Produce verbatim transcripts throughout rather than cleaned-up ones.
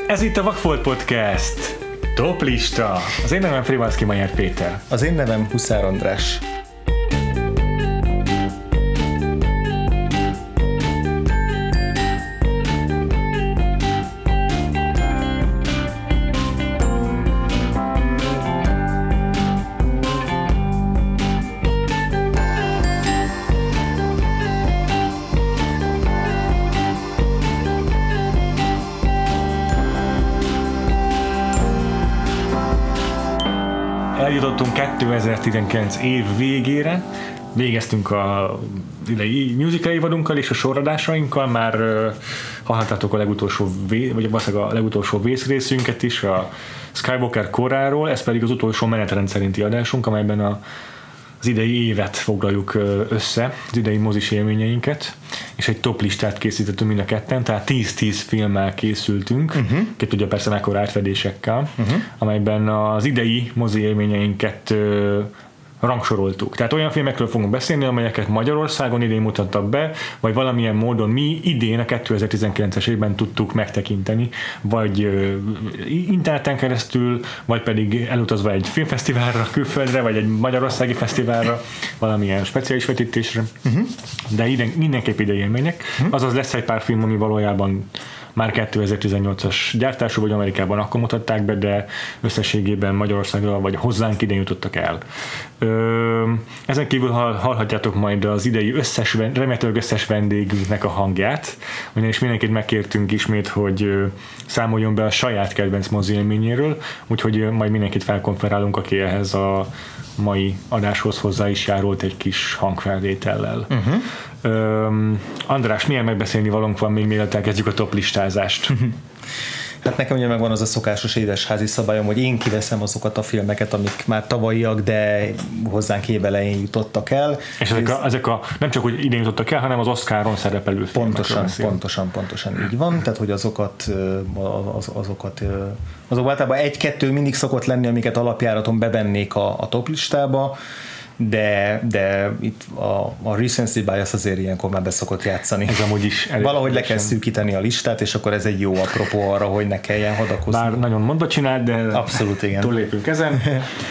Ez itt a Vagfolt Podcast. Toplista. Az én nevem Frivalszki Majár Péter. Az én nevem Huszár András. Eljutottunk kétezer-tizenkilenc év végére, végeztünk a idei musical évadunkkal és a sorradásainkkal, már uh, hallhattátok a legutolsó, vé- vagy a legutolsó vészrészünket is, a Skywalker koráról, ez pedig az utolsó menetrend szerinti adásunk, amelyben a az idei évet foglaljuk össze, az idei mozis élményeinket, és egy top listát készítettünk mind a ketten, tehát tíz-tíz filmmel készültünk, uh-huh. ki tudja persze mekkora átfedésekkel, uh-huh. amelyben az idei mozi élményeinket uh, rangsoroltuk. Tehát olyan filmekről fogunk beszélni, amelyeket Magyarországon idén mutattak be, vagy valamilyen módon mi idén a kétezer-tizenkilences évben tudtuk megtekinteni, vagy uh, interneten keresztül, vagy pedig elutazva egy filmfesztiválra, külföldre, vagy egy magyarországi fesztiválra, valamilyen speciális vetítésre. Uh-huh. De idén, mindenképp idei élmények. Uh-huh. Azaz lesz egy pár film, ami valójában már kétezer-tizennyolcas gyártású, vagy Amerikában akkor mutatták be, de összességében Magyarországra vagy hozzánk idén jutottak el. Ö, ezen kívül hallhatjátok majd az idei összes, remélhetőleg összes vendégünknek a hangját, ugyanis mindenkit megkértünk ismét, hogy számoljon be a saját kedvenc mozi élményéről, úgyhogy majd mindenkit felkonferálunk, aki ehhez a mai adáshoz hozzá is járult egy kis hangfelvétellel. Uh-huh. Um, András, milyen megbeszélni valónk van még mielőtt elkezdjük a top listázást? Hát nekem ugye megvan az a szokásos édesházi szabályom, hogy én kiveszem azokat a filmeket, amik már tavalyiak, de hozzánk évelején jutottak el. És ezek a, ezek a nem csak hogy idén jutottak el, hanem az Oscaron szerepelő filmek. Pontosan, pontosan, pontosan így van. Tehát, hogy azokat, az, azokat azok általában egy-kettő mindig szokott lenni, amiket alapjáraton bevennék a, a top listába, de, de itt a, a recency bias azért ilyenkor már beszokott játszani. Ez amúgy is valahogy le kell szűkíteni a listát, és akkor ez egy jó apropó arra, hogy ne kelljen hadakozni. Bár nagyon mondva csináld, de abszolút igen. Túllépünk ezen,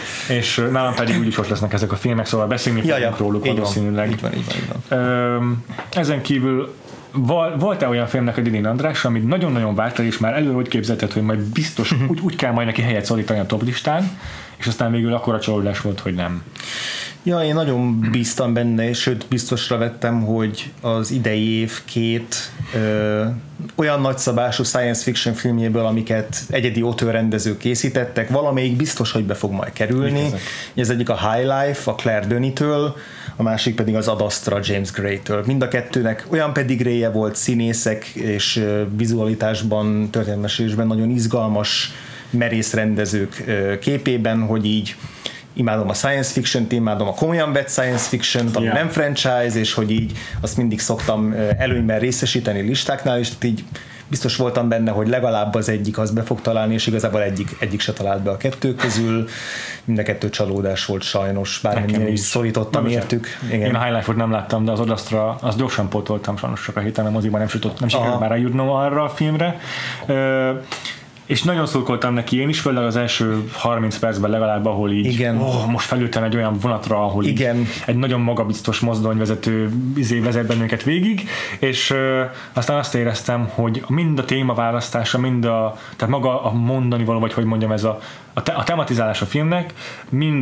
és nálam pedig úgyis ott lesznek ezek a filmek, szóval beszélni ja, fogunk ja, róluk valószínűleg. Így van, így van, így van. Ezen kívül volt-e olyan filmnek a idén, András, amit nagyon-nagyon vártál, és már előre úgy képzelted, hogy majd biztos uh-huh. úgy, úgy kell majd neki helyet szólítani a top listán, és aztán végül akkora csalódás volt, hogy nem. Ja, én nagyon bíztam benne, sőt biztosra vettem, hogy az idei év két ö, olyan nagyszabású science fiction filmjéből, amiket egyedi autorrendezők készítettek, valamelyik biztos, hogy be fog majd kerülni. Ez egyik a High Life, a Claire Denis-től, a másik pedig az Ad Astra James Gray-től. Mind a kettőnek olyan pedigréje volt, színészek és vizualitásban, történetmesélésben nagyon izgalmas, merész rendezők képében, hogy így imádom a science fiction-t, imádom a komolyan vett science fiction-t, ami yeah. nem franchise, és hogy így azt mindig szoktam előnyben részesíteni listáknál, és így biztos voltam benne, hogy legalább az egyik az be fog találni, és igazából egyik, egyik se talált be a kettő közül. Mind a kettő csalódás volt sajnos, bármilyen is szorítottam értük. Igen. Én a High Life-ot nem láttam, de az Ad Astra, azt gyorsan pótoltam, sajnos csak a héten a moziban nem, sütott, nem sikerült már eljutnom arra a filmre. Uh, és nagyon szurkoltam neki én is, főleg az első harminc percben legalább, ahol így igen. Oh, most felültem egy olyan vonatra, ahol igen. egy nagyon magabiztos mozdonyvezető izé vezet bennünket végig, és uh, aztán azt éreztem, hogy mind a témaválasztása, mind a, tehát maga a mondani való, vagy hogy mondjam, ez a, a, te, a tematizálás a filmnek, mind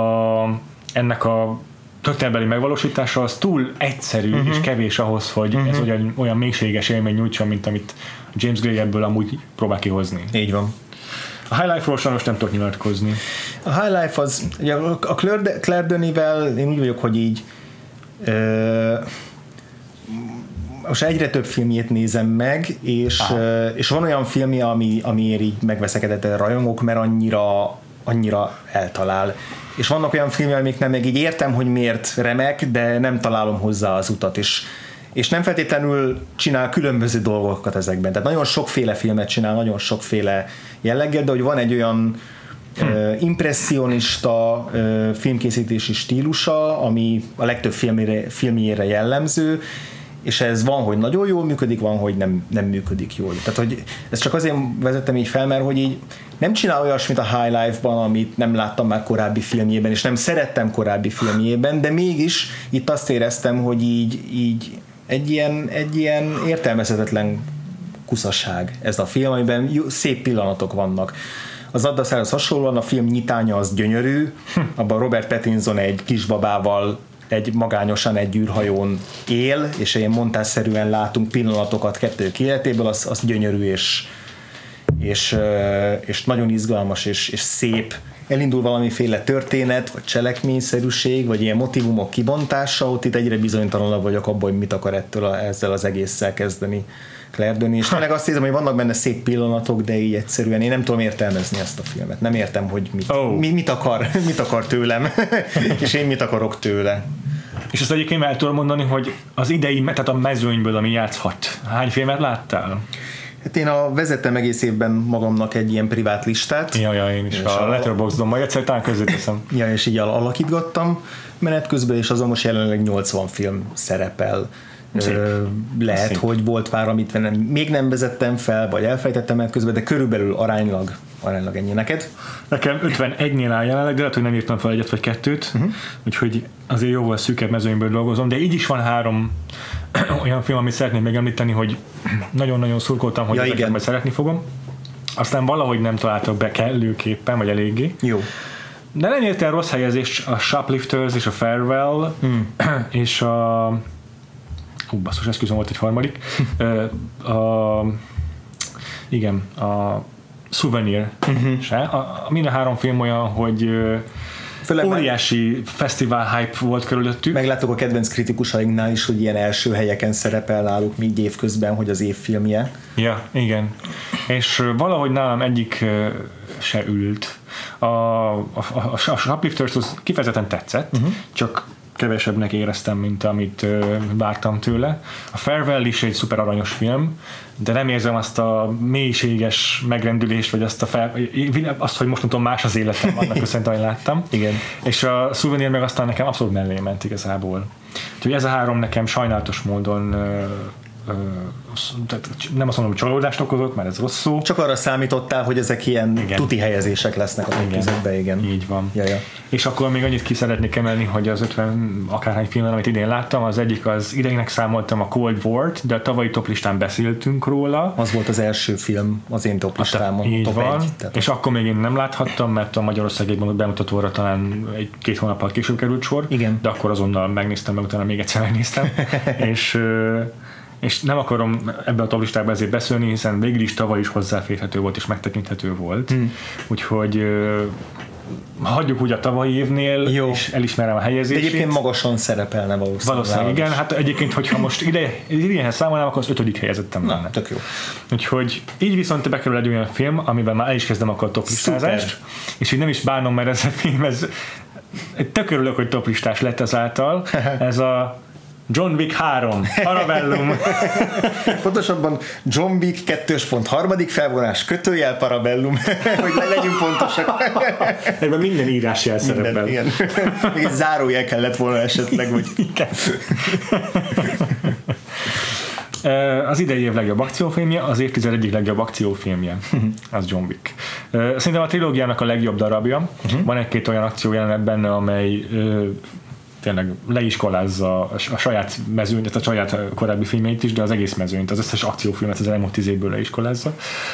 a, ennek a történetbeli megvalósítása az túl egyszerű uh-huh. és kevés ahhoz, hogy uh-huh. ez olyan, olyan mélységes élmény nyújtson, mint amit James Gray ebből amúgy próbál kihozni. Így van. A High Life-ról sajnos nem tudok nyilatkozni. A High Life az, ugye a Claire, Claire Denis-vel én úgy vagyok, hogy így ö, most egyre több filmjét nézem meg, és, ö, és van olyan filmje, ami, amiért így megveszekedett a rajongók, mert annyira, annyira eltalál. És vannak olyan filmek, amiknek meg így értem, hogy miért remek, de nem találom hozzá az utat, és, és nem feltétlenül csinál különböző dolgokat ezekben. Tehát nagyon sokféle filmet csinál, nagyon sokféle jelleggel, de hogy van egy olyan hm. uh, impressionista uh, filmkészítési stílusa, ami a legtöbb filmére, filmjére jellemző, és ez van, hogy nagyon jól működik, van, hogy nem, nem működik jól. Tehát, hogy ezt csak azért vezettem így fel, mert hogy így nem csinál olyasmit a High Life-ban, amit nem láttam már korábbi filmjében, és nem szerettem korábbi filmjében, de mégis itt azt éreztem, hogy így, így egy, ilyen, egy ilyen értelmezhetetlen kuszasság ez a film, amiben jó, szép pillanatok vannak. Az Addaszához hasonlóan a film nyitánya az gyönyörű, abban Robert Pattinson egy kisbabával egy magányosan egy űrhajón él, és ilyen montázszerűen látunk pillanatokat kettők életéből, az, az gyönyörű, és, és, és nagyon izgalmas, és, és szép. Elindul valamiféle történet, vagy cselekményszerűség, vagy ilyen motivumok kibontása, ott itt egyre bizonytalanabb vagyok abban, hogy mit akar ettől a, ezzel az egésszel kezdeni Claire Denis, és tényleg azt hiszem, hogy vannak benne szép pillanatok, de így egyszerűen én nem tudom értelmezni ezt a filmet. Nem értem, hogy mit, oh. mi, mit, akar, mit akar tőlem, és én mit akarok tőle. És azt egyébként el tudom mondani, hogy az idei, tehát a mezőnyből, ami játszhat, hány filmet láttál? Hát én a vezettem egész évben magamnak egy ilyen privát listát. Ja, ja, én is a, a Letterboxdon, majd egyszer talán közé teszem. Ja, és így alakítgattam menet közben, és azon most jelenleg nyolcvan film szerepel. Ö, lehet, Szép. hogy volt pár, amit nem, még nem vezettem fel, vagy elfejtettem el közben, de körülbelül aránylag, aránylag ennyi neked. Nekem ötvenegynél áll jelenleg, de lehet, hogy nem írtam fel egyet vagy kettőt, uh-huh. úgyhogy azért jóval szűkebb mezőnyből dolgozom, de így is van három olyan film, amit szeretnék megemlíteni, hogy nagyon-nagyon szurkoltam, hogy ja, ezeket majd szeretni fogom. Aztán valahogy nem találtak be kellőképpen, vagy eléggé. Jó. De nem ért el rossz helyezés a Shoplifters és a Farewell, hmm. és a hú, basszus, esküszöm, volt egy harmadik. a, igen, a Souvenir. Uh-huh. Se. A, a mind a három film olyan, hogy Főleg óriási meg, fesztivál hype volt körülöttük. Meglátok a kedvenc kritikusainknál is, hogy ilyen első helyeken szerepel náluk még évközben, hogy az évfilmje. Ja, igen. És valahogy nálam egyik se ült. A, a, a, a Shoplifters kifejezetten tetszett, uh-huh. csak kevesebbnek éreztem, mint amit uh, vártam tőle. A Farewell is egy szuper aranyos film, de nem érzem azt a mélységes megrendülést, vagy azt, a fel, azt hogy most tudom, más az életem, annak köszönhetően, hogy láttam. Igen. És a Souvenir meg aztán nekem abszolút mellé ment igazából. Úgyhogy ez a három nekem sajnálatos módon uh, tehát nem azt mondom, hogy csalódást okozott, mert ez rossz szó. Csak arra számítottál, hogy ezek ilyen igen. tuti helyezések lesznek a közökben, igen. Így van. Jaja. És akkor még annyit ki szeretnék emelni, hogy az ötven akárhány filmen, amit idén láttam, az egyik az idejének számoltam a Cold War-t, de a tavalyi toplistán beszéltünk róla. Az volt az első film az én toplistámon. Így top van. egy, tehát és akkor még én nem láthattam, mert a Magyarországban bemutatóra talán egy-két hónappal később került sor. Igen. De akkor azonnal megnéztem, meg utána még egyszer megnéztem. és és nem akarom ebben a toplistában ezért beszélni, hiszen végül is tavaly is hozzáférhető volt és megtekinthető volt. Hmm. Úgyhogy uh, hagyjuk úgy a tavalyi évnél, jó. és elismerem a helyezését. De egyébként magasan szerepelne valószínűleg. Valószínűleg, igen. Hát egyébként, hogyha most ide, idénhez számolnám, akkor az ötödik helyezettem lenne. Tök jó. Úgyhogy így viszont bekerül egy olyan film, amiben már el is kezdem akkor a toplistázást, és így nem is bánom, mert ez a film, ez tök örülök, hogy toplistás lett ezáltal. Ez a John Wick három, Parabellum. Pontosabban John Wick kettős pont harmadik felvonás, kötőjel Parabellum, hogy legyünk pontosak. Ebben minden írásjel szerepel. Igen. Még egy zárójel kellett volna esetleg, hogy... Az idei év legjobb akciófilmje, az évtized egyik legjobb akciófilmje, az John Wick. Szerintem a trilógiának a legjobb darabja. Uh-huh. Van egy-két olyan akciójelenet benne, amely tényleg leiskolázza a saját mezőnyt, a saját korábbi filmjeit is, de az egész mezőnyt, az összes akciófilmet az elmúlt tíz évből leiskolázza.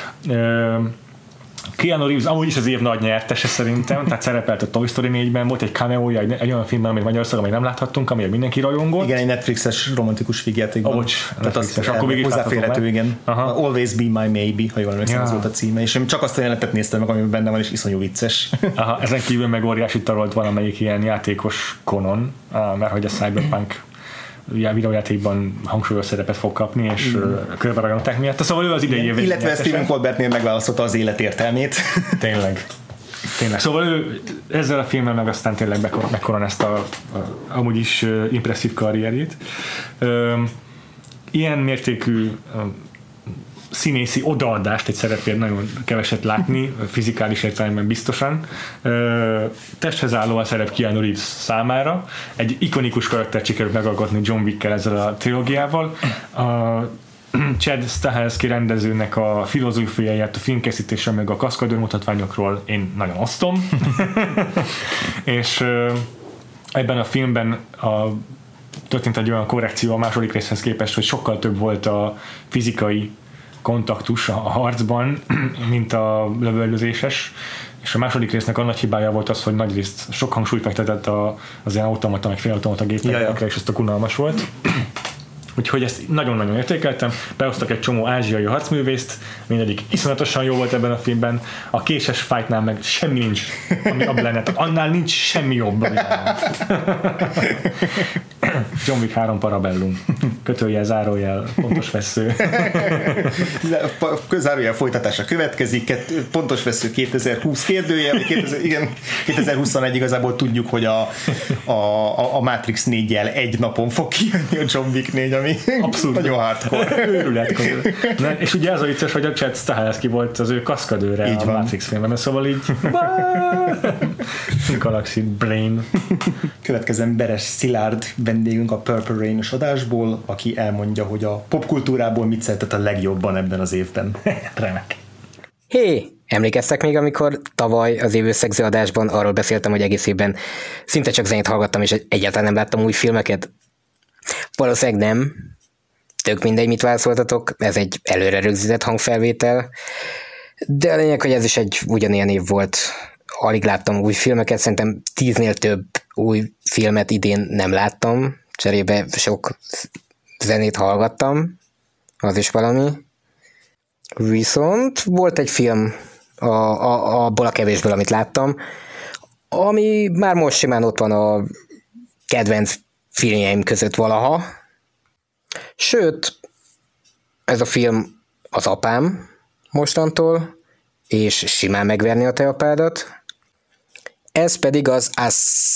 Keanu Reeves amúgy is az év nagy nyertese szerintem, tehát szerepelt a Toy Story négyben, volt egy cameója egy, egy olyan filmben, amit Magyarországon még nem láthattunk, amire mindenki rajongott. Igen, egy Netflixes romantikus vígjátékban. Oh, bocs, tehát az hozzáférhető, igen. Aha. Always Be My Maybe, ha jól emlékszem, ja. az volt a címe, és én csak azt a jelenetet néztem meg, amiben benne van, és iszonyú vicces. Aha, ezen kívül meg óriási tarolt valamelyik ilyen játékos konon, mert hogy a Cyberpunk videójátékban hangsúlyos szerepet fog kapni, és körbe ragadták miatt. Szóval ő az idei év. Illetve Stephen Colbertnél megválasztotta az élet értelmét. Tényleg. Tényleg. Szóval ő ezzel a filmmel meg aztán tényleg megkoronázta a, a, amúgy is impresszív karrierjét. Ilyen mértékű színészi odaadást egy szerepért nagyon keveset látni, fizikális értelemben biztosan. Testhez álló a szerep Keanu Reeves számára. Egy ikonikus karaktert sikerült megalkotni John Wick-kel ezzel a trilógiával. A Chad Stahelski rendezőnek a filozófiáját a filmkészítésre meg a kaszkadőr mutatványokról én nagyon osztom. És ebben a filmben a, történt egy olyan korrekció a második részhez képest, hogy sokkal több volt a fizikai kontaktus a harcban, mint a lövöldözéses, és a második résznek a nagy hibája volt az, hogy nagyrészt sok hangsúlyt fektetett a, az ilyen automata, meg félautomata gépekre, és ezt a unalmas volt. Úgyhogy ezt nagyon-nagyon értékeltem. Behoztak egy csomó ázsiai harcművészt, mindegyik iszonyatosan jó volt ebben a filmben. A késes fightnál meg semmi nincs, ami abban lenne. Annál nincs semmi jobb. John Wick három Parabellum. Kötőjel, zárójel, pontos vesző. Zárójel folytatása következik. Pontos vesző kétezer-húsz kérdőjel. kétezer, igen, kétezer-huszonegy igazából tudjuk, hogy a, a, a Matrix négyjel egy napon fog kijönni a John Wick négy, ami abszolút nagyon hardcore. Őrület. És ugye az a vicces, hogy a Chad Stahelski volt az ő kaszkadőre így a van. Matrix filmben, szóval így Galaxy Brain. Következően Beres Szilárd vendégünk a Purple Rain-os adásból, aki elmondja, hogy a popkultúrából mit szeretett a legjobban ebben az évben. Remek. Hé, hey, emlékeztek még, amikor tavaly az évőszegző adásban arról beszéltem, hogy egész évben szinte csak zenét hallgattam, és egyáltalán nem láttam új filmeket? Valószínűleg nem. Tök mindegy, mit válaszoltatok, ez egy előre rögzített hangfelvétel, de a lényeg, hogy ez is egy ugyanilyen év volt. Alig láttam új filmeket, szerintem tíznél több új filmet idén nem láttam, cserébe sok zenét hallgattam, az is valami. Viszont volt egy film a, a, abból a kevésből, amit láttam, ami már most simán ott van a kedvenc filmjeim között valaha. Sőt, ez a film az apám mostantól, és simán megverni a te apádat. Ez pedig az az...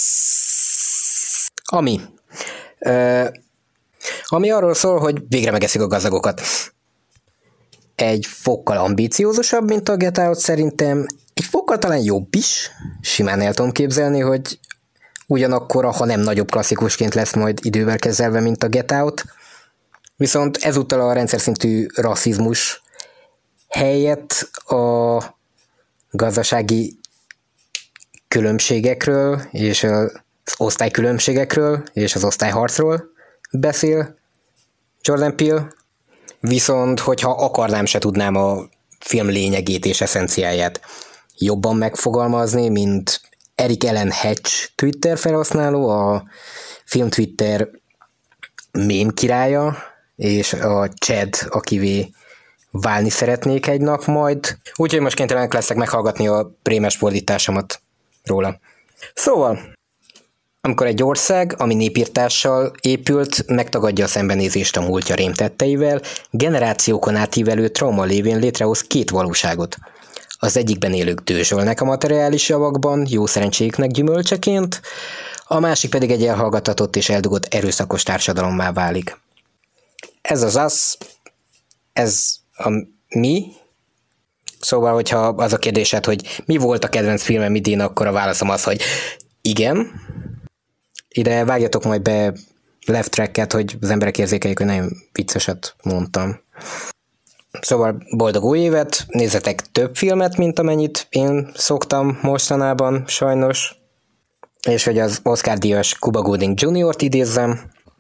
Ami. Ö, ami arról szól, hogy végre megeszik a gazdagokat. Egy fokkal ambíciózusabb, mint a Get Out szerintem, egy fokkal talán jobb is. Simán el tudom képzelni, hogy ugyanakkor, ha nem nagyobb klasszikusként lesz majd idővel kezelve, mint a Get Out. Viszont ezúttal a rendszer szintű rasszizmus helyett a gazdasági különbségekről és az osztálykülönbségekről és az osztályharcról beszél Jordan Peele. Viszont, hogyha akarnám, se tudnám a film lényegét és eszenciáját jobban megfogalmazni, mint Eric Allen Hatch Twitter felhasználó, a film Twitter mém királya, és a Chad, akivé válni szeretnék egy nap majd. Úgyhogy most kénytelenek leszek meghallgatni a prémes fordításomat róla. Szóval, amikor egy ország, ami népírtással épült, megtagadja a szembenézést a múltja rémtetteivel, generációkon átívelő trauma lévén létrehoz két valóságot. Az egyikben élők dőzsölnek a materiális javakban, jó szerencséjüknek gyümölcseként, a másik pedig egy elhallgatatott és eldugott erőszakos társadalommá válik. Ez az az, ez a mi. Szóval, hogyha az a kérdésed, hogy mi volt a kedvenc filmem idén, akkor a válaszom az, hogy igen. Ide vágjatok majd be left tracket, hogy az emberek érzékeljék, hogy nagyon vicceset mondtam. Szóval boldog új évet, nézzetek több filmet, mint amennyit én szoktam mostanában, sajnos. És hogy az Oscar-díjas Cuba Gooding juniort idézzem.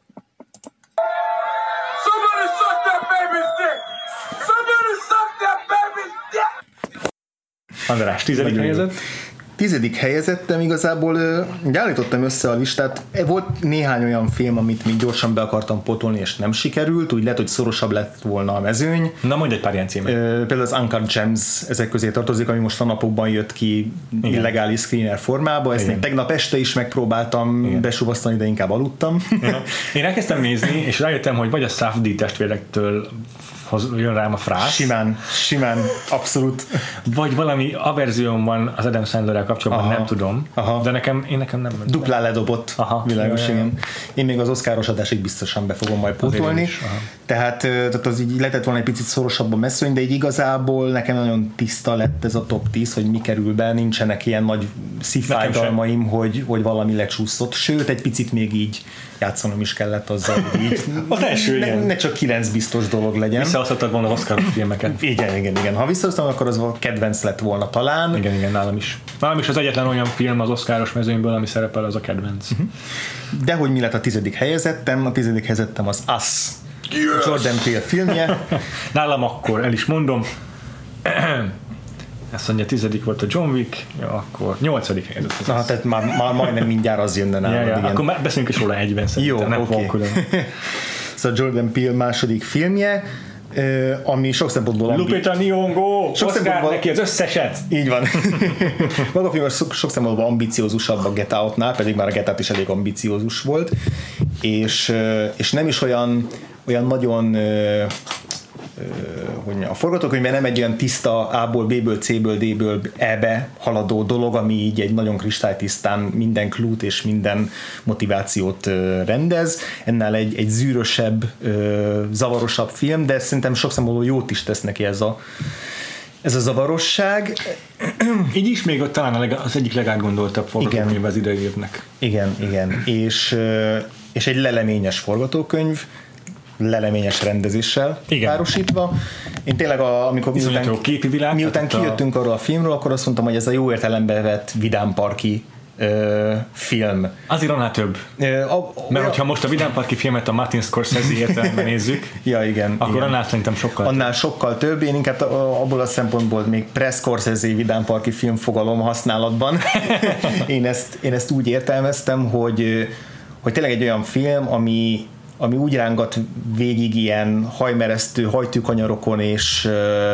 András, tizedik helyezett? Tizedik helyezettem, igazából állítottam össze a listát. Volt néhány olyan film, amit még gyorsan be akartam potolni, és nem sikerült, úgy lehet, hogy szorosabb lett volna a mezőny. Na, mondj egy pár ilyen címet. Például az Uncut Gems ezek közé tartozik, ami most a napokban jött ki igen. illegális screener formába. Ezt igen. még tegnap este is megpróbáltam igen. besuvasztani, de inkább aludtam. Ja. Én elkezdtem nézni, és rájöttem, hogy vagy a Safdie testvérektől jön rám a frász. Simán, simán, abszolút. Vagy valami averzióm van az Adam Sandlerrel kapcsolatban, Aha. nem tudom. Aha. De nekem, én nekem nem. Duplán ledobott, Aha. világos, Ja, ja, ja. igen. Én még az Oscaros adásig biztosan be fogom majd pótolni. is, aha. Tehát, tehát az így lehetett volna egy picit szorosabban messzony, de így igazából nekem nagyon tiszta lett ez a top tíz, hogy mi kerül be, nincsenek ilyen nagy szívfájdalmaim, hogy, hogy valami lecsúszott. Sőt, egy picit még így játszanom is kellett azzal, hogy így Az első, ne, igen. ne csak kilenc biztos dolog legyen. Visszahozhattad volna az Oscar filmeket. Igen, igen, igen. Ha visszahoztam, akkor az a kedvenc lett volna talán. Igen, igen, nálam is. Nálam is az egyetlen olyan film az Oscaros mezőnyből, ami szerepel, az a kedvenc. Uh-huh. De hogy mi lett a tizedik helyezettem? A tizedik helyezettem az Us. Yes! Jordan Peele filmje. Nálam akkor, el is mondom, ezt mondja, tizedik volt a John Wick, ja, akkor nyolcadik helyezett. Na, tehát már, már majdnem mindjárt az jönne nálad. Ja, ja, igen. akkor már beszélünk is róla egyben szerintem. Jó, nem oké. okay. Külön. Szóval Jordan Peele második filmje, ami sok szempontból... Ambi- Lupita Nyong'o, Sok Oscar szempontból- neki az összeset. Így van. Maga a film sok, sok szempontból ambiciózusabb a Get Out-nál, pedig már a Get Out is elég ambiciózus volt, és, és nem is olyan, olyan nagyon... hogy a forgatókönyvben nem egy olyan tiszta A-ból, B-ből, C-ből, D-ből E-be haladó dolog, ami így egy nagyon kristálytisztán minden klút és minden motivációt rendez. Ennél egy, egy zűrösebb, zavarosabb film, de szerintem sok szempontból jót is tesz neki ez a, ez a zavarosság. Így is még talán a leg, az egyik legátgondoltabb forgatókönyv az idei évnek. Igen, igen. És, és egy leleményes forgatókönyv, leleményes rendezéssel igen. párosítva. Én tényleg, a, amikor miután, képi világ, miután kijöttünk a... arról a filmről, akkor azt mondtam, hogy ez a jó értelembe vett vidámparki ö, film. Azért annál több. Ö, a, a, Mert hogyha most a vidámparki filmet a Martin Scorsese értelemben nézzük, ja, igen, akkor igen. annál szerintem sokkal Annál több. sokkal több. Én inkább abból a szempontból még pre-Scorsese vidámparki filmfogalom használatban. én, ezt, én ezt úgy értelmeztem, hogy, hogy tényleg egy olyan film, ami ami úgy rángat végig ilyen hajmeresztő hajtűkanyarokon és,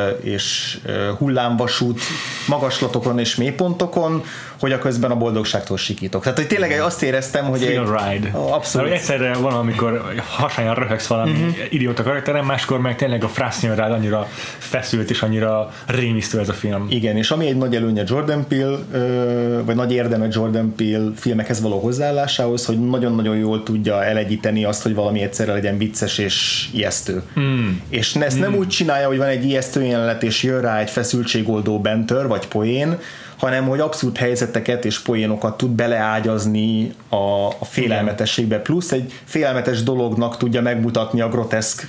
és hullámvasút magaslatokon és mélypontokon, hogy a közben a boldogságtól sikítok. Tehát, hogy tényleg azt éreztem, hogy... Egy, ride. Abszolút. Mert egyszerre van, amikor hasányan röhögsz valami uh-huh. idióta karakterem, máskor meg tényleg a frász jön rád, annyira feszült és annyira rémisztő ez a film. Igen, és ami egy nagy előnye Jordan Peele, vagy nagy érdeme Jordan Peele filmekhez való hozzáállásához, hogy nagyon-nagyon jól tudja elegyíteni azt, hogy valami egyszerre legyen vicces és ijesztő. Mm. És ezt mm. nem úgy csinálja, hogy van egy ijesztő jelenet, és jön rá egy feszültségoldó bentör, vagy poén, hanem hogy abszolút helyzeteket és poénokat tud beleágyazni a, a félelmetességbe. Plusz egy félelmetes dolognak tudja megmutatni a groteszk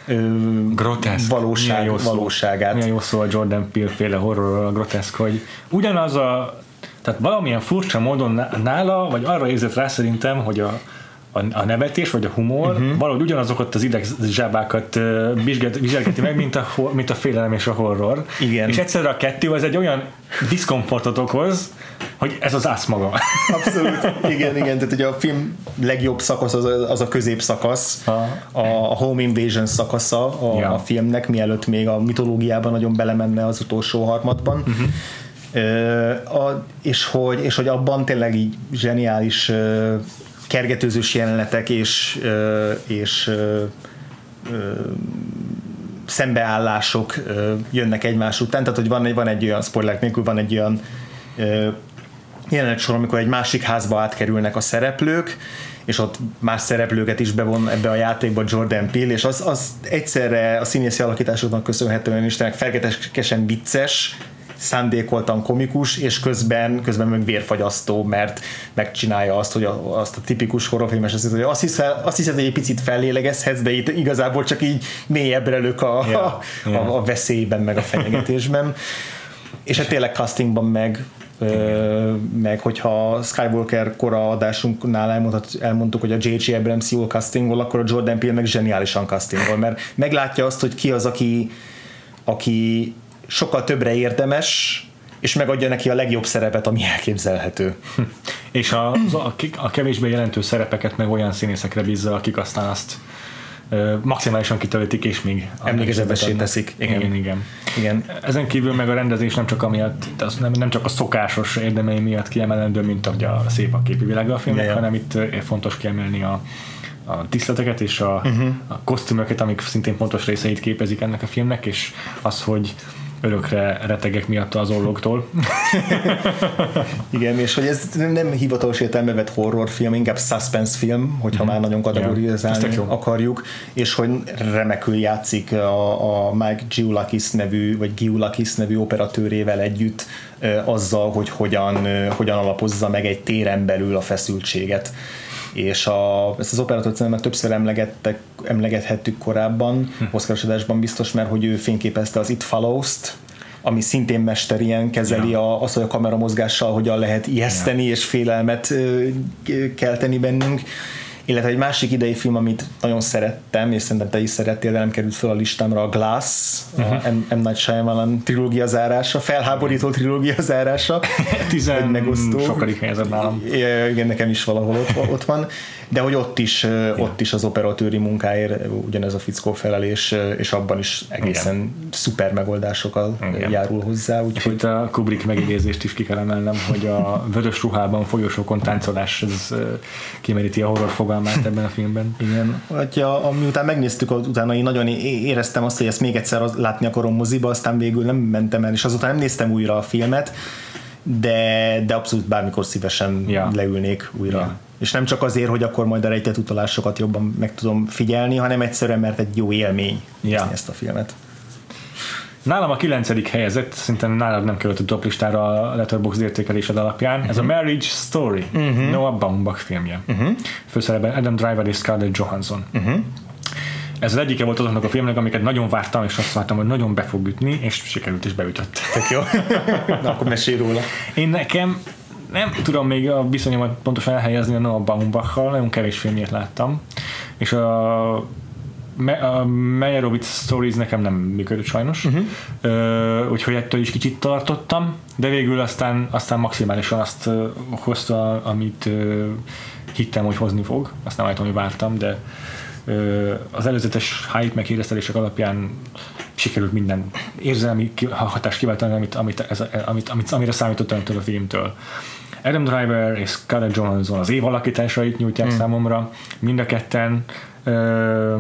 groteszk valóság, milyen valóságát. Milyen jó szó a Jordan Peele féle horrorról a groteszk, hogy ugyanaz a, tehát valamilyen furcsa módon nála, vagy arra érzett rá szerintem, hogy a a nevetés, vagy a humor, uh-huh. valahogy ugyanazokat az idegzsábákat uh, vizsgálgeti meg, mint a, mint a félelem és a horror. Igen. És egyszerre a kettő az egy olyan diszkomfortot okoz, hogy ez az ász maga. Abszolút. Igen, igen. Tehát ugye a film legjobb szakasz az a, az a középszakasz, a, a home invasion szakasza a, ja. a filmnek, mielőtt még a mitológiában nagyon belemenne az utolsó harmadban. Uh-huh. Uh, a, és, hogy, és hogy abban tényleg így zseniális uh, kergetőzős jelenetek és, és szembeállások jönnek egymás után, tehát hogy van egy, van egy olyan, spoiler nélkül van egy olyan jelenetsor, amikor egy másik házba átkerülnek a szereplők, és ott más szereplőket is bevon ebbe a játékba Jordan Peele, és az, az egyszerre a színészi alakításoknak köszönhetően is tényleg felketekesen vicces, szándékoltan komikus, és közben, közben meg vérfagyasztó, mert megcsinálja azt, hogy a, azt a tipikus horrorfilmes, azt, hogy azt hiszed, azt hiszed, hogy egy picit fellélegezhetsz, de itt igazából csak így mélyebbre lök a, yeah, a, yeah. a, a veszélyben, meg a fenyegetésben. És hát tényleg castingban meg Ö, meg hogyha Skywalker kora adásunknál elmondtuk, hogy a jé jé Abrams jól castingol, akkor a Jordan Peele meg zseniálisan castingol, mert meglátja azt, hogy ki az, aki, aki sokkal többre érdemes, és megadja neki a legjobb szerepet, ami elképzelhető. Hm. És a, a, a kevésbé jelentő szerepeket meg olyan színészekre bízza, akik aztán azt ö, maximálisan kitöltik, és még emlékezetessé teszik. Igen. Igen, igen. igen. Ezen kívül meg a rendezés nem csak amiatt, nem, nem csak a szokásos érdemei miatt kiemelendő, mint ahogy a szép a képi világa a filmnek, hanem itt fontos kiemelni a a díszleteket és a, uh-huh. a kosztümöket, amik szintén pontos részeit képezik ennek a filmnek, és az, hogy örökre retegek miatt az orlóktól. Igen, és hogy ez nem hivatalos értelme vett horrorfilm, inkább suspense film, hogyha mm. már nagyon kategorizálni yeah. akarjuk, és hogy remekül játszik a, a Mike Giulakis nevű, vagy Giulakis nevű operatőrével együtt azzal, hogy hogyan, hogyan alapozza meg egy téren belül a feszültséget. És a, ezt az operatőrt szerintem többször emlegettek, emlegethettük korábban, hm. Oscar-os adásban biztos, mert hogy ő fényképezte az It Follows-t, ami szintén mesterien kezeli ja. a, azt, hogy a kamera mozgással hogyan lehet ijeszteni ja. és félelmet kelteni bennünk. Illetve egy másik idei film, amit nagyon szerettem, és szerintem te is szerettél, de nem került fel a listámra, a Glass, uh-huh. a M. M. Night Shyamalan trilógia zárása, felháborító trilógia zárása. Tizen sokadik helyezett nálam. Igen, nekem is valahol ott, ott van. De hogy ott is, yeah. ott is az operatőri munkáért ugyanez a fickó felel, és, és abban is egészen igen. szuper megoldásokkal igen. járul hozzá. Úgy, és hogy... itt a Kubrick megidézést is ki kell emelnem, hogy a vörös ruhában folyosókon táncolás, ez kimeríti a horror fogalmát ebben a filmben. Igen. Hogy a, a, miután megnéztük, utána én nagyon éreztem azt, hogy ezt még egyszer látni akarom moziba, aztán végül nem mentem el, és azután nem néztem újra a filmet, de, de abszolút bármikor szívesen ja. leülnék újra. Ja. És nem csak azért, hogy akkor majd a rejtett utalásokat jobban meg tudom figyelni, hanem egyszerűen, mert egy jó élmény ja. ezt a filmet. Nálam a kilencedik helyezett, szinte nálad nem került a top listára a Letterboxd értékelésed alapján. Uh-huh. Ez a Marriage Story, uh-huh. Noah Baumbach filmje. Uh-huh. Főszerepben Adam Driver és Scarlett Johansson. Uh-huh. Ez az egyike volt azoknak a filmnek, amiket nagyon vártam, és azt vártam, hogy nagyon be fog ütni, és sikerült is beütött. Tök jó. Na, akkor mesélj róla. Én nekem nem tudom még a viszonyomat pontosan elhelyezni a Noah Baumbachal, nagyon kevés filmjét láttam, és a, a Meyerowitz Stories nekem nem működött sajnos, uh-huh. uh, úgyhogy ettől is kicsit tartottam, de végül aztán, aztán maximálisan azt uh, hozta, amit uh, hittem, hogy hozni fog, azt nem állítom, hogy vártam, de uh, az előzetes hype meghíresztelések alapján sikerült minden érzelmi hatást kiváltani, amit, amit, ez, amit, amit, amire számítottam a filmtől. Adam Driver és Scarlett Johansson az év alakításait nyújtják hmm. számomra, mind a ketten. Ö,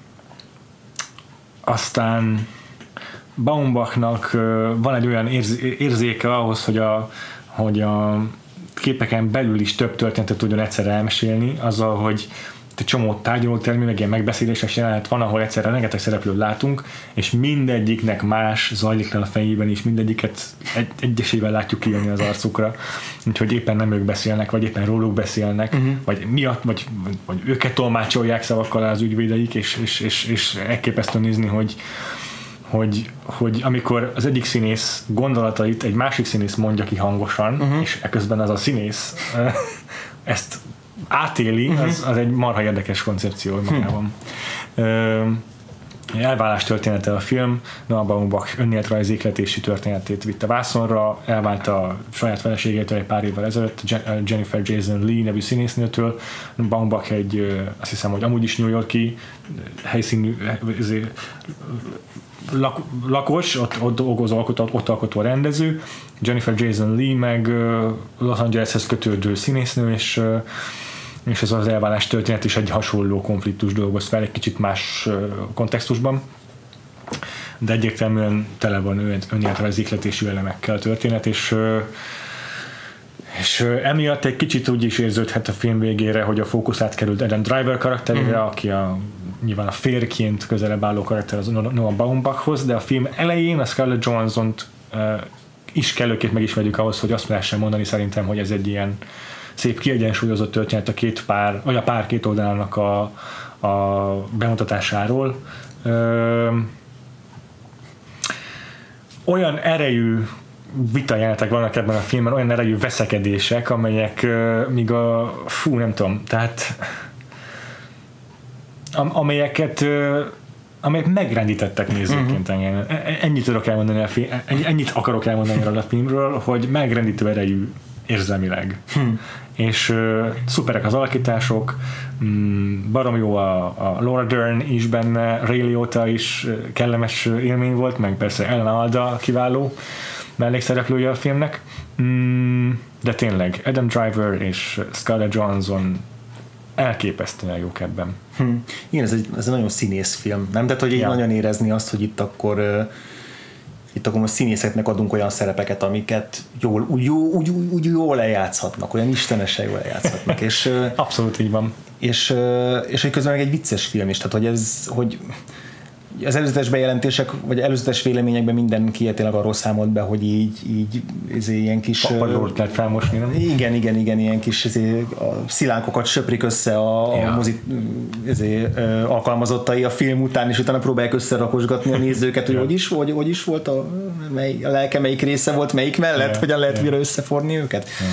aztán Baumbachnak ö, van egy olyan érz, érzéke ahhoz, hogy a, hogy a képeken belül is több történetet tudjon egyszerre elmesélni, azzal, hogy egy csomó tárgyalótermi, meg ilyen megbeszéléses jelenet van, ahol egyszerre rengeteg szereplőt látunk, és mindegyiknek más zajlik le a fejében is, mindegyiket egy, egyesével látjuk kijönni az arcukra, úgyhogy éppen nem ők beszélnek, vagy éppen róluk beszélnek, uh-huh. vagy miatt, vagy, vagy őket tolmácsolják szavakkal az ügyvédeik, és, és, és, és elképesztő nézni, hogy, hogy, hogy amikor az egyik színész gondolatait egy másik színész mondja ki hangosan, uh-huh. és eközben az a színész ezt átéli, uh-huh. az, az egy marha érdekes koncepció magában. Hmm. Elválás története a film, Noah Baumbach önéletrajzi ékletési történetét vitte vászonra, elvált a saját feleségétől egy pár évvel ezelőtt, Jennifer Jason Leigh nevű színésznőtől. Baumbach egy, azt hiszem, hogy amúgy is New York-i helyszínű lak, lakos, ott, ott dolgozó, ott, ott alkotó rendező, Jennifer Jason Leigh meg Los Angeleshez kötődő színésznő, és és ez az elválás történet is egy hasonló konfliktus dolgoz fel, egy kicsit más kontextusban, de egyértelműen tele van önéletrajzi ihletésű elemekkel a történet, és, és emiatt egy kicsit úgy is érződhet a film végére, hogy a fókusz átkerült Adam Driver karakterére, mm. aki a, nyilván a férként közelebb álló karakter az Noah Baumbachhoz, de a film elején a Scarlett Johansson-t is kellőképp megismerjük ahhoz, hogy azt lehessen mondani szerintem, hogy ez egy ilyen szép kiegyensúlyozott történet a két pár, vagy a pár két oldalának a, a bemutatásáról. Ö, olyan erejű vitajelenetek vannak ebben a filmben, olyan erejű veszekedések, amelyek ö, míg a fú, nem tudom, tehát am, amelyeket ö, amelyek megrendítettek nézőként engem. Ennyit tudok elmondani a film, ennyit akarok elmondani erről a filmről, hogy megrendítő erejű érzelmileg. Hmm. És uh, szuperek az alakítások, mm, barom jó a, a Laura Dern is benne, Ray Liotta is uh, kellemes élmény volt, meg persze Ellen Alda kiváló mellékszereplője a filmnek, mm, de tényleg Adam Driver és Scarlett Johansson elképesztően jók ebben. Hm. Igen, ez egy, ez egy nagyon színész film, nem? Tehát, hogy így ja. nagyon érezni azt, hogy itt akkor uh, itt akkor most színészeknek adunk olyan szerepeket, amiket jól, úgy, jó, úgy, úgy, úgy jól eljátszhatnak, olyan istenesen jól eljátszhatnak. És, uh, abszolút így van. És, uh, és hogy közben meg egy vicces film is, tehát hogy ez, hogy az előzetes bejelentések, vagy előzetes véleményekben mindenki tényleg arról számolt be, hogy így, így ez ilyen kis... Papadort lehet felmosni, nem? Igen, igen, igen, ilyen kis ezért, a szilánkokat söprik össze a, ja. a mozi ezért, alkalmazottai a film után, és utána próbálják összerakosgatni a nézőket, hogy ja. hogy, is, hogy, hogy is volt a, mely, a lelke, melyik része volt, melyik mellett, ja. hogyan lehet ja. újra összeforni őket. Ja.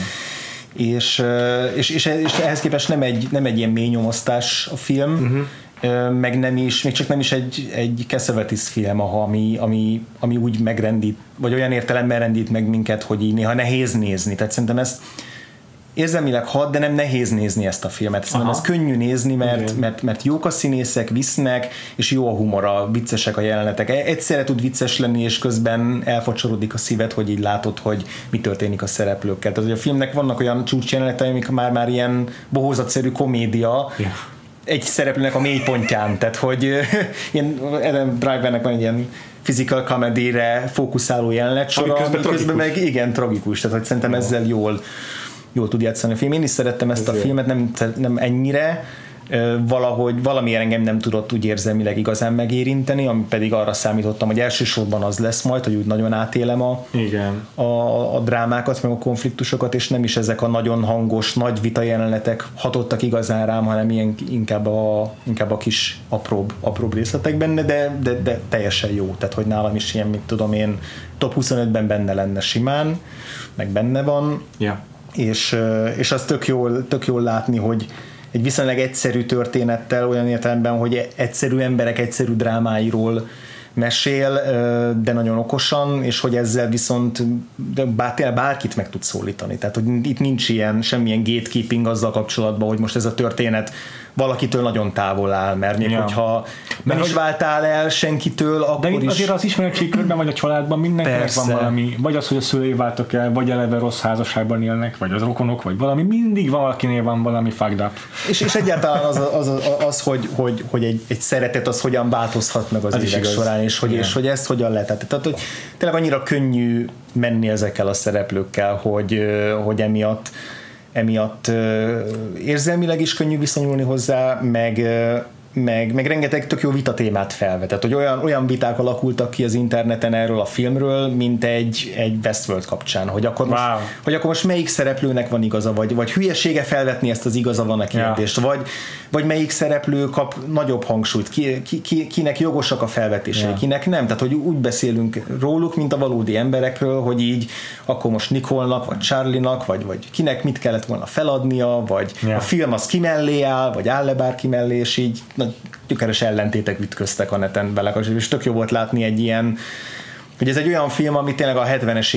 És, és, és, és ehhez képest nem egy, nem egy ilyen mély nyomosztás a film, uh-huh. meg nem is, még csak nem is egy, egy Cassavetes film, ami, ami, ami úgy megrendít, vagy olyan értelemben rendít meg minket, hogy így néha nehéz nézni. Tehát szerintem ezt érzelmileg hat, de nem nehéz nézni ezt a filmet. Szerintem Aha. ez könnyű nézni, mert, mert, mert jók a színészek, visznek, és jó a humora, viccesek a jelenetek. Egyszerre tud vicces lenni, és közben elfacsorodik a szíved, hogy így látod, hogy mi történik a szereplőkkel. Tehát, hogy a filmnek vannak olyan csúcsjelenetei, amik már-már ilyen bohózatszerű komédia, yeah. egy szereplőnek a mélypontján, tehát hogy ilyen Adam Drivernek van egy ilyen physical comedy-re fókuszáló jelenet sora, ami közben, közben meg igen tragikus, tehát hogy szerintem ezzel jól, jól tud játszani a film. Én is szerettem ezt a filmet, nem, nem ennyire, valahogy valamiért engem nem tudott úgy érzelmileg igazán megérinteni, ami pedig arra számítottam, hogy elsősorban az lesz majd, hogy úgy nagyon átélem a, Igen. a, a drámákat, meg a konfliktusokat, és nem is ezek a nagyon hangos, nagy vita jelenetek hatottak igazán rám, hanem ilyen, inkább, a, inkább a kis apróbb, apróbb részletek benne, de, de, de teljesen jó. Tehát, hogy nálam is ilyen, mit tudom én, top huszonötben benne lenne simán, meg benne van, ja. és, és az tök jól, tök jól látni, hogy egy viszonylag egyszerű történettel, olyan értelemben, hogy egyszerű emberek egyszerű drámáiról mesél, de nagyon okosan, és hogy ezzel viszont bár, tényleg bárkit meg tud szólítani. Tehát, hogy itt nincs ilyen, semmilyen gatekeeping azzal kapcsolatban, hogy most ez a történet valakitől nagyon távol áll, mert még ja. hogyha nem is váltál el senkitől, akkor de is... azért az ismeretségkörben, vagy a családban mindenkinek van valami, vagy az, hogy a szülei váltak el, vagy eleve rossz házasságban élnek, vagy az rokonok, vagy valami, mindig valakinél van valami fucked up. És, és egyáltalán az, az, az, az hogy, hogy, hogy egy, egy szeretet az hogyan változhat meg az, az évek során, és hogy, és hogy ezt hogyan lehet. Tehát, hogy tényleg annyira könnyű menni ezekkel a szereplőkkel, hogy, hogy emiatt emiatt uh, érzelmileg is könnyű viszonyulni hozzá, meg, uh, meg, meg rengeteg tök jó vitatémát felvetett, hogy olyan, olyan viták alakultak ki az interneten erről a filmről, mint egy, egy Westworld kapcsán, hogy akkor, wow. most, hogy akkor most melyik szereplőnek van igaza, vagy, vagy hülyesége felvetni ezt az igaza van a kérdést, yeah. vagy, vagy melyik szereplő kap nagyobb hangsúlyt, ki, ki, ki, kinek jogosak a felvetései, yeah. kinek nem, tehát hogy úgy beszélünk róluk, mint a valódi emberekről, hogy így akkor most Nicole-nak, vagy Charlie-nak, vagy, vagy kinek mit kellett volna feladnia, vagy yeah. a film az ki mellé áll, vagy áll-e bárki mellé, és így gyökeres ellentétek ütköztek a neten vele, és tök jó volt látni egy ilyen, hogy ez egy olyan film, ami tényleg a hetvenes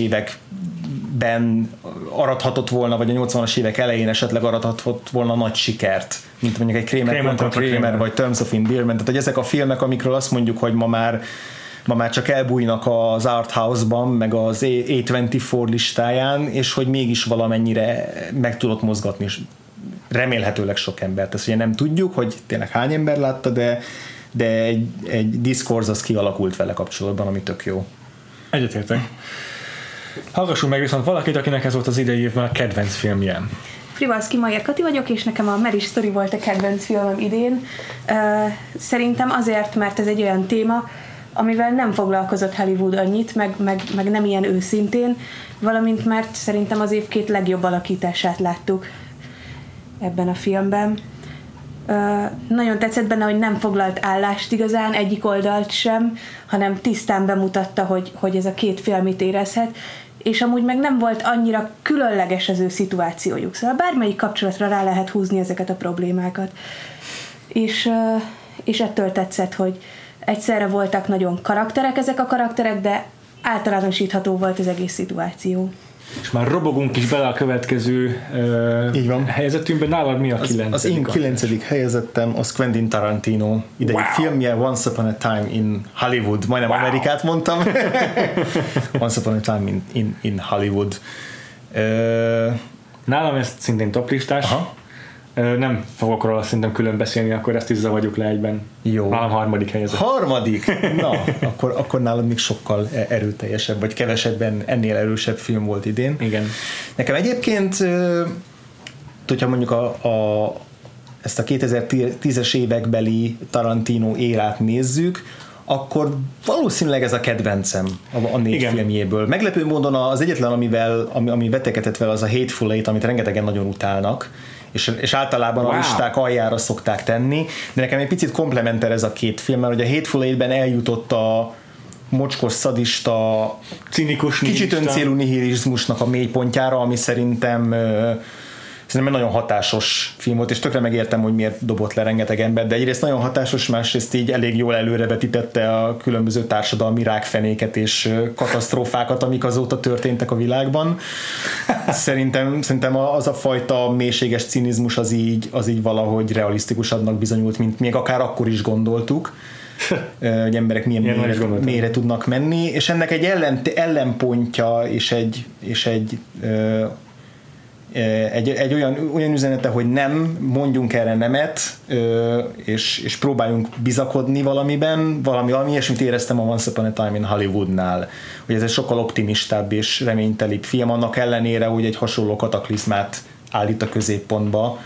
években arathatott volna, vagy a nyolcvanas évek elején esetleg arathatott volna nagy sikert, mint mondjuk egy Kramer, Kramer, Kramer, Kramer, Kramer vagy Terms of Endearment, tehát hogy ezek a filmek, amikről azt mondjuk, hogy ma már ma már csak elbújnak az Art House-ban, meg az á huszonnégy listáján, és hogy mégis valamennyire meg tudott mozgatni, és remélhetőleg sok embert. Ezt ugye nem tudjuk, hogy tényleg hány ember látta, de, de egy, egy discourse az kialakult vele kapcsolatban, ami tök jó. Egyetértek. Hallgassunk meg viszont valakit, akinek ez volt az idei évben a kedvenc filmje. Frivalszki Majer Kati vagyok, és nekem a Marriage Story volt a kedvenc filmem idén. Szerintem azért, mert ez egy olyan téma, amivel nem foglalkozott Hollywood annyit, meg, meg, meg nem ilyen őszintén, valamint mert szerintem az év két legjobb alakítását láttuk ebben a filmben. Uh, nagyon tetszett benne, hogy nem foglalt állást igazán, egyik oldalt sem, hanem tisztán bemutatta, hogy, hogy ez a két fél mit érezhet, és amúgy meg nem volt annyira különleges az ő szituációjuk. Szóval bármelyik kapcsolatra rá lehet húzni ezeket a problémákat. És, uh, és ettől tetszett, hogy egyszerre voltak nagyon karakterek ezek a karakterek, de általánosítható volt az egész szituáció. És már robogunk is bele a következő uh, helyzetünkben. Nálad mi a kilencedik? Az, az én kilencedik helyezettem az Quentin Tarantino idei wow. filmje, Once Upon a Time in Hollywood. Majdnem wow. Amerikát mondtam. Once Upon a Time in, in, in Hollywood. Uh, Nálam ez szintén toplistás. Aha. Nem fogok róla szerintem külön beszélni, akkor ezt is zavarjuk le egyben. Jó. Nálam harmadik helyezett. Harmadik? Na, akkor, akkor nálad még sokkal erőteljesebb, vagy kevesebben ennél erősebb film volt idén. Igen. Nekem egyébként, hogyha mondjuk a, a, ezt a kétezer-tízes évekbeli Tarantino érát nézzük, akkor valószínűleg ez a kedvencem a, a négy Igen. filmjéből. Meglepő módon az egyetlen, amivel, ami, ami vetekedett vele, az a Hateful Eight, amit rengetegen nagyon utálnak, és, és általában wow. a listák aljára szokták tenni, de nekem egy picit komplementer ez a két film, mert ugye a Hateful Eight-ben eljutott a mocskos, szadista, cinikus, kicsit öncélú nihilizmusnak a mélypontjára, ami szerintem Szerintem egy nagyon hatásos film volt, és tökre megértem, hogy miért dobott le rengeteg ember, de egyrészt nagyon hatásos, másrészt így elég jól előrevetítette a különböző társadalmi rákfenéket és katasztrófákat, amik azóta történtek a világban. Szerintem, szerintem az a fajta mélységes cinizmus az így, az így valahogy realisztikusabbnak bizonyult, mint még akár akkor is gondoltuk, hogy emberek milyen mélyre, mélyre tudnak menni, és ennek egy ellen, ellenpontja és egy, és egy Egy, egy olyan, olyan üzenete, hogy nem, mondjunk erre nemet, és, és próbáljunk bizakodni valamiben, valami, valami ilyesmit éreztem a Once Upon a Time in Hollywoodnál, hogy ez egy sokkal optimistább és reménytelibb film, annak ellenére, hogy egy hasonló kataklizmát állít a középpontba,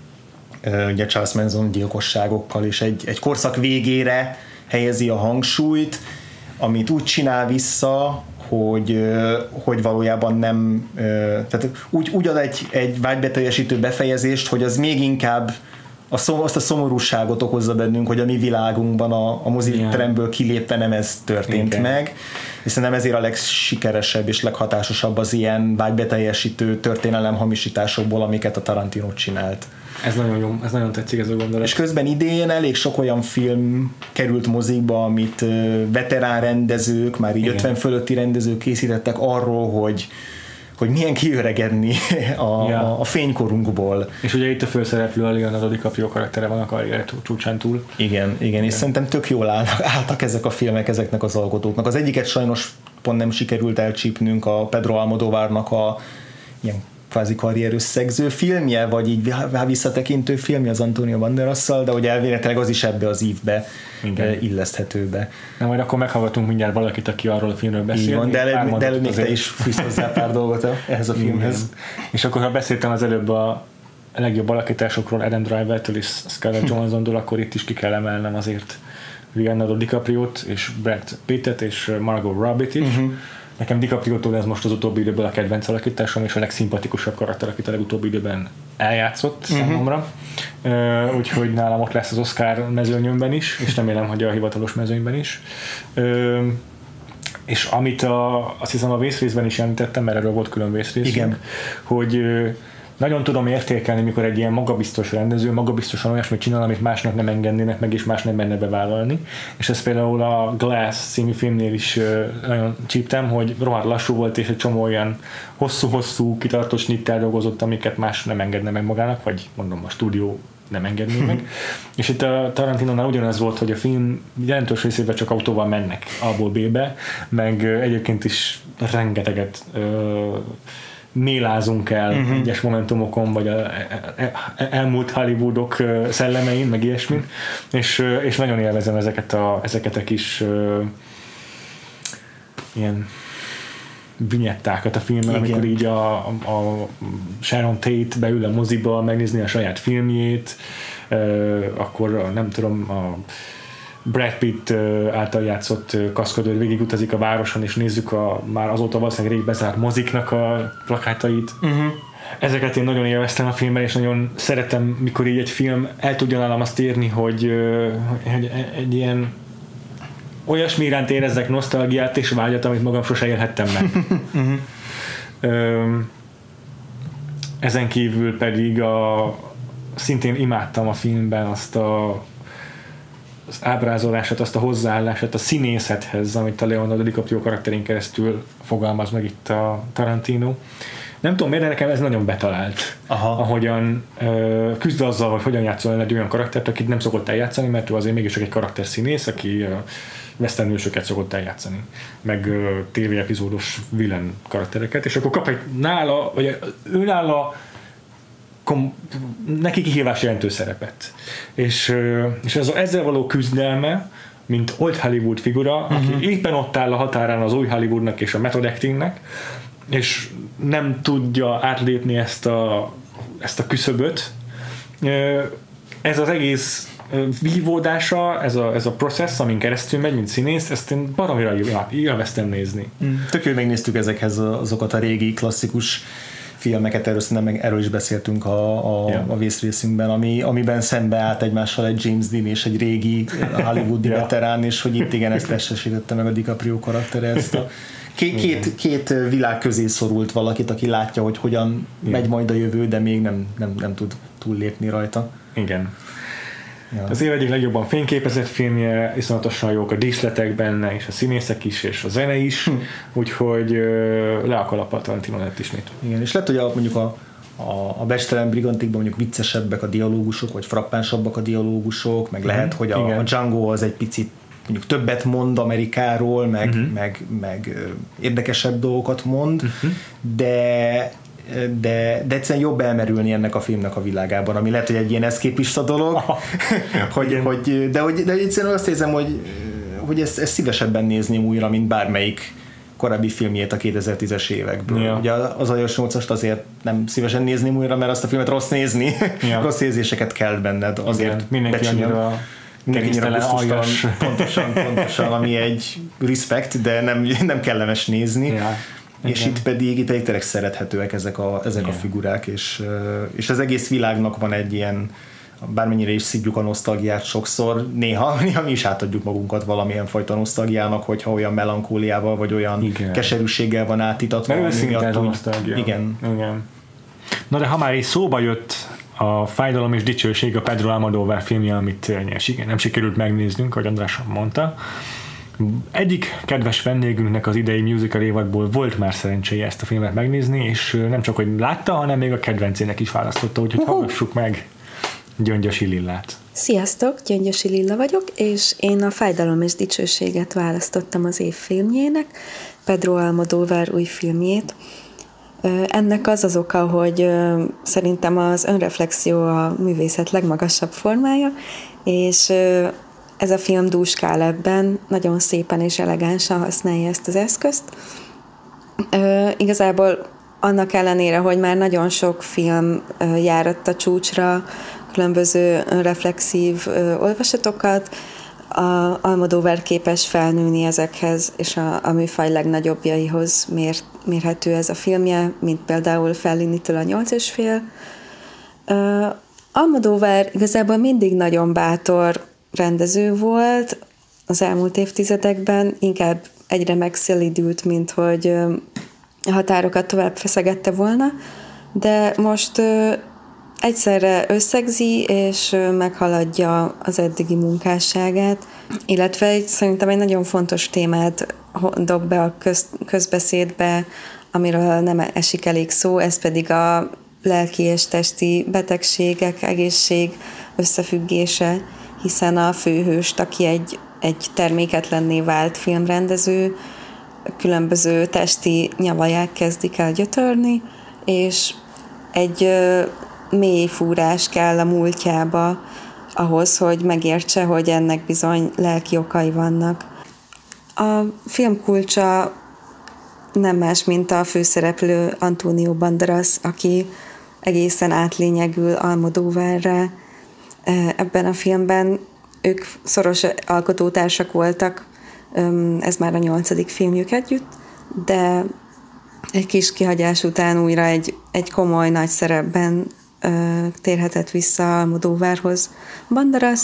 ugye Charles Manson gyilkosságokkal, és egy, egy korszak végére helyezi a hangsúlyt, amit úgy csinál vissza, hogy, hogy valójában nem, tehát úgy, úgy ad egy, egy vágybeteljesítő befejezést, hogy az még inkább a szom, azt a szomorúságot okozza bennünk, hogy a mi világunkban a, a moziteremből kilépve nem ez történt Igen. meg, és szerintem ezért a legsikeresebb és leghatásosabb az ilyen vágybeteljesítő történelem hamisításokból, amiket a Tarantino csinált. Ez nagyon jó, ez nagyon tetszik ez a gondolat. És közben idén elég sok olyan film került mozikba, amit veterán rendezők, már így Igen. ötven fölötti rendezők készítettek arról, hogy hogy milyen kiöregedni a, ja. a, a fénykorunkból. És ugye itt a főszereplő a Leonardo DiCaprio karaktere van a karriere csúcsán túl. Igen, igen, igen, és szerintem tök jól állnak, álltak ezek a filmek ezeknek az alkotóknak. Az egyiket sajnos pont nem sikerült elcsípnünk, a Pedro Almodóvárnak a ilyen kvázi karrierösszegző filmje, vagy így visszatekintő filmje az Antonio Banderasszal, de hogy elvéletleg az is ebbe az ívbe Igen. illeszthető be. Na majd akkor meghallgatunk mindjárt valakit, aki arról a filmről beszél. Van, de előbb, de előbb még te is fűz hozzá pár dolgot ehhez a filmhez. Igen. És akkor ha beszéltem az előbb a legjobb alakításokról, Adam Driver-től és Scarlett Johanssontól, akkor itt is ki kell emelnem azért Leonardo DiCaprio-t és Brad Pittet és Margot Robbie-t is. Uh-huh. Nekem DiCaprio-tól ez most az utóbbi időben a kedvenc alakításom, és a legszimpatikusabb karakter, akit a legutóbbi időben eljátszott uh-huh. számomra. Uh, úgyhogy nálam ott lesz az Oscar mezőnyömben is, és remélem, hogy a hivatalos mezőnyben is. Uh, és amit a, azt hiszem a vészrészben is említettem, mert erről volt külön vészrészünk, hogy uh, nagyon tudom értékelni, mikor egy ilyen magabiztos rendező magabiztosan olyasmit csinál, amit másnak nem engednének meg, és más nem menne bevállalni. És ez például a Glass című filmnél is nagyon csíptem, hogy rohadt lassú volt, és egy csomó olyan hosszú-hosszú, kitartó snittel dolgozott, amiket más nem engedne meg magának, vagy mondom, a stúdió nem engedné meg. És itt a Tarantinónál ugyanez volt, hogy a film jelentős részében csak autóval mennek A-ból B-be, meg egyébként is rengeteget mélázunk el uh-huh. egyes momentumokon, vagy a elmúlt Hollywoodok szellemein, meg ilyesmin, és, és nagyon élvezem ezeket a, ezeket a kis uh, ilyen vinyettákat a filmben, amikor így a, a Sharon Tate beül a moziba megnézni a saját filmjét, uh, akkor nem tudom, a Brad Pitt által játszott kaszkadőr végigutazik a városon, és nézzük a már azóta valószínűleg rég bezárt moziknak a plakátait. Uh-huh. Ezeket én nagyon élveztem a filmben, és nagyon szeretem, mikor így egy film el tudja nálam azt érni, hogy, hogy egy ilyen olyasmi iránt érezzek nosztalgiát és vágyat, amit magam sose élhettem meg. uh-huh. Ezen kívül pedig a, szintén imádtam a filmben azt a az ábrázolását, azt a hozzáállását a színészethez, amit a Leonardo DiCaprio karakterén keresztül fogalmaz meg itt a Tarantino. Nem tudom miért, de nekem ez nagyon betalált. Aha. Ahogyan ö, küzd azzal, hogy hogyan játszol egy olyan karaktert, akit nem szokott eljátszani, mert ő azért mégiscsak egy karakterszínész, aki ö, westernősöket szokott eljátszani, meg ö, tévéepizódos villain karaktereket, és akkor kap egy nála, vagy ő nála kom, neki kihívás jelentő szerepet. És, és ez, ezzel való küzdelme, mint Old Hollywood figura, uh-huh. aki éppen ott áll a határán az új Hollywoodnak és a method actingnek, és nem tudja átlépni ezt a, ezt a küszöböt. Ez az egész vívódása, ez a, ez a process, amin keresztül megy, mint színész, ezt én baromira élveztem nézni. Mm. Tök jó, megnéztük ezekhez azokat a régi klasszikus filmeket, erről szerintem meg erről is beszéltünk a, a, yeah. a vészrészünkben, ami, amiben szembe állt egymással egy James Dean és egy régi Hollywoodi yeah. veterán, és hogy itt igen, ezt testesítette meg a DiCaprio karaktere, ezt a két, két, két világ közé szorult valakit, aki látja, hogy hogyan yeah. megy majd a jövő, de még nem, nem, nem tud túllépni rajta. Igen. Ja. Az év egyik legjobban fényképezett filmje, iszonyatosan jók a díszletek benne, és a színészek is, és a zene is, hm. úgyhogy uh, le a kalap a Tarantino lett ismét. Igen, és lehet, hogy a, mondjuk a, a, a Bestelen Brigantikban mondjuk viccesebbek a dialógusok, vagy frappánsabbak a dialógusok, meg lehet, hogy a, a Django az egy picit mondjuk többet mond Amerikáról, meg, uh-huh. meg, meg érdekesebb dolgokat mond, uh-huh. de De, de egyszerűen jobb elmerülni ennek a filmnek a világában, ami lehet, hogy egy ilyen eszképista dolog, hogy, hogy, de, hogy, de egyszerűen azt érzem, hogy, hogy ezt, ezt szívesebben nézném újra, mint bármelyik korábbi filmjét a kétezer-tízes évekből. Ja. Ugye az Ajos nyolcast azért nem szívesen nézném újra, mert azt a filmet rossz nézni, ja. rossz érzéseket kell benned, azért mindenki annyira biztosan, pontosan, pontosan, ami egy respect, de nem, nem kellemes nézni. Ja. És igen. itt pedig, itt pedig tényleg szerethetőek ezek a, ezek a figurák, és, és az egész világnak van egy ilyen, bármennyire is szívjuk a nosztalgiát sokszor, néha, néha mi is átadjuk magunkat valamilyen fajta nosztalgiának, hogyha olyan melankóliával, vagy olyan igen. keserűséggel van átítatva. Mert őszinte ez a nosztalgia. Igen. igen. Na de ha már is szóba jött a Fájdalom és dicsőség, a Pedro Almodóvar filmje, amit igen, nem sikerült megnéznünk, ahogy András mondta. Egyik kedves vendégünknek az idei musical évadból volt már szerencséje ezt a filmet megnézni, és nem csak, hogy látta, hanem még a kedvencének is választotta, úgyhogy uh-huh. hallgassuk meg Gyöngyösi Lillát. Sziasztok, Gyöngyösi Lilla vagyok, és én a Fájdalom és dicsőséget választottam az év filmjének, Pedro Almodóvar új filmjét. Ennek az az oka, hogy szerintem az önreflexió a művészet legmagasabb formája, és ez a film dúskál ebben, nagyon szépen és elegánsan használja ezt az eszközt. E, igazából annak ellenére, hogy már nagyon sok film e, járat a csúcsra, különböző reflexív e, olvasatokat, a Almodóvar képes felnőni ezekhez, és a, a műfaj legnagyobbjaihoz mér, mérhető ez a filmje, mint például Fellinitől a nyolc és fél. E, Almodóvar igazából mindig nagyon bátor rendező volt az elmúlt évtizedekben, inkább egyre megszelidült, mint hogy a határokat tovább feszegette volna, de most egyszerre összegzi és meghaladja az eddigi munkásságát, illetve egy, szerintem egy nagyon fontos témát dob be a köz, közbeszédbe, amiről nem esik elég szó, ez pedig a lelki és testi betegségek, egészség összefüggése, hiszen a főhőst, aki egy, egy terméketlenné vált filmrendező, különböző testi nyavaják kezdik el gyötörni, és egy ö, mély fúrás kell a múltjába ahhoz, hogy megértse, hogy ennek bizony lelki okai vannak. A film kulcsa nem más, mint a főszereplő Antonio Banderas, aki egészen átlényegül Almodóvarra. Ebben a filmben ők szoros alkotótársak voltak, ez már a nyolcadik filmjük együtt, de egy kis kihagyás után újra egy, egy komoly nagy szerepben térhetett vissza Almodóvarhoz Banderas,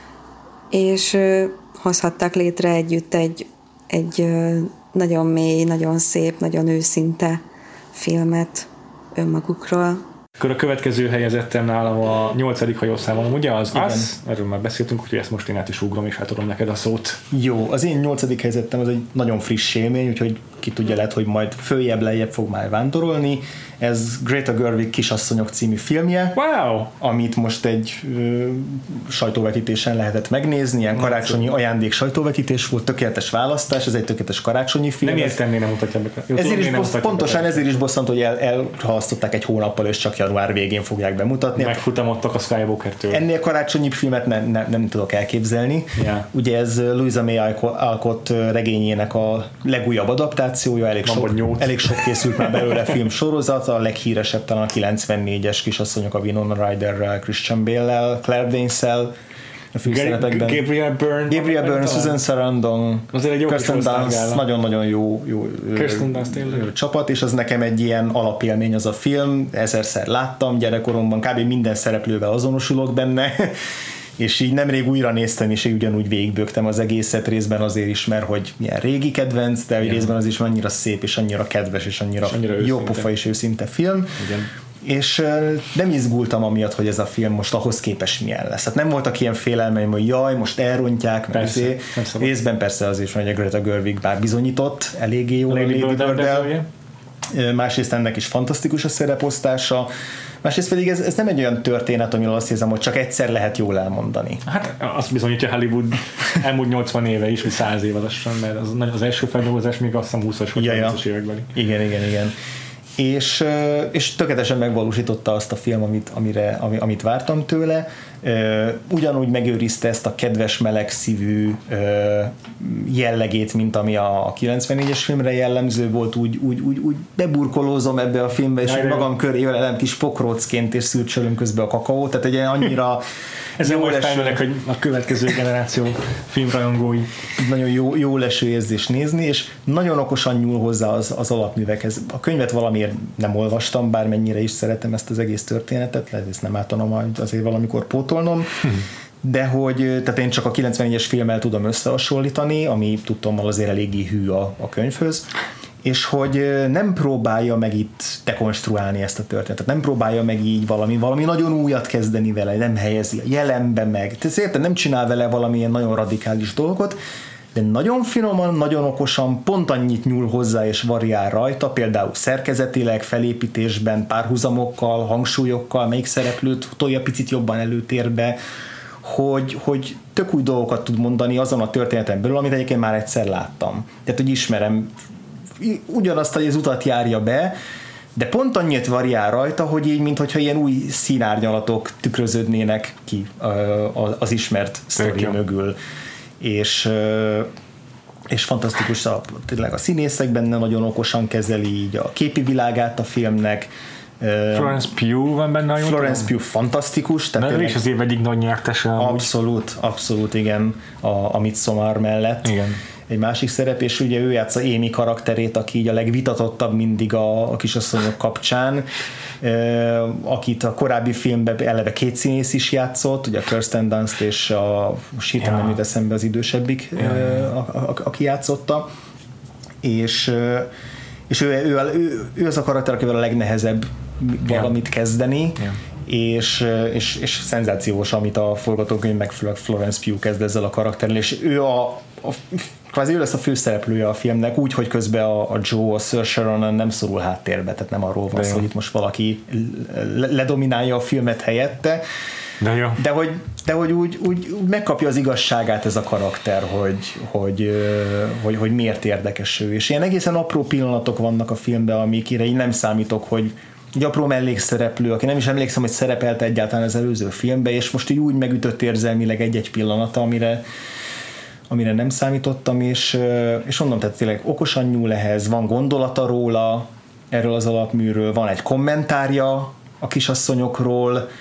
és hozhattak létre együtt egy, egy nagyon mély, nagyon szép, nagyon őszinte filmet önmagukról. Akkor a következő helyezettem nálam a nyolcadik hajószámon, ugye az az, erről már beszéltünk, úgyhogy ezt most én át is ugrom, és átadom neked a szót. Jó, az én nyolcadik helyezettem az egy nagyon friss élmény, úgyhogy ki tudja, lehet, hogy majd följebb-lejjebb fog már vándorolni. Ez Greta Gerwig Kisasszonyok című filmje, wow. amit most egy ö, sajtóvetítésen lehetett megnézni, ilyen karácsonyi ajándék sajtóvetítés volt, tökéletes választás, ez egy tökéletes karácsonyi film. Nem értem, miért nem mutatja be. Jó, ezért tudom, is bosz, pontosan be. Ezért is bosszant, hogy el, elhalasztották egy hónappal, és csak január végén fogják bemutatni. Megfutamodtak a Skywalker-től. Ennél karácsonyi filmet ne, ne, nem tudok elképzelni. Yeah. Ugye ez Louisa May Alcott regényének a legújabb adaptációja, elég sok, elég sok készült már belőle filmsorozat, a leghíresebb talán a kilencvennégyes Kisasszonyok a Winona Ryderrel, Christian Bale-lel, Claire Danes-el, a főszerepekben. Gabriel Byrne. Gabriel Byrne, Susan Sarandon, Kirsten Dunst, nagyon-nagyon jó, jó, jó csapat, és az nekem egy ilyen alapélmény az a film, ezerszer láttam gyerekkoromban, kb. Minden szereplővel azonosulok benne, és így nemrég újra néztem, és így ugyanúgy végigbögtem az egészet, részben azért is, mert hogy milyen régi kedvenc, de igen. Részben az is annyira szép, és annyira kedves, és annyira, és annyira jó pofa és őszinte film. Igen. És nem izgultam amiatt, hogy ez a film most ahhoz képest milyen lesz. Hát nem voltak ilyen félelmeim, hogy jaj, most elrontják, meg azért. Részben persze az is, hogy a Greta Gerwig bár bizonyított, eléggé jó a Lady Bird-del. Másrészt ennek is fantasztikus a szereposztása. Másrészt pedig ez, ez nem egy olyan történet, amiről azt hiszem, hogy csak egyszer lehet jól elmondani. Hát azt bizonyítja Hollywood elmúlt nyolcvan éve is, vagy száz éve lassan, mert az, az első feldolgozás még azt hiszem húszas vagy harmincas években. Igen, igen, igen. És, és tökéletesen megvalósította azt a film, amit, amire, amit vártam tőle. Ugyanúgy megőrizte ezt a kedves, meleg szívű jellegét, mint ami a kilencvennégyes filmre jellemző volt, úgy, úgy, úgy, úgy beburkolózom ebbe a filmbe, és magam köré velem kis pokrócként, és szürcsölöm közben a kakaó, tehát egy annyira ezzel majd fejlődnek, hogy a következő generáció filmrajongói. Nagyon jó, jó leső érzés nézni, és nagyon okosan nyúl hozzá az, az alapművekhez. A könyvet valamiért nem olvastam, bármennyire is szeretem ezt az egész történetet, lehet, ezt nem átanom majd azért valamikor pótolnom, de hogy, tehát én csak a kilencvennégyes filmmel tudom összehasonlítani, ami tudtommal azért eléggé hű a, a könyvhöz, és hogy nem próbálja meg itt dekonstruálni ezt a történetet, nem próbálja meg így valami, valami nagyon újat kezdeni vele, nem helyezi a jelenbe meg. Tehát érted, nem csinál vele valamilyen nagyon radikális dolgot, de nagyon finoman, nagyon okosan, pont annyit nyúl hozzá és variál rajta, például szerkezetileg, felépítésben, párhuzamokkal, hangsúlyokkal, melyik szereplőt tolja picit jobban előtérbe, hogy, hogy tök új dolgokat tud mondani azon a történeten belül, amit egyébként már egyszer láttam. Tehát, hogy ismerem ugyanazt, hogy az utat járja be, de pont annyit variál rajta, hogy így, mintha ilyen új színárnyalatok tükröződnének ki az ismert sztori mögül. És, és fantasztikus, a, tényleg a színészek benne nagyon okosan kezeli így a képi világát a filmnek. Florence Pugh van benne. Florence Pugh fantasztikus. Tehát ő is az év egyik nagy nyertese. Abszolút, abszolút, igen, a, a Midsommar mellett. Igen. Egy másik szerep, és ugye ő játsza Amy karakterét, aki így a legvitatottabb mindig a, a Kisasszonyok kapcsán, e, akit a korábbi filmben eleve két színész is játszott, ugye a Kirsten Dunst és a, most hirtelen ja. nem jut eszembe az idősebbik, ja, e, a, a, aki játszotta, és, és ő, ő, ő, ő az a karakter, akivel a legnehezebb valamit ja. kezdeni, ja. És, és, és szenzációs, amit a forgatókönyv meg Florence Pugh kezd ezzel a karakterrel, és ő a, a kvázi ő lesz a főszereplője a filmnek, úgy, hogy közben a, a Joe, a Saoirse Ronan nem szorul háttérbe, tehát nem arról van szó, hogy itt most valaki ledominálja a filmet helyette, de, jó. de hogy, de hogy úgy, úgy, úgy megkapja az igazságát ez a karakter, hogy, hogy, hogy, hogy miért érdekes ő, és ilyen egészen apró pillanatok vannak a filmben, amikre így nem számítok, hogy egy apró mellékszereplő, aki nem is emlékszem, hogy szerepelte egyáltalán az előző filmben, és most így úgy megütött érzelmileg egy-egy pillanata, amire, amire nem számítottam, és, és mondom, tehát tényleg okosan nyúl ehhez, van gondolata róla, erről az alapműről, van egy kommentárja a Kisasszonyokról,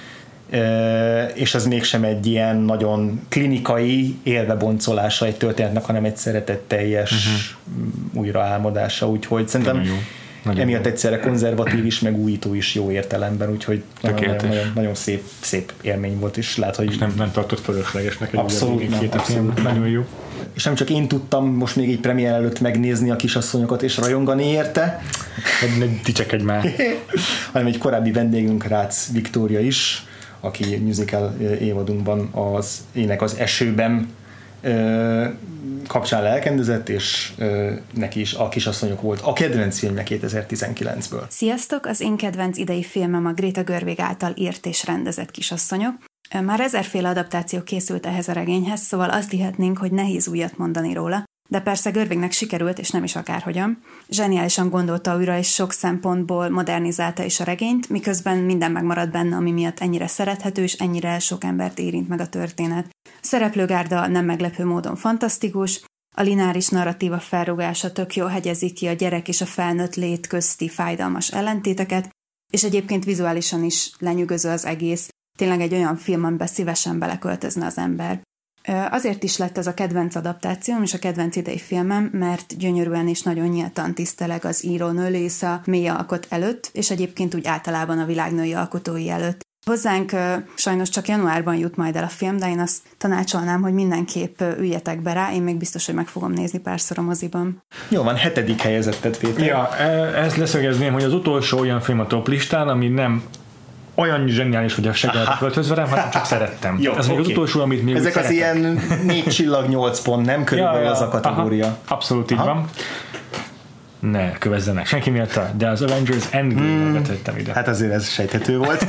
és ez mégsem egy ilyen nagyon klinikai élveboncolása egy történetnek, hanem egy szeretetteljes uh-huh. újraálmodása, úgyhogy szerintem nagyon emiatt jó. Egyszerre konzervatív is, meg újító is jó értelemben, úgyhogy nagyon, nagyon, nagyon szép, szép élmény volt, és lehet, hogy... És nem, nem tartott fölöslegesnek egy abszolút, nem, abszolút nagyon jó. És nem csak én tudtam most még egy premier előtt megnézni a Kisasszonyokat és rajongani érte. Ne dicsekedj már. hanem egy korábbi vendégünk, Rácz Viktória is, aki musical évadunkban az Ének az esőben kapcsán lelkendezett, és ö, neki is A kisasszonyok volt a kedvenc filmje kétezer-tizenkilencből. Sziasztok! Az én kedvenc idei filmem a Greta Gerwig által írt és rendezett Kisasszonyok. Már ezerféle adaptáció készült ehhez a regényhez, szóval azt hihetnénk, hogy nehéz újat mondani róla, de persze Gerwignek sikerült, és nem is akárhogyan. Zseniálisan gondolta újra, és sok szempontból modernizálta is a regényt, miközben minden megmaradt benne, ami miatt ennyire szerethető, és ennyire sok embert érint meg a történet. A szereplőgárda nem meglepő módon fantasztikus, a lineáris narratíva felrugása tök jól hegyezi ki a gyerek és a felnőtt lét közti fájdalmas ellentéteket, és egyébként vizuálisan is lenyűgöző az egész, tényleg egy olyan film, amiben szívesen beleköltözne az ember. Azért is lett ez a kedvenc adaptációm és a kedvenc idei filmem, mert gyönyörűen és nagyon nyíltan tiszteleg az írónő Lisa mély alkot előtt, és egyébként úgy általában a világnői alkotói előtt. Hozzánk sajnos csak januárban jut majd el a film, de én azt tanácsolnám, hogy mindenképp üljetek be rá, én még biztos, hogy meg fogom nézni párszor a moziban. Jó van, hetedik helyezettet Péter. Ja, ezt leszögezném, hogy az utolsó olyan film a top listán, ami nem olyan zseniális, hogy a seggelet költözve rám, hanem csak szerettem. Jó, ez okay. Az utolsó, amit még ezek az szeretem. ilyen négy csillag nyolc pont, nem körülbelül ja, ja, az a kategória. Aha, abszolút így aha. van. Ne kövezzenek senki miatt, de az Avengers Endgame-et tettem ide. Hát azért ez sejthető volt.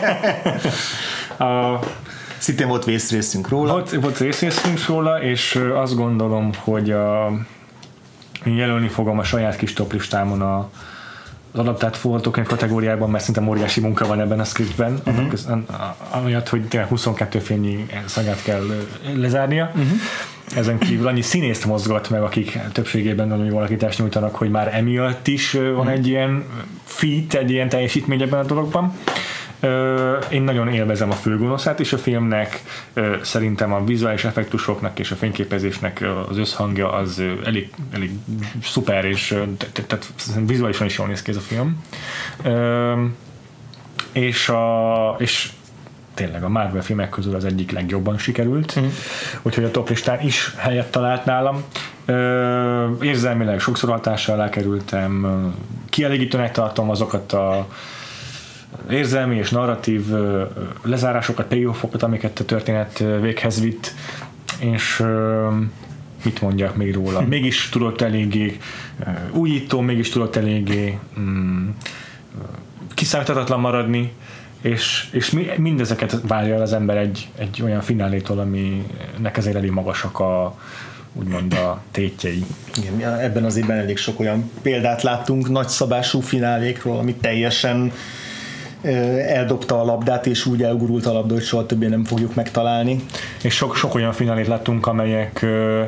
a, Szintén volt vészrészünk róla. Volt, volt vészrészünk róla, és azt gondolom, hogy a, jelölni fogom a saját kis top-listámon a az adaptált forgatókönyv kategóriában, mert szerintem óriási munka van ebben a scriptben, uh-huh. amiatt, hogy tényleg huszonkettő filmnyi szagát kell lezárnia. Uh-huh. Ezen kívül annyi színészt mozgat meg, akik többségében nagyon jó alakítást nyújtanak, hogy már emiatt is van uh-huh. egy ilyen feat, egy ilyen teljesítmény ebben a dologban. Én nagyon élvezem a főgonoszát is a filmnek, szerintem a vizuális effektusoknak és a fényképezésnek az összhangja az elég, elég szuper, és tehát vizuálisan is jól néz ki ez a film. És, a, és tényleg a Marvel filmek közül az egyik legjobban sikerült, mm. úgyhogy a top listán is helyet talált nálam. Érzelmileg sokszor hatással alá kerültem, kielégítőnek tartom azokat a érzelmi és narratív lezárásokat, payoffokat, amiket a történet véghez vitt, és mit mondjak még róla? Mégis tudott eléggé újító, mégis tudott eléggé mm, kiszámíthatatlan maradni, és, és mindezeket várja el az ember egy, egy olyan finálétól, aminek ezért elég magasak a úgymond a tétjei. Igen, ebben az évben elég sok olyan példát láttunk nagyszabású finálékról, ami teljesen eldobta a labdát, és úgy elgurult a labda, hogy soha többé nem fogjuk megtalálni. És sok, sok olyan finálét láttunk, amelyek uh,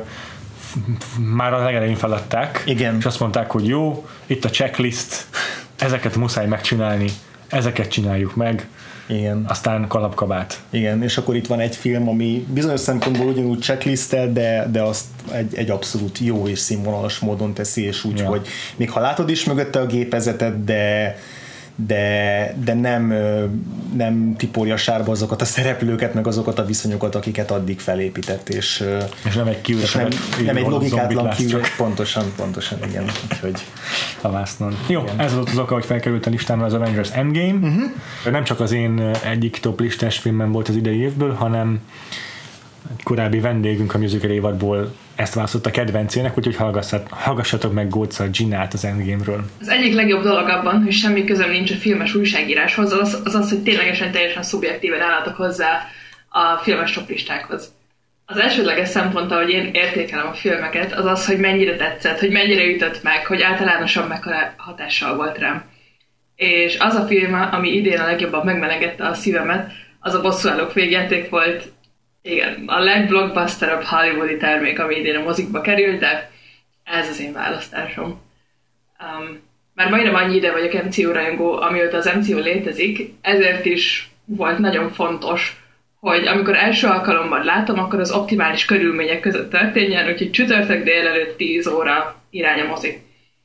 már a legelején feladták, igen. és azt mondták, hogy jó, itt a checklist, ezeket muszáj megcsinálni, ezeket csináljuk meg, igen. aztán kalapkabát. Igen, és akkor itt van egy film, ami bizonyos szempontból ugyanúgy checklistel, de, de azt egy, egy abszolút jó és színvonalas módon teszi, és úgy, ja. hogy még ha látod is mögötte a gépezetet, de de, de nem, nem tiporja sárba azokat a szereplőket, meg azokat a viszonyokat, akiket addig felépített, és, és nem egy kiüres, nem, nem egy logikátlan kiüres, pontosan, pontosan, igen. Úgyhogy a vásznon. Jó, igen. Ez volt az oka, hogy felkerült a listámra az Avengers Endgame. Uh-huh. Nem csak az én egyik top listás filmem volt az idei évből, hanem egy korábbi vendégünk a musical évadból ezt választott a kedvencének, úgyhogy hallgassatok meg Góca Ginát az Endgame-ről. Az egyik legjobb dolog abban, hogy semmi közöm nincs a filmes újságíráshoz, az az, az hogy ténylegesen teljesen szubjektíven állatok hozzá a filmes toplistákhoz. Az elsődleges szempont, ahogy én értékelem a filmeket, az az, hogy mennyire tetszett, hogy mennyire ütött meg, hogy általánosan mekkora hatással volt rám. És az a film, ami idén a legjobban megmelegette a szívemet, az a Bosszúállók végjáték volt. Igen, a legblockbusterabb hollywoodi termék, ami idén a mozikba került, de ez az én választásom. Um, már majdnem annyi ide vagyok em cé u rajongó, amióta az em cé u létezik, ezért is volt nagyon fontos, hogy amikor első alkalommal látom, akkor az optimális körülmények között történjen, úgyhogy csütörtök délelőtt tíz óra irány a mozi.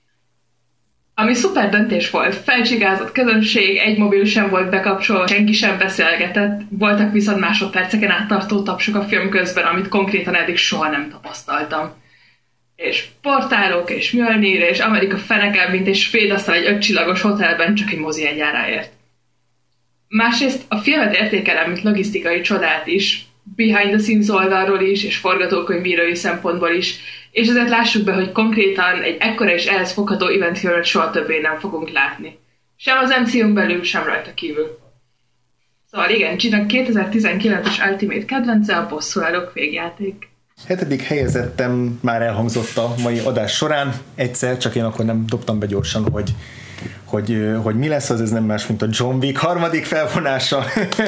Ami szuper döntés volt, felcsigázott közönség, egy mobil sem volt bekapcsolva, senki sem beszélgetett, voltak viszont másodperceken áttartó tapsok a film közben, amit konkrétan eddig soha nem tapasztaltam. És portálok, és Mjölnir, és Amerika feneke, mint egy svédasztal egy ötcsillagos hotelben csak egy mozi egyáráért. Másrészt a filmet értékelem, mint logisztikai csodát is, behind the scenes oldalról is, és forgatókönyvírói szempontból is, és ezért lássuk be, hogy konkrétan egy ekkora és ehhez fogható eventfilmet soha többé nem fogunk látni. Sem az em cé u-n belül, sem rajta kívül. Szóval igen, G-nak kétezer-tizenkilences Ultimate kedvence a bosszúállók végjáték. Hetedik helyezettem már elhangzott a mai adás során, egyszer, csak én akkor nem dobtam be gyorsan, hogy, hogy, hogy mi lesz az, ez nem más, mint a John Wick harmadik felvonása.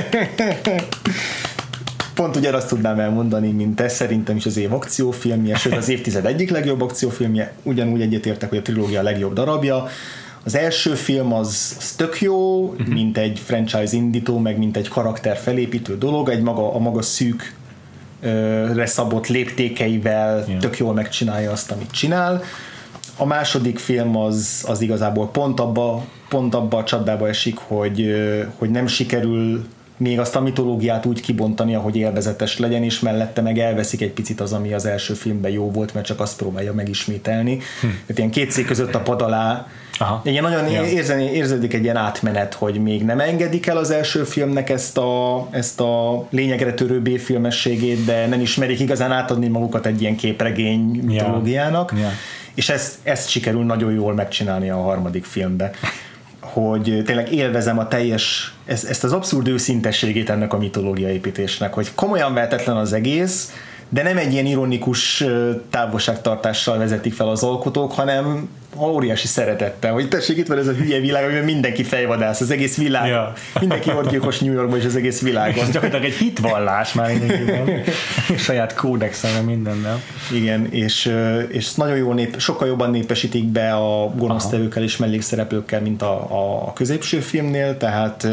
Pont ugyanazt tudnám elmondani, mint te, szerintem is az év akciófilmje, sőt az évtized egyik legjobb akciófilmje, ugyanúgy egyetértek, hogy a trilógia a legjobb darabja. Az első film az, az tök jó, uh-huh. mint egy franchise indító, meg mint egy karakter felépítő dolog, egy maga, a maga szűk ö, szabott léptékeivel yeah. tök jól megcsinálja azt, amit csinál. A második film az, az igazából pont abba, pont abba a csapdába esik, hogy, hogy nem sikerül még azt a mitológiát úgy kibontani, ahogy élvezetes legyen, és mellette meg elveszik egy picit az, ami az első filmben jó volt, mert csak azt próbálja megismételni. Hm. Tehát ilyen két szék között a pad alá. Aha. Ilyen nagyon ja. érzeni, érződik egy ilyen átmenet, hogy még nem engedik el az első filmnek ezt a, ezt a lényegre törő B-filmességét, de nem ismerik igazán átadni magukat egy ilyen képregény mitológiának. Ja. Ja. És ezt, ezt sikerül nagyon jól megcsinálni a harmadik filmbe. Hogy tényleg élvezem a teljes, ezt az abszurd őszintességét ennek a mitológia építésnek, hogy komolyan vehetetlen az egész, de nem egy ilyen ironikus távolságtartással vezetik fel az alkotók, hanem óriási szeretettel, hogy tessék, itt van ez a hülye világ, amiben mindenki fejvadász, az egész világ, ja. mindenki orgyilkos New Yorkban és az egész világon. Ez gyakorlatilag egy hitvallás már mindenkiben, saját kódexen mindennel. Igen, és, és nagyon jó nép, sokkal jobban népesítik be a gonosztevőkkel és mellékszereplőkkel, mint a, a középső filmnél, tehát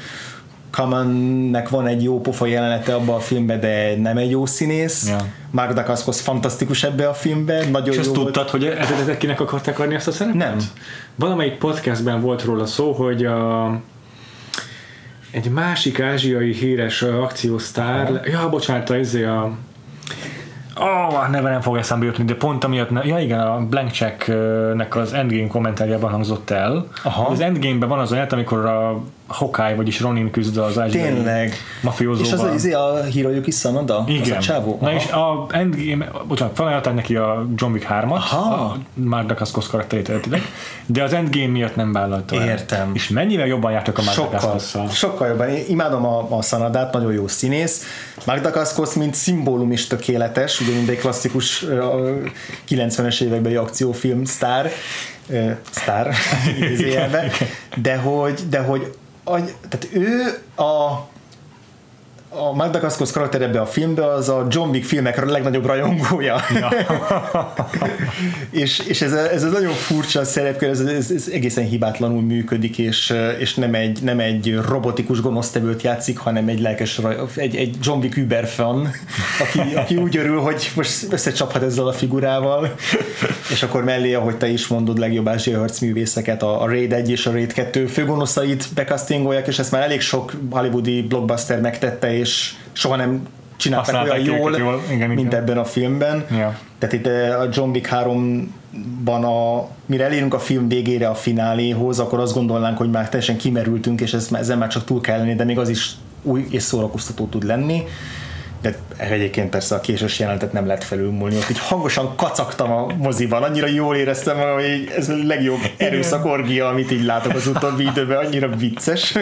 Kamannek van egy jó pofa jelenete abban a filmben, de nem egy jó színész. Ja. Mark Dacascos fantasztikus ebbe a filmben. Nagyon és jó azt volt. tudtad, hogy eredetileg kinek akarták adni ezt a szerepet? Nem. Valamelyik podcastben volt róla szó, hogy a, egy másik ázsiai híres akciósztár, Aha. ja, bocsánat, ez a Oh, neve nem fog eszembe jutni, de pont amiatt, ne, ja igen, a Blank Check-nek az Endgame kommentárjában hangzott el. Aha. Az Endgame-ben van az olyan, amikor a Hawkeye, vagyis Ronin küzd az ázsiai mafiózóval. És az az a Hiroyuki Sanada? Igen. Az a csávó? Na és a Endgame, bocsánat, felajánlották neki a John Wick hármat, a Mark Dacascos karakterét eredetileg, de az Endgame miatt nem vállalta el. Értem. És mennyivel jobban jártak a Mark Dacascosszal? Sokkal jobban. Én imádom a, a Sanadát, nagyon jó színész. Mark Dacascos, mint szimbólum is tökéletes, ugye mint egy klasszikus kilencvenes évekbeli akciófilm sztár, sztár idézőjelben, de hogy, de hogy a, tehát ő a a Mark Dacascos karakter ebbe a filmbe az a John Wick filmek legnagyobb rajongója. Ja. és és ez, a, ez a nagyon furcsa szerepkör, ez, ez, ez egészen hibátlanul működik, és, és nem, egy, nem egy robotikus gonosztevőt játszik, hanem egy lelkes, egy, egy John Wick überfan, aki, aki úgy örül, hogy most összecsaphat ezzel a figurával, és akkor mellé, ahogy te is mondod, legjobb ázsiai harcművészeket, a, a Raid egy és a Raid kettő főgonoszait bekasztingolják, és ezt már elég sok hollywoodi blockbuster megtette, és soha nem csinálták olyan jól, jól. Igen, mint igen. ebben a filmben. Ja. Tehát itt a John Wick háromban a, mire elérünk a film végére, a fináléhoz, akkor azt gondolnánk, hogy már teljesen kimerültünk, és ez, ezzel már csak túl kell lenni, de még az is új és szórakoztató tud lenni. De egyébként persze a késős jelenetet nem lehet felülmúlni. Ott így hangosan kacagtam a moziban, annyira jól éreztem, hogy ez a legjobb erőszakorgia, amit így látok az utóbbi időben, annyira vicces.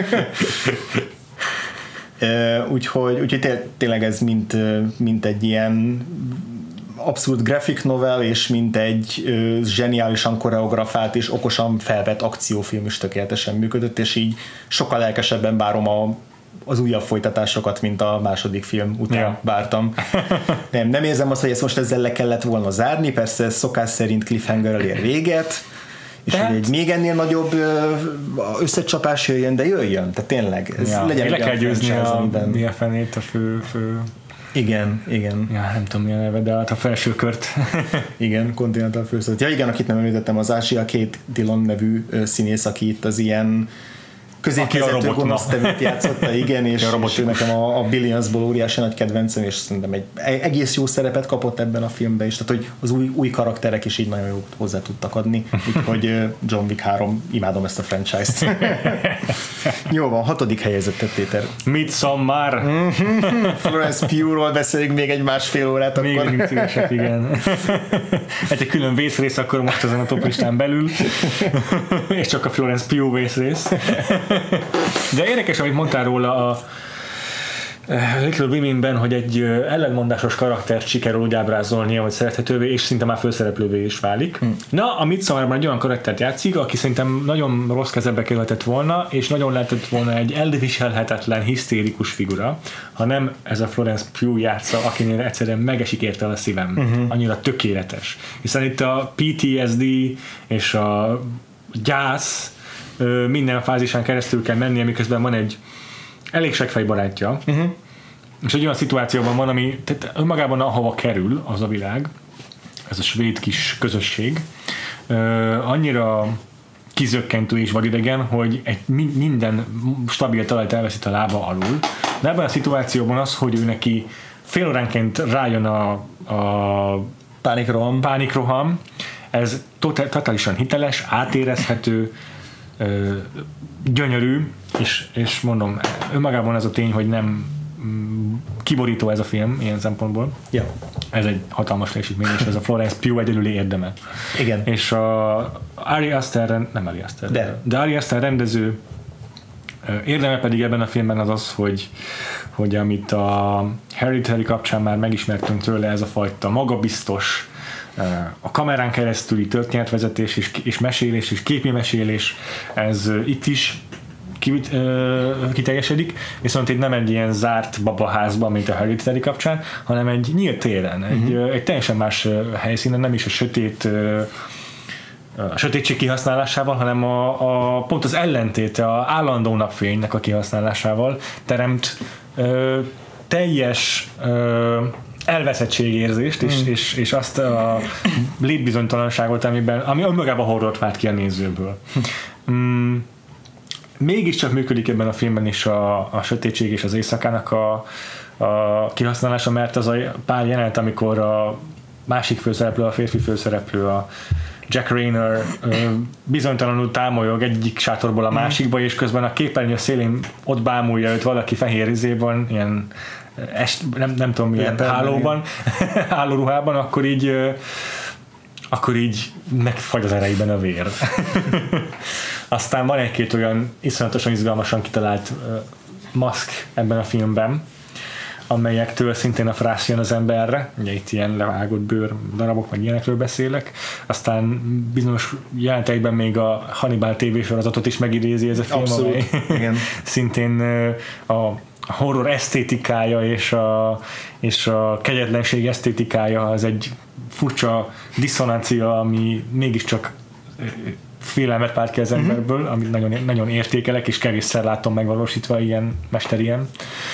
Uh, úgyhogy, úgyhogy tényleg ez mint, mint egy ilyen abszolút graphic novel, és mint egy uh, zseniálisan koreografált és okosan felvett akciófilm is tökéletesen működött, és így sokkal lelkesebben várom a, az újabb folytatásokat, mint a második film után ja. vártam. Nem, nem érzem azt, hogy ezt most ezzel le kellett volna zárni, persze szokás szerint cliffhanger ér véget, és hogy egy még ennél nagyobb összecsapás jöjjön, de jöjjön, tehát tényleg ez ja, legyen le kell győzni a, amiben... mi a fenét a fő, fő... Igen, igen. Ja, nem tudom milyen neve, de hát a felső kört. Igen, Continental First. Ja igen, akit nem említettem, az Asia Kate Dillon nevű színész, aki itt az ilyen középvezető gonosztevőt játszotta, igen, és, és nekem a, a Billionsból óriási nagy kedvencem, és szerintem egy egész jó szerepet kapott ebben a filmben is, tehát hogy az új, új karakterek is így nagyon jó hozzá tudtak adni, úgyhogy John Wick három, imádom ezt a franchise-t. Jó van, hatodik helyezettet, Péter. Midsommar. Florence Pugh-ról beszéljünk még egy másfél órát, még akkor. Még szívesek, igen. Egy külön vészrész akkor most ezen a top listán belül, és csak a Florence Pugh vészrész. De érdekes, amit mondtál róla a Little Women-ben, hogy egy ellentmondásos karaktert sikerül úgy ábrázolnia, hogy szerethetővé, és szinte már főszereplővé is válik. Hmm. Na, a Midsommarban egy olyan karaktert játszik, aki szerintem nagyon rossz kezebe kerülhetett volna, és nagyon lehetett volna egy elviselhetetlen, hisztérikus figura, ha nem ez a Florence Pugh játsza, akinél egyszerűen megesik érte a szívem. Uh-huh. Annyira tökéletes. Hiszen itt a pé té es dé és a gyász minden fázisán keresztül kell mennie, miközben van egy elég seggfej barátja, uh-huh. és egy olyan szituációban van, ami tehát önmagában ahova kerül az a világ, ez a svéd kis közösség, annyira kizökkentő és vadidegen, hogy egy minden stabil talajt elveszít a lába alul. De ebben a szituációban az, hogy ő neki fél óránként rájön a, a pánikroham. pánikroham, ez totálisan hiteles, átérezhető, Ö, gyönyörű, és, és mondom, önmagában ez a tény, hogy nem mm, kiborító ez a film ilyen szempontból. Ja. Ez egy hatalmas teljesítmény, és ez a Florence Pugh egyedüli érdeme. Igen. És a Ari Aster, nem Ari Aster, de, de Ari Aster rendező érdeme pedig ebben a filmben az az, hogy, hogy amit a Hereditary kapcsán már megismertünk tőle, ez a fajta magabiztos, a kamerán keresztüli történetvezetés és, és mesélés és képi mesélés, ez itt is kiteljesedik, viszont itt nem egy ilyen zárt babaházban, mint a Hereditary kapcsán, hanem egy nyílt téren, egy, uh-huh. egy teljesen más helyszínen, nem is a sötét a sötétség kihasználásával, hanem a, a pont az ellentéte, a állandó napfénynek a kihasználásával teremt ö, teljes ö, elveszettségérzést, és, mm. és, és azt a létbizonytalanságot, amiben, ami önmagában horrort vált ki a nézőből. Mm, mégiscsak működik ebben a filmben is a, a sötétség és az éjszakának a, a kihasználása, mert az a pár jelenet, amikor a másik főszereplő, a férfi főszereplő, a Jack Rayner bizonytalanul támolyog egyik sátorból a másikba, és közben a képernyő szélén ott bámulja őt valaki fehér izében, ilyen est, nem, nem tudom milyen Lepen, hálóban, hálóruhában, akkor így akkor így megfagy az erejében a vér. Aztán van egy-két olyan iszonyatosan izgalmasan kitalált maszk ebben a filmben, amelyektől szintén a frász jön az emberre, ugye itt ilyen levágott bőr darabok, meg ilyenekről beszélek, aztán bizonyos jelentekben még a Hannibal tévésorozatot is megidézi ez a film, abszolút, amely igen. szintén a horror esztétikája és a, és a kegyetlenség esztétikája az egy furcsa diszonancia, ami mégiscsak félelmet vált ki az emberből, mm-hmm. amit nagyon, nagyon értékelek, és kevésszer látom megvalósítva ilyen mesterien.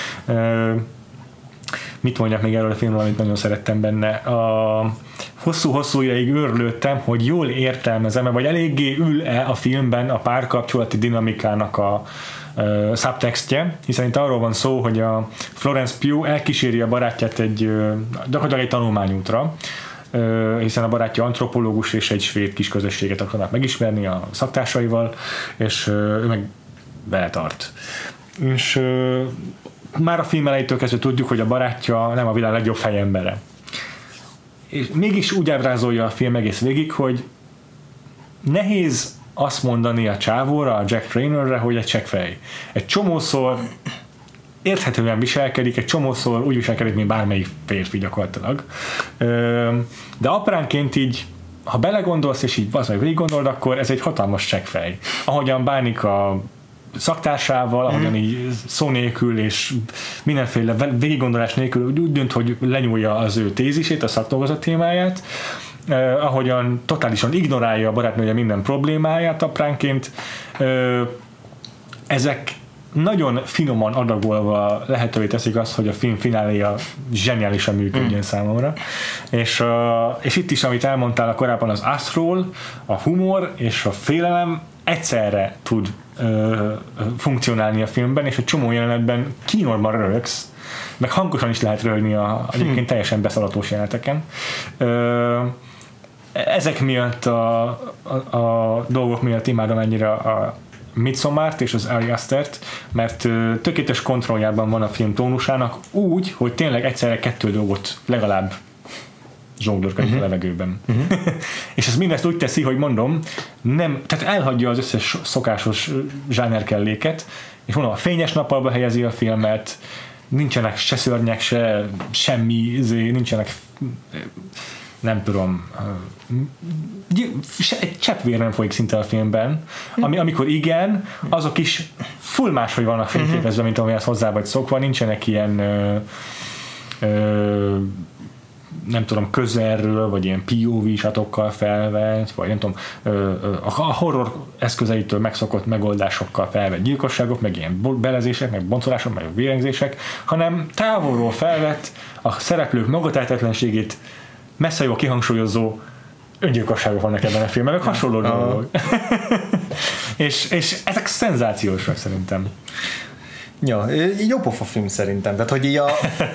Mit mondjak még erről a filmről, amit nagyon szerettem benne? A hosszú-hosszú ideig őrlődtem, hogy jól értelmezem, vagy eléggé ül-e a filmben a párkapcsolati dinamikának a uh, subtextje, hiszen itt arról van szó, hogy a Florence Pugh elkíséri a barátját egy uh, gyakorlatilag egy tanulmányútra, uh, hiszen a barátja antropológus, és egy svéd kis közösséget akarnak megismerni a szaktársaival, és uh, ő meg beletart. És uh, már a film elejétől kezdve tudjuk, hogy a barátja nem a világ legjobb fejembere. És mégis úgy ábrázolja a film egész végig, hogy nehéz azt mondani a csávóra, a Jack Raynerre, hogy egy csekkfej. Egy csomószor érthetően viselkedik, egy csomószor úgy viselkedik, mint bármelyik férfi gyakorlatilag. De apránként így, ha belegondolsz, és így az meg végig gondolod, akkor ez egy hatalmas csekkfej. Ahogyan bánik a szaktársával, ahogyan így szó nélkül és mindenféle végiggondolás nélkül úgy dönt, hogy lenyúlja az ő tézisét, a szakdolgozat témáját, eh, ahogyan totálisan ignorálja a barátnője minden problémáját apránként. Eh, ezek nagyon finoman adagolva lehetővé teszik azt, hogy a film fináléja zseniálisan működjön mm. számomra. És, uh, és itt is, amit elmondtál a korábban, az asztról, a humor és a félelem egyszerre tud ö, funkcionálni a filmben, és egy csomó jelenetben kínorban röhögsz, meg hangosan is lehet röhögni a egyébként teljesen beszalatós jeleneteken. Ö, ezek miatt a, a, a dolgok miatt imádom ennyire a Midsommart és az Ari Astert, mert tökéletes kontrolljában van a film tónusának úgy, hogy tényleg egyszerre kettő dolgot legalább zsonglőrkedik uh-huh. a levegőben. Uh-huh. És ez mindezt úgy teszi, hogy mondom, nem, tehát elhagyja az összes szokásos zsánerkelléket, és mondom, a fényes nappalba helyezi a filmet, nincsenek se szörnyek, se semmi, nincsenek nem tudom, egy csepp vér nem folyik szinte a filmben, ami, amikor igen, azok is full máshogy vannak fényképezve, mint amihez hozzá vagy szokva, nincsenek ilyen ö, ö, nem tudom, közelről, vagy ilyen pé o vé-satokkal felvett, vagy nem tudom, a horror eszközeitől megszokott megoldásokkal felvett gyilkosságok, meg ilyen belezések, meg boncolások, meg vérengzések, hanem távolról felvett a szereplők magatehetetlenségét messze jól kihangsúlyozó öngyilkosságok vannak ebben a filmben, meg hasonló dolgok. és, és ezek szenzációsak szerintem. Ja, jó pofa film szerintem. Tehát, hogy így a,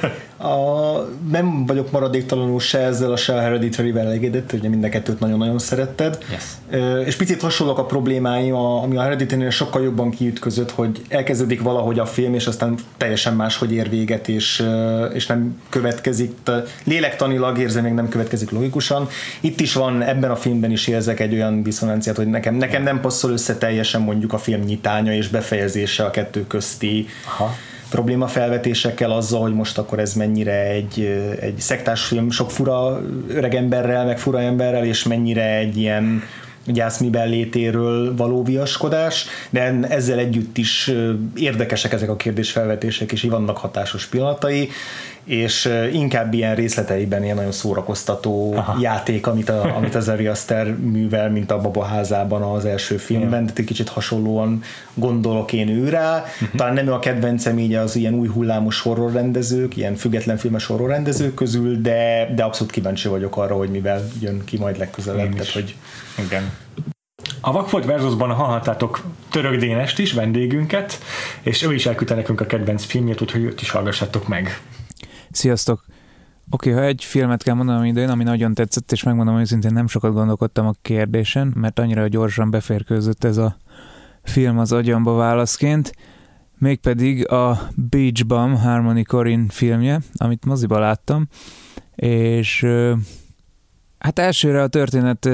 a, nem vagyok maradéktalanul se ezzel a se a Hereditary-vel elégedett, ugye mind a kettőt nagyon-nagyon szeretted. Yes. És picit hasonlók a problémáim, ami a Hereditary-nél sokkal jobban kiütközött, hogy elkezdődik valahogy a film, és aztán teljesen máshogy ér véget, és, és nem következik. Lélektanilag érzem, még nem következik logikusan. Itt is van, ebben a filmben is érzek egy olyan diszonanciát, hogy nekem, nekem nem passzol össze teljesen mondjuk a film nyitánya és befejezése a kettő közti Aha. problémafelvetésekkel, azzal, hogy most akkor ez mennyire egy, egy szektás film sok fura öregemberrel, meg fura emberrel, és mennyire egy ilyen gyászmiben létéről való viaskodás, de ezzel együtt is érdekesek ezek a kérdésfelvetések, és így vannak hatásos pillanatai, és inkább ilyen részleteiben ilyen nagyon szórakoztató Aha. játék, amit, a, amit az Ari Aster művel, mint a Babaházában az első filmben, de egy kicsit hasonlóan gondolok én ő rá. Uh-huh. Talán nem ő a kedvencem így az ilyen új hullámos horrorrendezők, ilyen független filmes horrorrendezők közül, de, de abszolút kíváncsi vagyok arra, hogy mivel jön ki majd legközelebb. Tehát, hogy igen. A Vakfolt Versusban hallhattátok Török Dénest is, vendégünket, és ő is elküldte nekünk a kedvenc filmjét, úgyhogy őt is hallgassátok meg. Sziasztok! Oké, okay, ha egy filmet kell mondanom idején, ami nagyon tetszett, és megmondom őszintén, nem sokat gondolkodtam a kérdésen, mert annyira gyorsan beférkőzött ez a film az agyamba válaszként, mégpedig a Beach Bum Harmony Korine filmje, amit moziba láttam, és hát elsőre a történet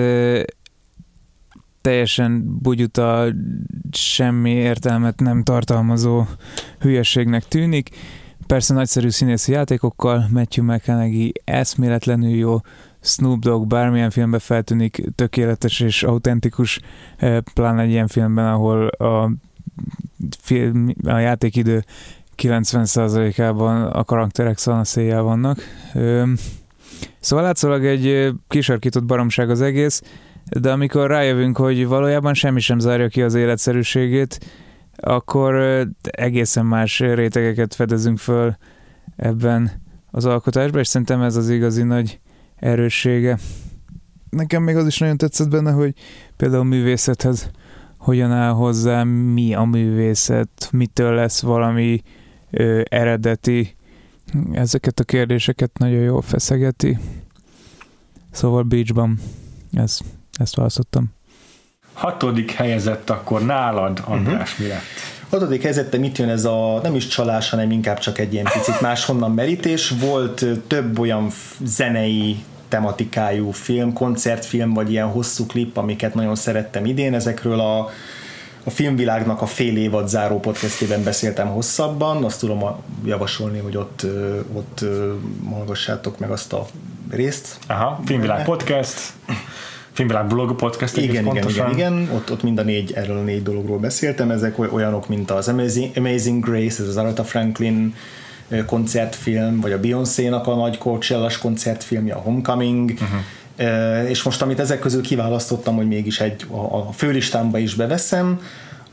teljesen bugyuta, semmi értelmet nem tartalmazó hülyeségnek tűnik. Persze nagyszerű színészi játékokkal, Matthew McConaughey eszméletlenül jó, Snoop Dogg bármilyen filmben feltűnik, tökéletes és autentikus, pláne egy ilyen filmben, ahol a, film, a játékidő kilencven százalékában a karakterek szanaszéjjel vannak. Szóval látszólag egy kisarkított baromság az egész, de amikor rájövünk, hogy valójában semmi sem zárja ki az életszerűségét, akkor egészen más rétegeket fedezünk föl ebben az alkotásban, és szerintem ez az igazi nagy erőssége. Nekem még az is nagyon tetszett benne, hogy például a művészethez hogyan áll hozzá, mi a művészet, mitől lesz valami ö, eredeti. Ezeket a kérdéseket nagyon jól feszegeti. Szóval Beachban ez, ezt választottam. Hatodik helyezett akkor nálad, András, uh-huh. mi lett? Hatodik helyzetben itt jön ez a nem is csalás, hanem inkább csak egy ilyen picit máshonnan merítés. Volt több olyan zenei tematikájú film, koncertfilm, vagy ilyen hosszú klip, amiket nagyon szerettem idén. Ezekről a, a filmvilágnak a fél évad záró podcastjében beszéltem hosszabban. Azt tudom javasolni, hogy ott, ott hallgassátok meg azt a részt. Aha, Filmvilág podcast. Filmvilág blog podcast. Igen, igen, igen, igen. Ott, ott mind a négy, erről a négy dologról beszéltem. Ezek olyanok, mint az Amazing, Amazing Grace, ez az Aretha Franklin koncertfilm, vagy a Beyoncé-nak a nagy Coachella-s koncertfilmje, a Homecoming, uh-huh. és most amit ezek közül kiválasztottam, hogy mégis egy, a, a főlistámba is beveszem,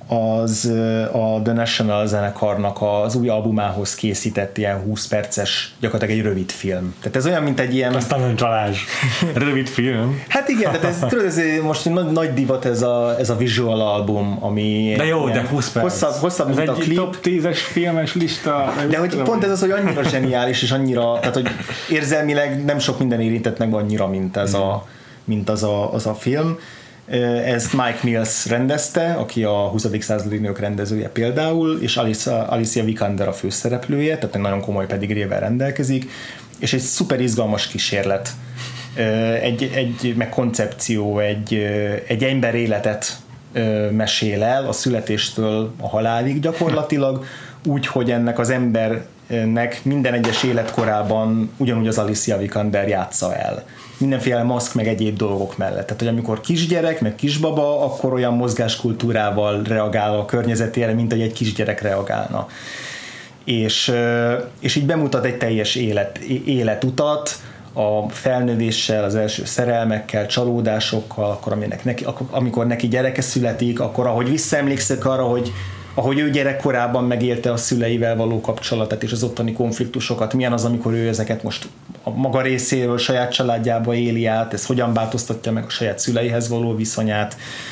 az a The National zenekarnak az új albumához készített ilyen húsz perces, gyakorlatilag egy rövid film. Tehát ez olyan, mint egy ilyen... Aztán nagyon csalás. Rövid film. Hát igen, tehát ez, tudod, ez most nagy, nagy divat ez a, ez a visual album, ami... De jó, de húsz perc. Hosszabb, hosszabb ez mint a egy klip. top tízes filmes lista. De hogy pont ez az, hogy annyira zseniális, és annyira, tehát hogy érzelmileg nem sok minden érintett meg annyira, mint ez a, mint az a, az a film. Ezt Mike Mills rendezte, aki a huszadik századi nők rendezője például, és Alicia, Alicia Vikander a főszereplője, tehát egy nagyon komoly pedigrével rendelkezik, és egy szuper izgalmas kísérlet, egy, egy meg koncepció, egy, egy ember életet mesél el a születéstől a halálig gyakorlatilag, úgy, hogy ennek az embernek minden egyes életkorában ugyanúgy az Alicia Vikander játsza el. Mindenféle maszk meg egyéb dolgok mellett. Tehát, hogy amikor kisgyerek, meg kisbaba, akkor olyan mozgáskultúrával reagál a környezetére, mint hogy egy kisgyerek reagálna. És, és így bemutat egy teljes élet, életutat, a felnővéssel, az első szerelmekkel, csalódásokkal, akkor aminek neki, amikor neki gyereke születik, akkor ahogy visszaemlékszik arra, hogy ahogy ő gyerekkorában megélte a szüleivel való kapcsolatát és az ottani konfliktusokat, milyen az, amikor ő ezeket most a maga részéről, saját családjába éli át, ez hogyan változtatja meg a saját szüleihez való viszonyát.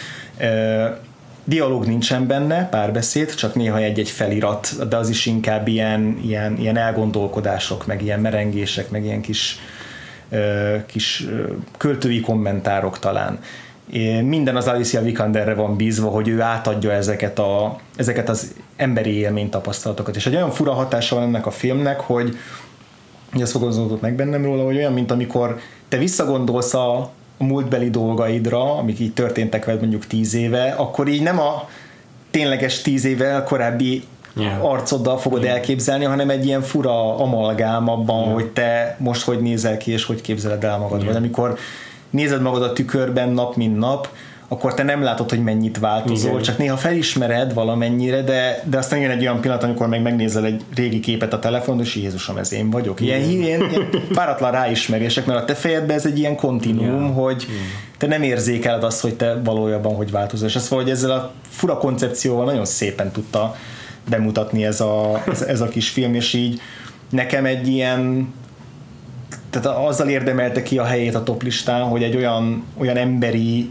Dialóg nincsen benne, párbeszéd, csak néha egy-egy felirat, de az is inkább ilyen, ilyen, ilyen elgondolkodások, meg ilyen merengések, meg ilyen kis, kis költői kommentárok talán. Minden az Alicia Vikanderre van bízva, hogy ő átadja ezeket, a, ezeket az emberi élménytapasztalatokat. És egy olyan fura hatása van ennek a filmnek, hogy azt fogalmazódott meg bennem róla, hogy olyan, mint amikor te visszagondolsz a, a múltbeli dolgaidra, amik így történtek veled mondjuk tíz éve, akkor így nem a tényleges tíz évvel korábbi yeah. arcoddal fogod yeah. elképzelni, hanem egy ilyen fura amalgám abban, yeah. hogy te most hogy nézel ki, és hogy képzeled el magad. Yeah. Vagy amikor nézed magad a tükörben nap, mint nap, akkor te nem látod, hogy mennyit változol, igen. csak néha felismered valamennyire, de, de aztán jön egy olyan pillanat, amikor meg megnézel egy régi képet a telefonon, és Jézusom, ez én vagyok. Ilyen, ilyen, ilyen páratlan ráismerések, mert a te fejedben ez egy ilyen kontinuum, yeah. hogy yeah. te nem érzékeled azt, hogy te valójában hogy változol. És ezt valahogy ezzel a fura koncepcióval nagyon szépen tudta bemutatni ez a, ez, ez a kis film, és így nekem egy ilyen, tehát azzal érdemelte ki a helyét a top listán, hogy egy olyan, olyan emberi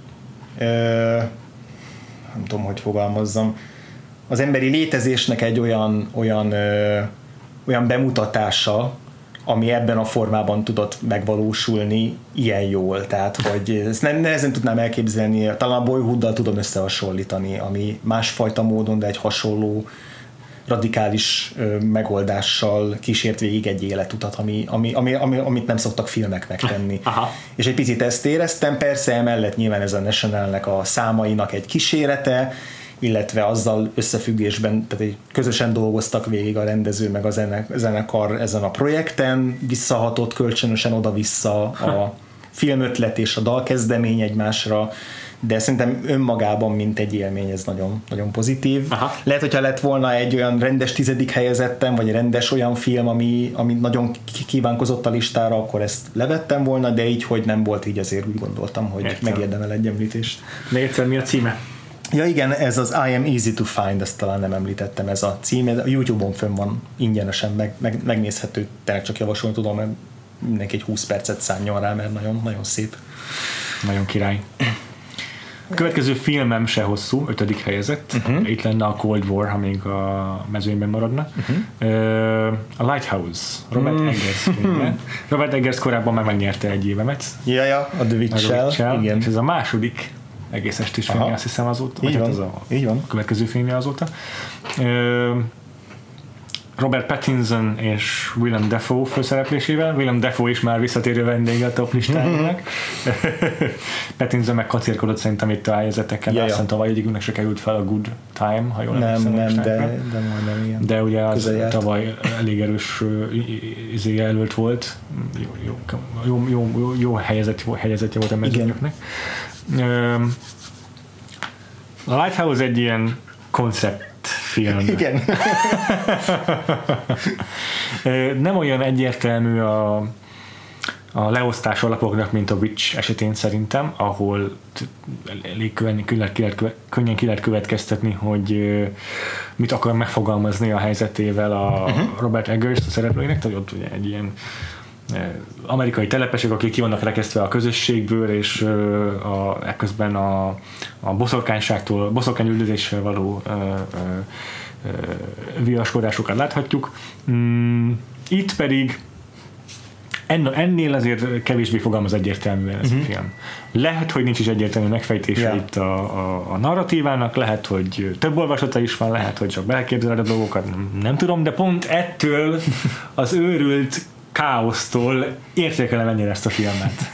ö, nem tudom, hogy fogalmazzam, az emberi létezésnek egy olyan, olyan, ö, olyan bemutatása, ami ebben a formában tudott megvalósulni ilyen jól. Tehát, hogy ezt nehezen tudnám elképzelni, talán a Boyhooddal tudom összehasonlítani, ami másfajta módon, de egy hasonló radikális ö, megoldással kísért végig egy életutat, ami, ami, ami, ami, amit nem szoktak filmek megtenni. Aha. És egy picit ezt éreztem, persze emellett nyilván ez a Nationalnek a számainak egy kísérete, illetve azzal összefüggésben, tehát egy közösen dolgoztak végig a rendező meg a zenekar ezen a projekten, visszahatott kölcsönösen oda-vissza a filmötlet és a dalkezdemény egymásra, de szerintem önmagában, mint egy élmény, ez nagyon, nagyon pozitív. Aha. Lehet, hogyha lett volna egy olyan rendes tizedik helyezettem, vagy rendes olyan film, ami, ami nagyon kívánkozott a listára, akkor ezt levettem volna, de így, hogy nem volt így, azért úgy gondoltam, hogy értem. Megérdemel egy említést. Még egyszer, mi a címe? Ja igen, ez az I Am Easy to Find, ezt talán nem említettem, ez a cím, a YouTube-on fönn van ingyenesen, meg, meg, megnézhető, tényleg csak javasolni tudom, mert mindenki egy húsz percet szánjon rá, mert nagyon, nagyon szép. Nagyon király. A következő filmem se hosszú, ötödik helyezett. Uh-huh. Itt lenne a Cold War, ha még a mezőnyben maradna. Uh-huh. A Lighthouse, Robert uh-huh. Eggers filmje. Robert Eggers korábban már megnyerte egy évemet. Ja, ja, a The Witch-el. Igen. És ez a második egész estés filmje, azt hiszem azóta. Így van, hát az a így van. Következő filmje azóta. Uh, Robert Pattinson és Willem Dafoe főszereplésével. Willem Dafoe is már visszatérő vendége a top listájának. Pattinson meg kacérkodott szerintem itt a helyzetekkel, de aztán tavaly egyikünknek se került fel a Good Time, ha jól nem, nem, nem, de, de majdnem ilyen. De ugye az tavaly elég erős izé jelölt volt. Jó, jó, jó, jó, jó, jó helyezet, helyezetje volt a mezőnyöknek. A Lighthouse egy ilyen koncept film. Igen. Nem olyan egyértelmű a, a leosztás alapoknak, mint a Witch esetén szerintem, ahol elég könnyen ki lehet, könnyen ki lehet következtetni, hogy mit akar megfogalmazni a helyzetével a uh-huh. Robert Eggers a szereplőinek, tehát ott ugye egy ilyen amerikai telepesek, akik ki vannak rekesztve a közösségből, és a, ekközben a, a boszorkányságtól, boszorkányüldözéssel való ö, ö, ö, viaskodásokat láthatjuk. Mm, itt pedig ennél azért kevésbé fogalmaz egyértelműen ez uh-huh. a film. Lehet, hogy nincs is egyértelmű megfejtése yeah. itt a, a, a narratívának, lehet, hogy több olvasata is van, lehet, hogy csak beleképzeled a dolgokat, nem, nem tudom, de pont ettől az őrült káosztól értékelem ennyire ezt a filmet.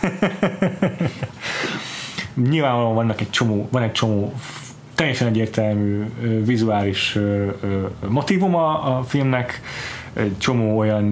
Nyilvánvalóan vannak egy csomó, van egy csomó teljesen egyértelmű vizuális motívuma a filmnek, egy csomó olyan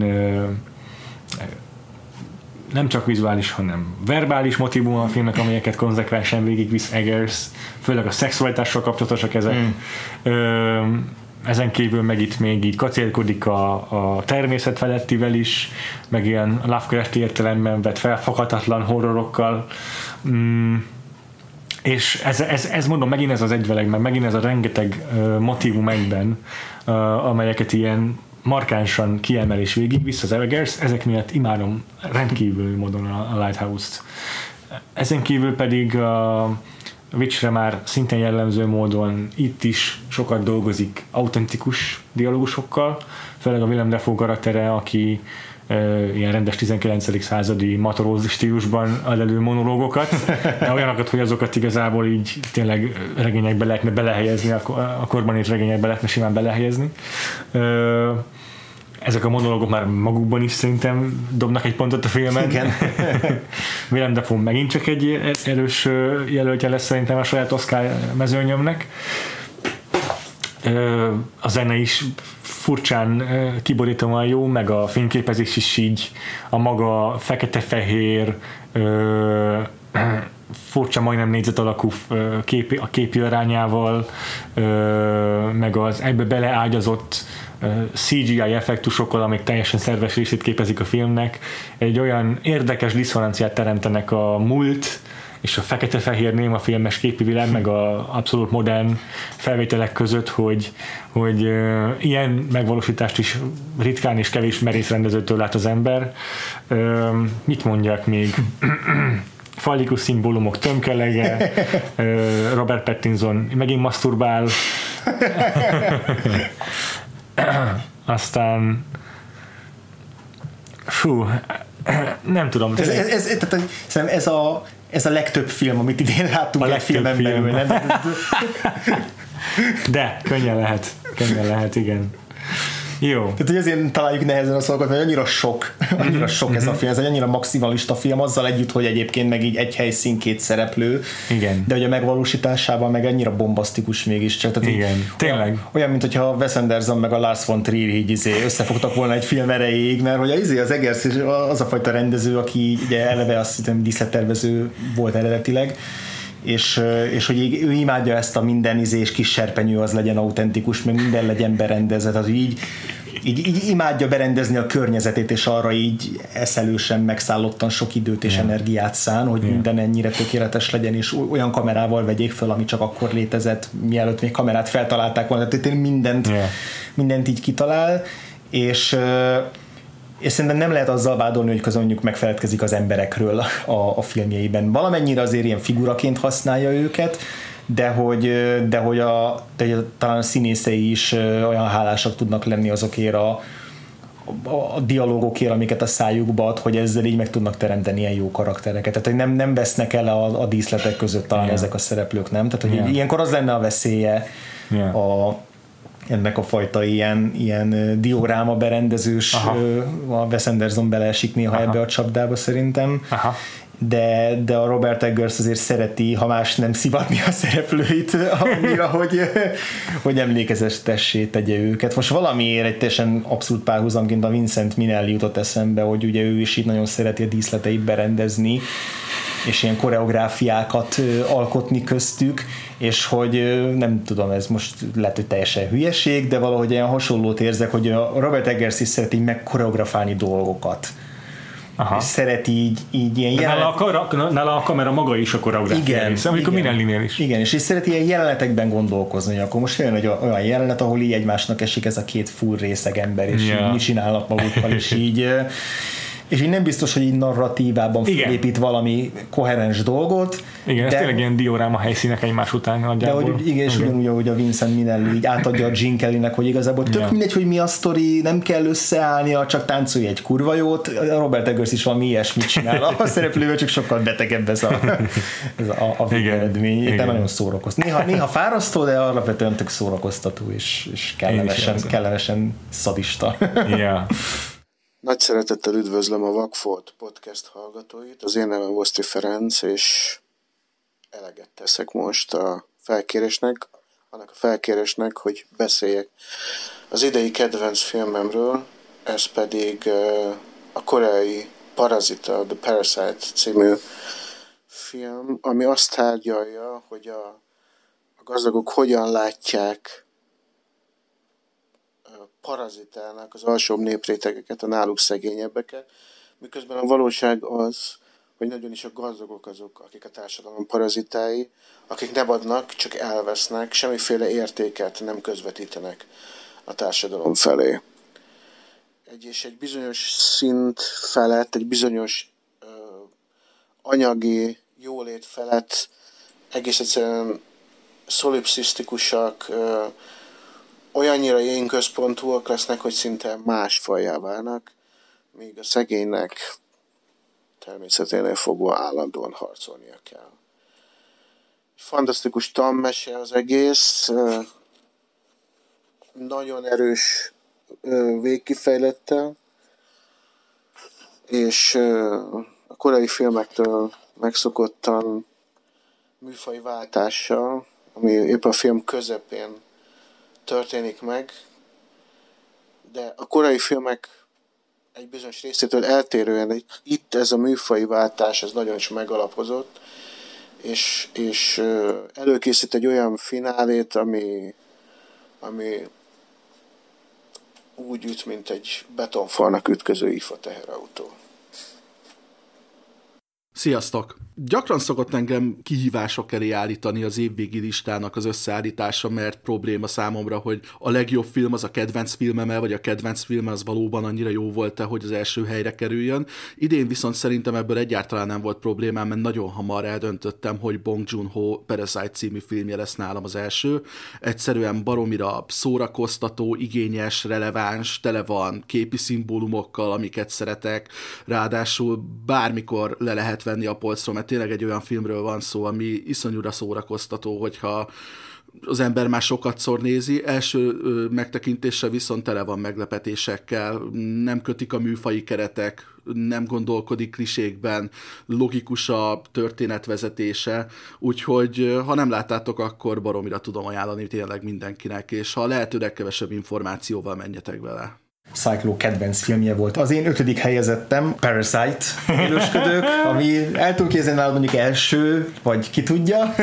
nem csak vizuális, hanem verbális motívum a filmnek, amelyeket konzekvensen végigvisz Eggers, főleg a szexualitással kapcsolatosak ezek. Mm. Ö, ezen kívül meg itt még így kacérkodik a, a természet felettivel is, meg ilyen Lovecraft értelemben vett felfoghatatlan horrorokkal. Mm. És ez, ez, ez mondom, megint ez az egyveleg, meg megint ez a rengeteg uh, motívum egyben, uh, amelyeket ilyen markánsan kiemel és végigvisz az Eggers, ezek miatt imádom rendkívül módon a Lighthouse-t. Ezen kívül pedig a Witchre már szintén jellemző módon itt is sokat dolgozik autentikus dialógusokkal, főleg a Willem Dafoe karaktere, aki uh, ilyen rendes tizenkilencedik századi matoróz stílusban ad elő monológokat, de olyanokat, hogy azokat igazából így tényleg regényekbe lehetne belehelyezni, a korban írt regényekbe lehetne simán belehelyezni. Uh, ezek a monológok már magukban is szerintem dobnak egy pontot a filmen. Igen. Willem Dafoe megint csak egy erős jelöltje lesz szerintem a saját Oscar mezőnyömnek. A zene is furcsán kiborítóan jó, meg a fényképezés is így a maga fekete-fehér furcsa, majdnem négyzet alakú képi, a képi arányával, meg az ebbe beleágyazott cé gé i effektusokkal, amik teljesen szerves részét képezik a filmnek, egy olyan érdekes diszonanciát teremtenek a múlt és a fekete-fehér néma filmes képi világ, meg a abszolút modern felvételek között, hogy, hogy uh, ilyen megvalósítást is ritkán és kevés merész rendezőtől lát az ember. Uh, mit mondjak még? Fallikus szimbólumok tömkelege, uh, Robert Pattinson megint maszturbál, aztán fú, nem tudom. Ez, ez, ez, ez, ez, a, ez a legtöbb film, amit idén láttunk a egy filmen film. belül. Nem? De, könnyen lehet. Könnyen lehet, igen. Jó. Tehát, hogy ezért találjuk nehezen a szavakat, mert annyira sok, annyira sok mm-hmm. ez a film, ez egy annyira maximalista film, azzal együtt, hogy egyébként meg így egy helyszín, két szereplő, igen. de hogy a megvalósításában meg annyira bombasztikus mégiscsak. Tehát igen, így, tényleg. Olyan, olyan, mint hogyha Wes Anderson meg a Lars von Trier így izé összefogtak volna egy film erejéig, mert hogy az, izé, az Eggers az a fajta rendező, aki ugye eleve azt hiszem díszlettervező volt eredetileg, és, és hogy ő imádja ezt a minden izés kis serpenyő az legyen autentikus, meg minden legyen berendezve, tehát így, így, így imádja berendezni a környezetét, és arra így eszelősen megszállottan sok időt és yeah. energiát szán, hogy yeah. minden ennyire tökéletes legyen, és olyan kamerával vegyék fel, ami csak akkor létezett, mielőtt még kamerát feltalálták volna, tehát mindent, yeah. mindent így kitalál, és és szerintem nem lehet azzal vádolni, hogy közben mondjuk megfeledkezik az emberekről a, a filmjeiben. Valamennyire azért ilyen figuraként használja őket, de hogy, de hogy, a, de hogy a, talán a színészei is olyan hálásak tudnak lenni azokért a, a, a dialógokért, amiket a szájukba ad, hogy ezzel így meg tudnak teremteni ilyen jó karaktereket. Tehát, hogy nem, nem vesznek el a, a díszletek között talán yeah. ezek a szereplők, nem? Tehát, hogy yeah. ilyenkor az lenne a veszélye yeah. a ennek a fajta ilyen, ilyen dioráma berendezős, Aha. a Wes Anderson beleesik néha Aha. ebbe a csapdába szerintem, Aha. De, de a Robert Eggers azért szereti, ha más nem szivatni a szereplőit annyira, hogy, hogy emlékezetessé tegye őket. Most valamiért egy teljesen abszolút párhuzamként a Vincent Minnelli jutott eszembe, hogy ugye ő is így nagyon szereti a díszleteit berendezni, és ilyen koreográfiákat alkotni köztük, és hogy nem tudom, ez most lehet, hogy teljesen hülyeség, de valahogy ilyen hasonlót érzek, hogy a Robert Eggers is szereti meg koreografálni dolgokat. Aha. és szereti így, így ilyen jelenet... nála, a kamera, nála a kamera maga is a koreográfia része, amikor Minellinél is. Igen, és így szereti ilyen jelenetekben gondolkozni, hogy akkor most jön egy olyan jelenet, ahol így egymásnak esik ez a két full részeg ember, és ja. így mit csinálnak magukkal, és így és így nem biztos, hogy így narratívában felépít valami koherens dolgot. Igen, de, ez tényleg ilyen dioráma helyszínek egymás után nagyjából. De hogy, igen, és ugyanúgy, ahogy a Vincent Minnelli így átadja a Gene Kellynek, hogy igazából tök ja. mindegy, hogy mi a sztori, nem kell összeállnia, csak táncolj egy kurva jót. A Robert Eggers is valami ilyesmit csinál. A szereplővel csak sokkal betegebb ez a, ez a, a végeredmény. De nagyon szórakoztató. Néha, néha fárasztó, de alapvetően tök szórakoztató, és, és kellemesen, kellemesen szadista. Ja. Nagy szeretettel üdvözlöm a Vakfolt podcast hallgatóit. Az én nevem Voszti Ferenc, és eleget teszek most a felkérésnek, annak a felkérésnek, hogy beszéljek az idei kedvenc filmemről, ez pedig a koreai Parasita, The Parasite című film, ami azt tárgyalja, hogy a, a gazdagok hogyan látják parazitálnak az alsóbb néprétegeket, a náluk szegényebbeket, miközben a valóság az, hogy nagyon is a gazdagok azok, akik a társadalom parazitái, akik nem adnak, csak elvesznek, semmiféle értéket nem közvetítenek a társadalom felé. Egy és egy bizonyos szint felett, egy bizonyos ö, anyagi jólét felett egész egyszerűen szolipszisztikusak, ö, olyannyira én központúak lesznek, hogy szinte más fajjá válnak, míg a szegénynek természeténél fogva állandóan harcolnia kell. Fantasztikus tanmese az egész, nagyon erős végkifejlettel, és a koreai filmektől megszokottan műfaj váltással, ami épp a film közepén történik meg, de a korai filmek egy bizonyos részétől eltérően itt ez a műfaji váltás, ez nagyon is megalapozott, és, és előkészít egy olyan finálét, ami, ami úgy üt, mint egy betonfalnak ütköző ifa teherautó. Sziasztok! Gyakran szokott engem kihívások elé állítani az évvégi listának az összeállítása, mert probléma számomra, hogy a legjobb film az a kedvenc filmeme, vagy a kedvenc film az valóban annyira jó volt-e, hogy az első helyre kerüljön. Idén viszont szerintem ebből egyáltalán nem volt problémám, mert nagyon hamar eldöntöttem, hogy Bong Joon-ho Parasite című filmje lesz nálam az első. Egyszerűen baromira szórakoztató, igényes, releváns, tele van képi szimbólumokkal, amiket szeretek, ráadásul bármikor le lehet venni a polcról, mert tényleg egy olyan filmről van szó, ami iszonyúra szórakoztató, hogyha az ember már sokatszor nézi, első ö, megtekintésre viszont tele van meglepetésekkel, nem kötik a műfaji keretek, nem gondolkodik klisékben, logikus a történetvezetése, úgyhogy ha nem láttátok, akkor baromira tudom ajánlani tényleg mindenkinek, és ha lehetőleg kevesebb információval menjetek vele. Cyclo kedvenc filmje volt. Az én ötödik helyezettem Parasite, élősködők, ami el tudom képzelni nálam mondjuk első, vagy ki tudja.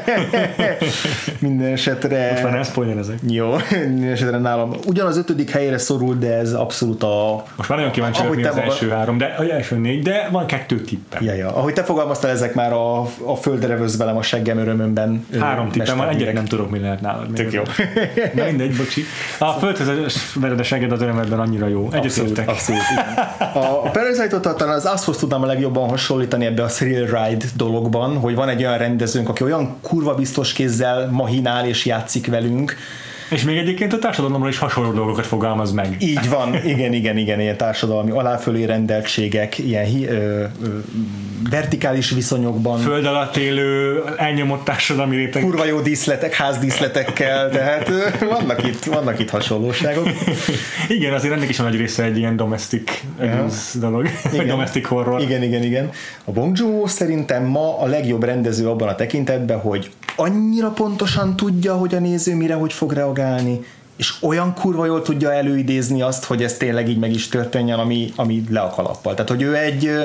Minden esetre... Most már nem spoilerezek. Jó, minden esetre nálam ugyanaz ötödik helyére szorul, de ez abszolút a... Most már nagyon kíváncsi vagyok, mi az maga... első három, de az első négy, de van kettő tippem. Ja, ja. Ahogy te fogalmaztál, ezek már a, a földre vöz velem a seggem örömömben. Három tippem van, egyet nem tudok, mi lehet nálad. Tök jó. Na mindegy, bocsi. A földhöz vered a segged az örömedben annyira jó. Abszolút, abszolút, a Parasite-ot talán az azt tudnám a legjobban hasonlítani ebbe a thrill ride dologban, hogy van egy olyan rendezőnk, aki olyan kurva biztos kézzel mahinál és játszik velünk. És még egyébként a társadalomról is hasonló dolgokat fogalmaz meg. Így van, igen, igen, igen, ilyen társadalmi aláfölé rendeltségek, ilyen hi, ö, ö, vertikális viszonyokban. Föld alatt élő, elnyomott társadalmi réteg. Kurva jó díszletek, házdíszletekkel, tehát ö, vannak itt, vannak itt hasonlóságok. Igen, azért ennek is a nagy része egy ilyen domestic abuse dolog, vagy domestic horror. Igen, igen, igen. A Bong Joon-ho szerintem ma a legjobb rendező abban a tekintetben, hogy annyira pontosan tudja, hogy a néző mire, hogy fog reagálni, és olyan kurva jól tudja előidézni azt, hogy ez tényleg így meg is történjen, ami, ami le a kalappal. Tehát, hogy ő egy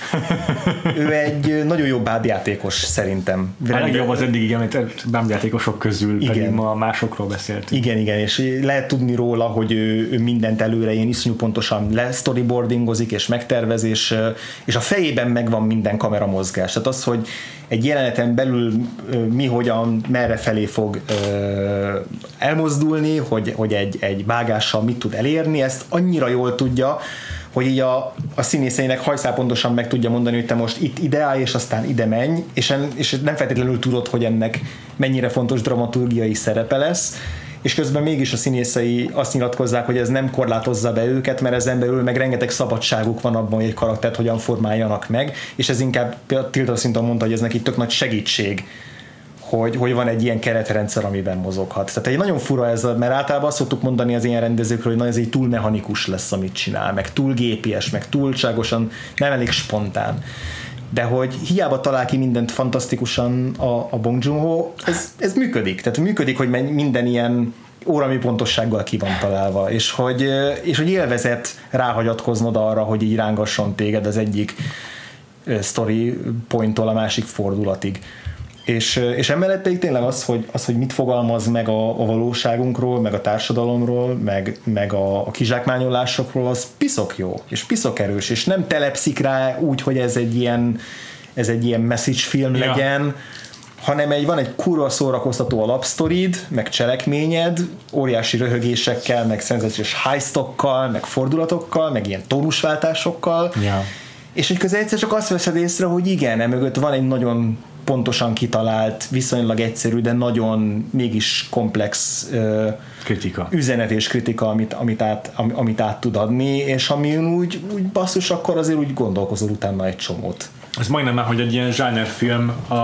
ő egy nagyon jó bábjátékos szerintem. A legjobb az eddig említett bábjátékosok közül, igen. Pedig ma másokról beszéltünk. Igen, igen, és lehet tudni róla, hogy ő, ő mindent előre ilyen iszonyú pontosan le-storyboardingozik és megtervez, és, és a fejében megvan minden kameramozgás. Tehát az, hogy egy jeleneten belül mi hogyan, merre felé fog ö, elmozdulni, hogy, hogy egy, egy vágással mit tud elérni, ezt annyira jól tudja, hogy így a, a színészeinek hajszál pontosan meg tudja mondani, hogy te most itt ide állj, és aztán ide menj, és, en, és nem feltétlenül tudod, hogy ennek mennyire fontos dramaturgiai szerepe lesz, és közben mégis a színészei azt nyilatkozzák, hogy ez nem korlátozza be őket, mert ezen belül meg rengeteg szabadságuk van abban, hogy egy karaktert hogyan formáljanak meg, és ez inkább Tilda Swinton mondta, hogy ez neki tök nagy segítség, hogy, hogy van egy ilyen keretrendszer, amiben mozoghat. Tehát egy nagyon fura ez, mert általában azt szoktuk mondani az ilyen rendezőkről, hogy na, ez egy túl mechanikus lesz, amit csinál, meg túl gépies, meg túlságosan, nem elég spontán. De hogy hiába talál ki mindent fantasztikusan a, a Bong Joon-ho, ez, ez működik. Tehát működik, hogy minden ilyen órami pontossággal ki van találva, és hogy, és hogy élvezet ráhagyatkoznod arra, hogy így rángasson téged az egyik story pointtól a másik fordulatig. És, és emellett pedig tényleg az, hogy, az, hogy mit fogalmaz meg a, a valóságunkról, meg a társadalomról, meg, meg a, a kizsákmányolásokról, az piszok jó, és piszok erős, és nem telepszik rá úgy, hogy ez egy ilyen, ez egy ilyen message film ja. legyen, hanem egy, van egy kurva szórakoztató alapsztorid, meg cselekményed, óriási röhögésekkel, meg szenzációs heistokkal, meg fordulatokkal, meg ilyen tónusváltásokkal, ja. és hogy közben egyszer csak azt veszed észre, hogy igen, emögött van egy nagyon pontosan kitalált, viszonylag egyszerű, de nagyon mégis komplex uh, kritika. üzenet és kritika, amit, amit, át, am, amit át tud adni, és ami úgy, úgy basszus, akkor azért úgy gondolkozol utána egy csomót. Ez majdnem már, hogy egy ilyen zsánerfilm a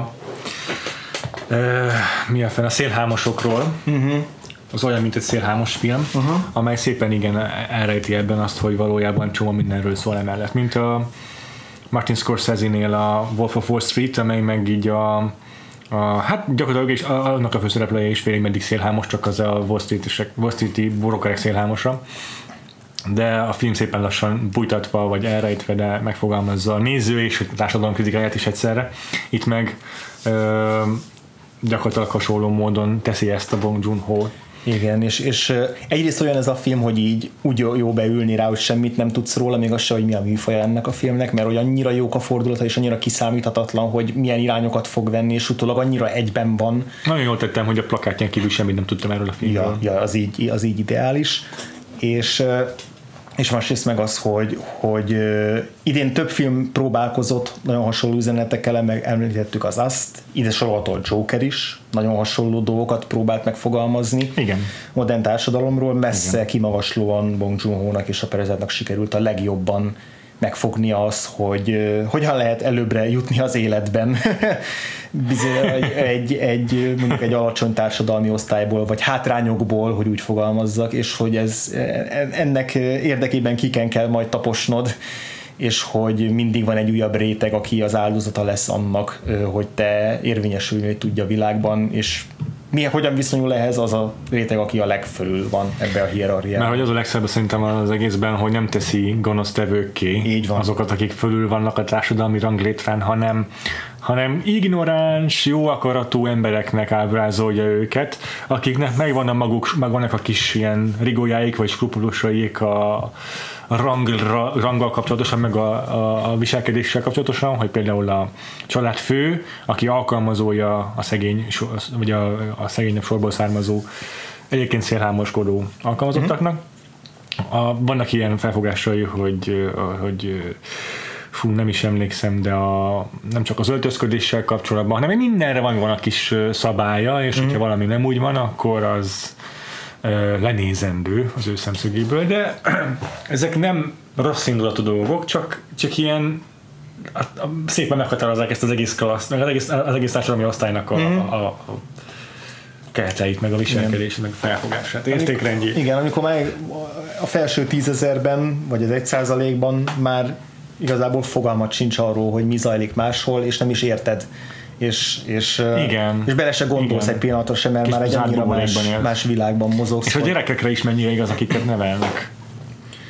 uh, mi a fel, a szélhámosokról, uh-huh. az olyan, mint egy szélhámos film, uh-huh. amely szépen igen elrejti ebben azt, hogy valójában csomó mindenről szól emellett, mint a Martin Scorsese-nél a Wolf of Wall Street, amely meg így a, a hát gyakorlatilag is annak a főszereplője is félig meddig szélhámos, csak az a Wall Street-i borokerek szélhámosra. De a film szépen lassan bújtatva, vagy elrejtve, de megfogalmazza a néző és a társadalom kritikáját is egyszerre. Itt meg ö, gyakorlatilag hasonló módon teszi ezt a Bong Joon-ho. Igen, és, és egyrészt olyan ez a film, hogy így úgy jó, jó beülni rá, hogy semmit nem tudsz róla, még az se, hogy mi a műfaja ennek a filmnek, mert hogy annyira jók a fordulata, és annyira kiszámíthatatlan, hogy milyen irányokat fog venni, és utólag annyira egyben van. Nagyon jól tettem, hogy a plakátján kívül semmit nem tudtam erről a filmről. Ja, ja az, így, az így ideális. És, és másrészt meg az, hogy, hogy idén több film próbálkozott nagyon hasonló üzenetekkel, meg említettük az Azt, ide sorolható a Joker is, nagyon hasonló dolgokat próbált megfogalmazni. Igen. Modern társadalomról, messze igen. kimagaslóan Bong Joon-ho-nak és a Perezátnak sikerült a legjobban megfognia az, hogy hogyan lehet előbbre jutni az életben bizony egy, egy, egy, mondjuk egy alacsony társadalmi osztályból, vagy hátrányokból, hogy úgy fogalmazzak, és hogy ez, ennek érdekében kiken kell majd taposnod, és hogy mindig van egy újabb réteg, aki az áldozata lesz annak, hogy te érvényesülni tudja a világban, és milyen, hogyan viszonyul ehhez az a réteg, aki a legfölül van ebbe a hierarchiában. Mert hogy az a legszebb szerintem az egészben, hogy nem teszi gonosztevőkké azokat, akik fölül vannak a társadalmi ranglétrán, hanem, hanem ignoráns, jó akaratú embereknek ábrázolja őket, akiknek megvan a maguk, megvannak a kis ilyen rigójáik, vagy skrupulusaik a Rang, ranggal kapcsolatosan, meg a, a, a viselkedéssel kapcsolatosan, hogy például a családfő, aki alkalmazója a szegény, vagy a, a szegényebb sorból származó, egyébként szélhámoskodó alkalmazottaknak. A, vannak ilyen felfogásai, hogy, hogy fú, nem is emlékszem, de a, nem csak az öltözködéssel kapcsolatban, hanem mindenre van, van a kis szabálya, és mm. hogyha valami nem úgy van, akkor az lenézendő az ő szemszögéből, de ezek nem rossz indulatú dolgok, csak, csak ilyen a, a, szépen meghatározzák ezt az egész klassz, az egész, az egész társadalmi osztálynak a, mm. a, a kereteit, meg a viselkedését, meg a felfogását, értékrendjét. Igen, amikor már a felső tízezerben, vagy az egy százalékban már igazából fogalmat sincs arról, hogy mi zajlik máshol, és nem is érted. És, és, igen, és bele se gondolsz igen. egy pillanatra sem, mert már egy annyira más, más világban mozogsz. És a gyerekekre is mennyire igaz, akiket nevelnek.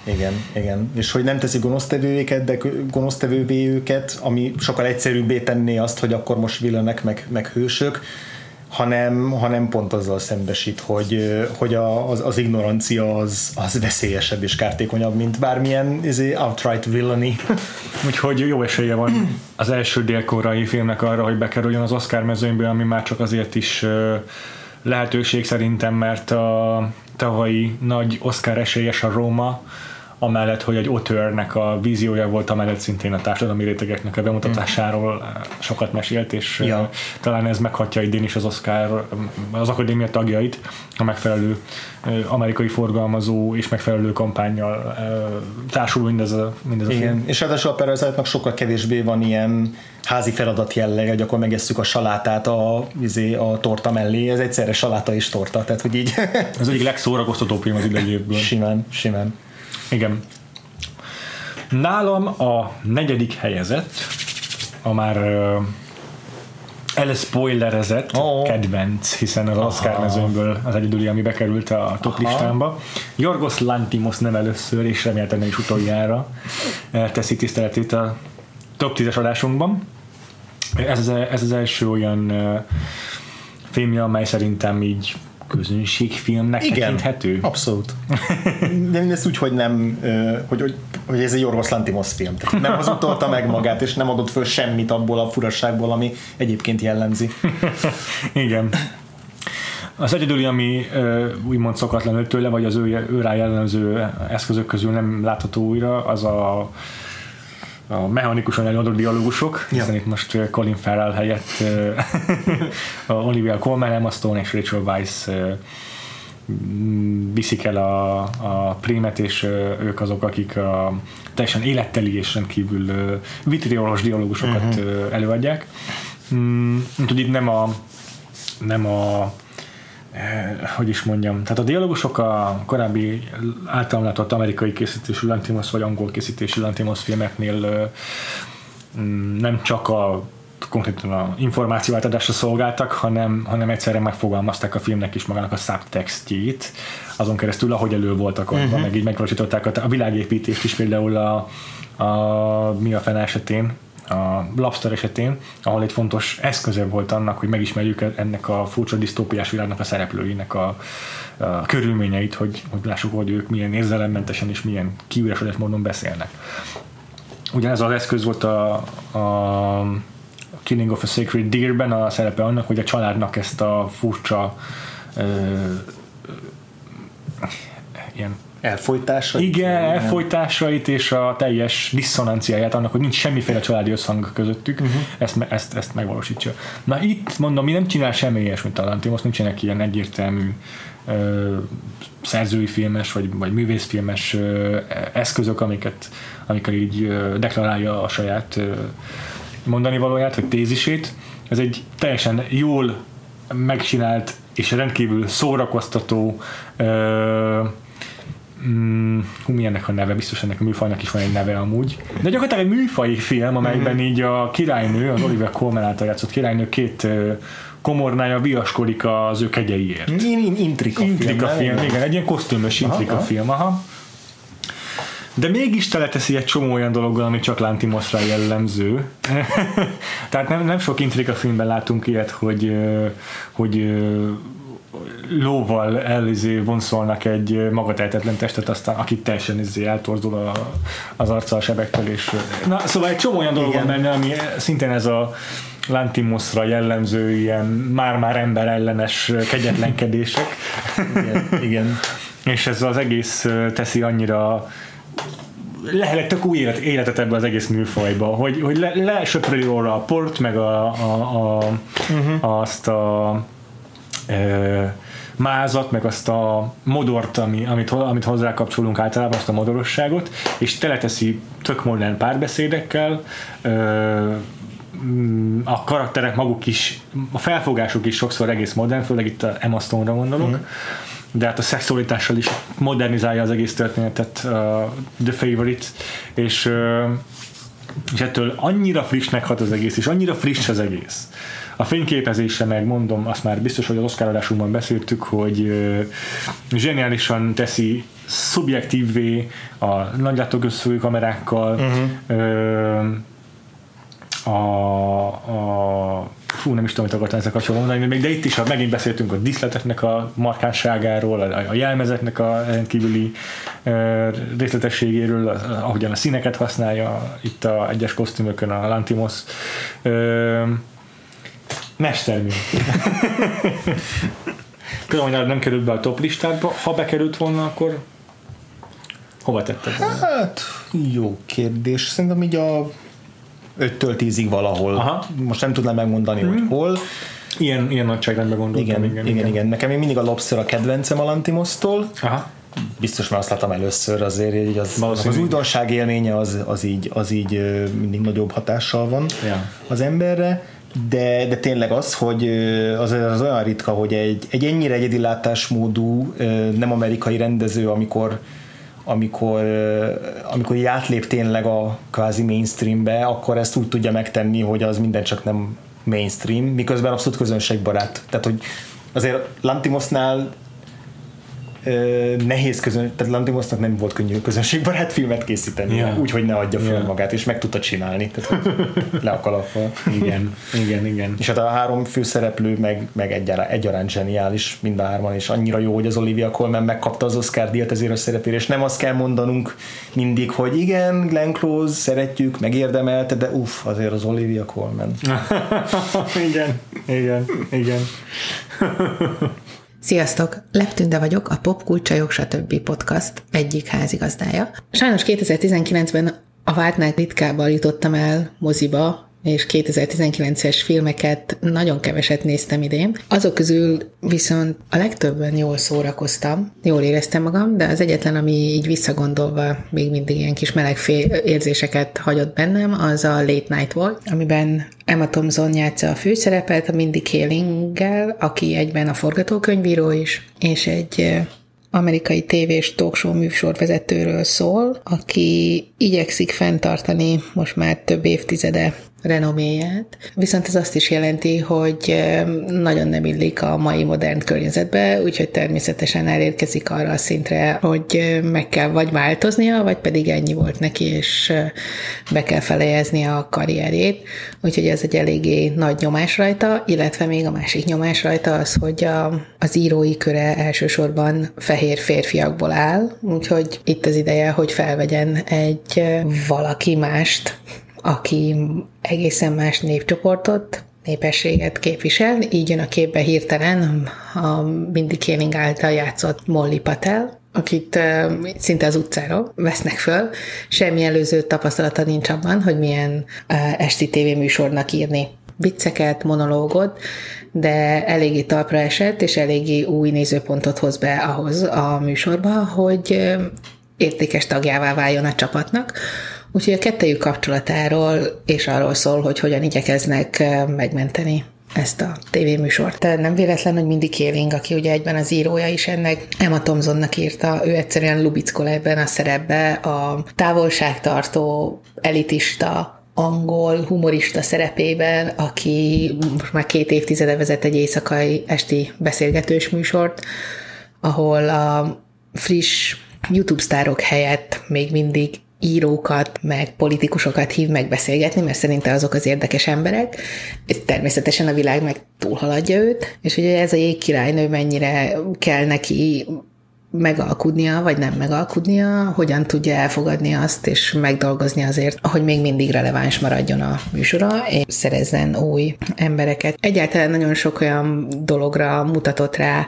Igen, igen. És hogy nem teszi gonosztevőket, de gonosztevővé őket, ami sokkal egyszerűbbé tenné azt, hogy akkor most villanek meg, meg hősök, hanem, hanem pont azzal szembesít, hogy, hogy a, az, az ignorancia az, az veszélyesebb és kártékonyabb, mint bármilyen izé, outright villainy. Úgyhogy jó esélye van az első dél-koreai filmnek arra, hogy bekerüljön az Oscar mezőnybe, ami már csak azért is lehetőség szerintem, mert a tavalyi nagy Oscar esélyes a Roma, amellett, hogy egy autőrnek a víziója volt, amellett szintén a társadalmi rétegeknek a bemutatásáról sokat mesélt, és ja. talán ez meghatja idén is az Oscar, az akadémia tagjait, a megfelelő amerikai forgalmazó és megfelelő kampánnyal társul mindez a, mindez a film. És ráadásul a Parasite-nak sokkal kevésbé van ilyen házi feladat jelleg, hogy akkor megesszük a salátát a, a torta mellé, ez egyszerre saláta és torta, tehát hogy így. Ez egyik legszórakoztatóbb film az idei évből. Simán, simán. Igen. Nálam a negyedik helyezett, a már uh, elspoilerezett oh. kedvenc, hiszen az Oscar mezőnyből az egyedüli, ami bekerült a top Aha. listámba. Yorgos Lanthimos nem először, és reméltem is utoljára teszi tiszteletét a top tízes adásunkban. Ez az, ez az első olyan uh, filmje, amely szerintem így közönségfilmnek Igen, tekinthető. Abszolút. De mindezt úgy, hogy nem, hogy, hogy, hogy ez egy Yorgos Lanthimos film. Tehát nem hazudtolta meg magát, és nem adott föl semmit abból a furasságból, ami egyébként jellemzi. Igen. Az egyedüli, ami úgymond szokatlan tőle, vagy az ő, ő rá jellemző eszközök közül nem látható újra, az a a mechanikusan előadott dialógusok, ja. hiszen itt most Colin Farrell helyett Olivia Colman, Emma Stone és Rachel Weisz viszik el a, a prémet, és ők azok, akik a teljesen életteli és rendkívül vitriolos dialógusokat uh-huh. előadják. Úgyhogy itt nem a nem a hogy is mondjam, tehát a dialógusok a korábbi általam látott amerikai készítésű Lanthimos vagy angol készítésű Lanthimos filmeknél nem csak a konkrétan a információ átadásra szolgáltak, hanem, hanem egyszerűen megfogalmazták a filmnek is magának a subtextjét, azon keresztül, ahogy elő voltak adva, uh-huh. meg így megvalósították a, a világépítést is, például a, a mi a fene esetén, a Lobster esetén, ahol egy fontos eszköze volt annak, hogy megismerjük ennek a furcsa disztópiás világnak a szereplőinek a, a körülményeit, hogy, hogy lássuk, hogy ők milyen érzelemmentesen és milyen kiüresedett módon beszélnek. Ugyanez az eszköz volt a, a Killing of a Sacred Deer-ben a szerepe annak, hogy a családnak ezt a furcsa ö, ö, ilyen elfolytásait. Igen, elfolytásait és a teljes diszonanciáját annak, hogy nincs semmiféle családi összhang közöttük, uh-huh. ezt, ezt, ezt megvalósítsa. Na itt mondom, mi nem csinál semmi ilyesmit a Lanthimos, nincsenek ilyen egyértelmű ö, szerzői filmes vagy, vagy művészfilmes ö, eszközök, amiket, amikkel így ö, deklarálja a saját ö, mondani valóját, vagy tézisét. Ez egy teljesen jól megcsinált és rendkívül szórakoztató ö, Mm, hú, mi ennek a neve? Biztos ennek a műfajnak is van egy neve amúgy. De gyakorlatilag egy műfaji film, amelyben mm-hmm. így a királynő, az Olivia Colman által játszott királynő két uh, komornája viaskodik az ő kegyeiért. Intrika film. Intrika film, film igen, egy ilyen kosztümös intrika aha, film, aha. De mégis teleteszi egy csomó olyan dologgal, ami csak Lanthimosra jellemző. Tehát nem, nem sok intrika filmben látunk ilyet, hogy, hogy lóval elizé vonszolnak egy magatehetetlen testet, aztán akit teljesen izé eltorzul a, az arca a sebektől, és na, szóval egy csomó olyan dolog van benne, ami szintén ez a Lanthimosra jellemző ilyen már-már ember ellenes kegyetlenkedések. Igen, igen. És ez az egész teszi annyira lehetett tök új élet, életet ebbe az egész műfajba, hogy, hogy le, lesöpröli róla a port, meg a, a, a, uh-huh. azt a e, mázat, meg azt a modort, ami, amit, amit hozzákapcsolunk általában, azt a modorosságot, és teleteszi tök modern párbeszédekkel, e, a karakterek maguk is, a felfogásuk is sokszor egész modern, főleg itt a Emma Stone-ra gondolok, uh-huh. de hát a szexualitással is modernizálja az egész történetet, uh, The Favorite, és, uh, és ettől annyira frissnek hat az egész, és annyira friss az egész. A fényképezése meg, mondom, azt már biztos, hogy az Oscar adásunkban beszéltük, hogy uh, zseniálisan teszi szubjektívvé a nagylátóközfogú kamerákkal, uh-huh. ö, a, a fú, nem is tudom, mit akartam ezzel kapcsolatban mondani, de itt is, ha megint beszéltünk a díszleteknek a markánságáról, a, a jelmezeknek a rendkívüli uh, részletességéről, ahogyan a színeket használja itt a egyes kosztümökön a Lanthimos. Uh, mestermű. Tudom, hogy nem került be a top listába, ha bekerült volna, akkor hova tetted volna? Hát, jó kérdés. Szerintem így a öttől tízig valahol. Aha. Most nem tudnám megmondani, hmm. hogy hol. Ilyen, ilyen nagyságrendben gondoltam. Igen, igen, igen, igen. Nekem még mindig a Lobster a kedvencem a Lanthimostól. Aha. Biztos már azt láttam először, azért így az, az újdonság élménye az, az, így, az így mindig nagyobb hatással van ja. az emberre. De, de tényleg az, hogy az, az olyan ritka, hogy egy, egy ennyire egyedi látásmódú nem amerikai rendező, amikor amikor, amikor így átlép tényleg a kvázi mainstreambe, akkor ezt úgy tudja megtenni, hogy az minden csak nem mainstream, miközben abszolút közönségbarát. Tehát, hogy azért Lanthimosnál nehéz közön, tehát Lanthimosnak nem volt könnyű közönségbarát filmet készíteni, yeah. úgy, hogy ne adja föl yeah. magát, és meg tudta csinálni. Tehát le a kalappal. Igen, igen, igen. És hát a három főszereplő meg, meg egyaránt, egyaránt zseniális, mind a hárman, és annyira jó, hogy az Olivia Colman megkapta az Oscar-díjat ezért a szerepére, és nem azt kell mondanunk mindig, hogy igen, Glenn Close, szeretjük, megérdemelte, de uff, azért az Olivia Colman. igen, igen, igen. Sziasztok! Leptünde vagyok, a Popkulcsajok stb. Podcast egyik házigazdája. Sajnos kétezer-tizenkilencben a vártnál ritkábbal jutottam el moziba, és kétezer-tizenkilences filmeket nagyon keveset néztem idén. Azok közül viszont a legtöbben jól szórakoztam, jól éreztem magam, de az egyetlen, ami így visszagondolva még mindig ilyen kis meleg érzéseket hagyott bennem, az a Late Night volt, amiben Emma Thompson játsza a főszerepet, a Mindy Kaling-gel, aki egyben a forgatókönyvíró is, és egy amerikai tévés talkshow műsorvezetőről szól, aki igyekszik fenntartani most már több évtizede renoméját, viszont ez azt is jelenti, hogy nagyon nem illik a mai modern környezetbe, úgyhogy természetesen elérkezik arra a szintre, hogy meg kell vagy változnia, vagy pedig ennyi volt neki, és be kell felejeznie a karrierjét, úgyhogy ez egy eléggé nagy nyomás rajta, illetve még a másik nyomás rajta az, hogy a, az írói köre elsősorban fehér férfiakból áll, úgyhogy itt az ideje, hogy felvegyen egy valaki mást, aki egészen más népcsoportot, népességet képvisel, így jön a képbe hirtelen a Mindy Kaling által játszott Molly Patel, akit uh, szinte az utcáról vesznek föl. Semmi előző tapasztalata nincs abban, hogy milyen uh, esti tévéműsornak írni vicceket, monológot, de eléggé talpra esett, és eléggé új nézőpontot hoz be ahhoz a műsorba, hogy uh, értékes tagjává váljon a csapatnak. Úgyhogy a kettejük kapcsolatáról és arról szól, hogy hogyan igyekeznek megmenteni ezt a tévéműsort. Nem véletlen, hogy Mindy Kaling, aki ugye egyben az írója is ennek, Emma Thompsonnak írta, ő egyszerűen lubickol ebben a szerepbe, a távolságtartó, elitista, angol, humorista szerepében, aki most már két évtizede vezet egy éjszakai esti beszélgetős műsort, ahol a friss YouTube sztárok helyett még mindig írókat, meg politikusokat hív megbeszélgetni, mert szerinte azok az érdekes emberek. Természetesen a világ meg túlhaladja őt, és ugye ez a jégkirálynő mennyire kell neki megalkudnia, vagy nem megalkudnia, hogyan tudja elfogadni azt, és megdolgozni azért, hogy még mindig releváns maradjon a műsora, és szerezzen új embereket. Egyáltalán nagyon sok olyan dologra mutatott rá,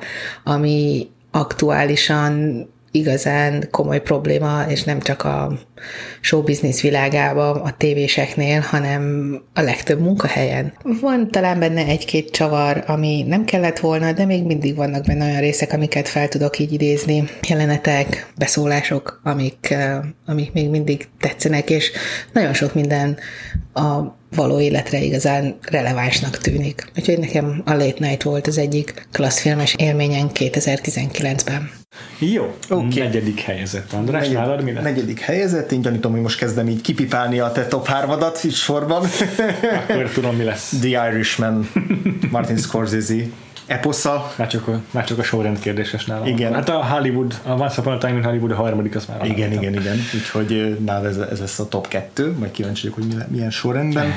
ami aktuálisan igazán komoly probléma, és nem csak a showbiznisz világában, a tévéseknél, hanem a legtöbb munkahelyen. Van talán benne egy-két csavar, ami nem kellett volna, de még mindig vannak benne olyan részek, amiket fel tudok így idézni. Jelenetek, beszólások, amik, amik még mindig tetszenek, és nagyon sok minden a való életre igazán relevánsnak tűnik. Úgyhogy nekem a Late Night volt az egyik klasszfilmes élményen kétezer-tizenkilencben. Jó, okay. Negyedik helyezett. András, Negyed, nálad mi lett? Negyedik helyezett, én gyanítom, hogy most kezdem így kipipálni a te top hármadat is sorban. Akkor tudom, mi lesz. The Irishman, Martin Scorsese. eposza. Már csak a, már csak a sorrend kérdéses nálam. Igen. Hát a Hollywood, a Once Upon a Time in Hollywood a harmadik, az már igen, igen, igen. Úgyhogy nála ez, ez lesz a top kettő, majd kíváncsi vagyok, hogy milyen sorrendben.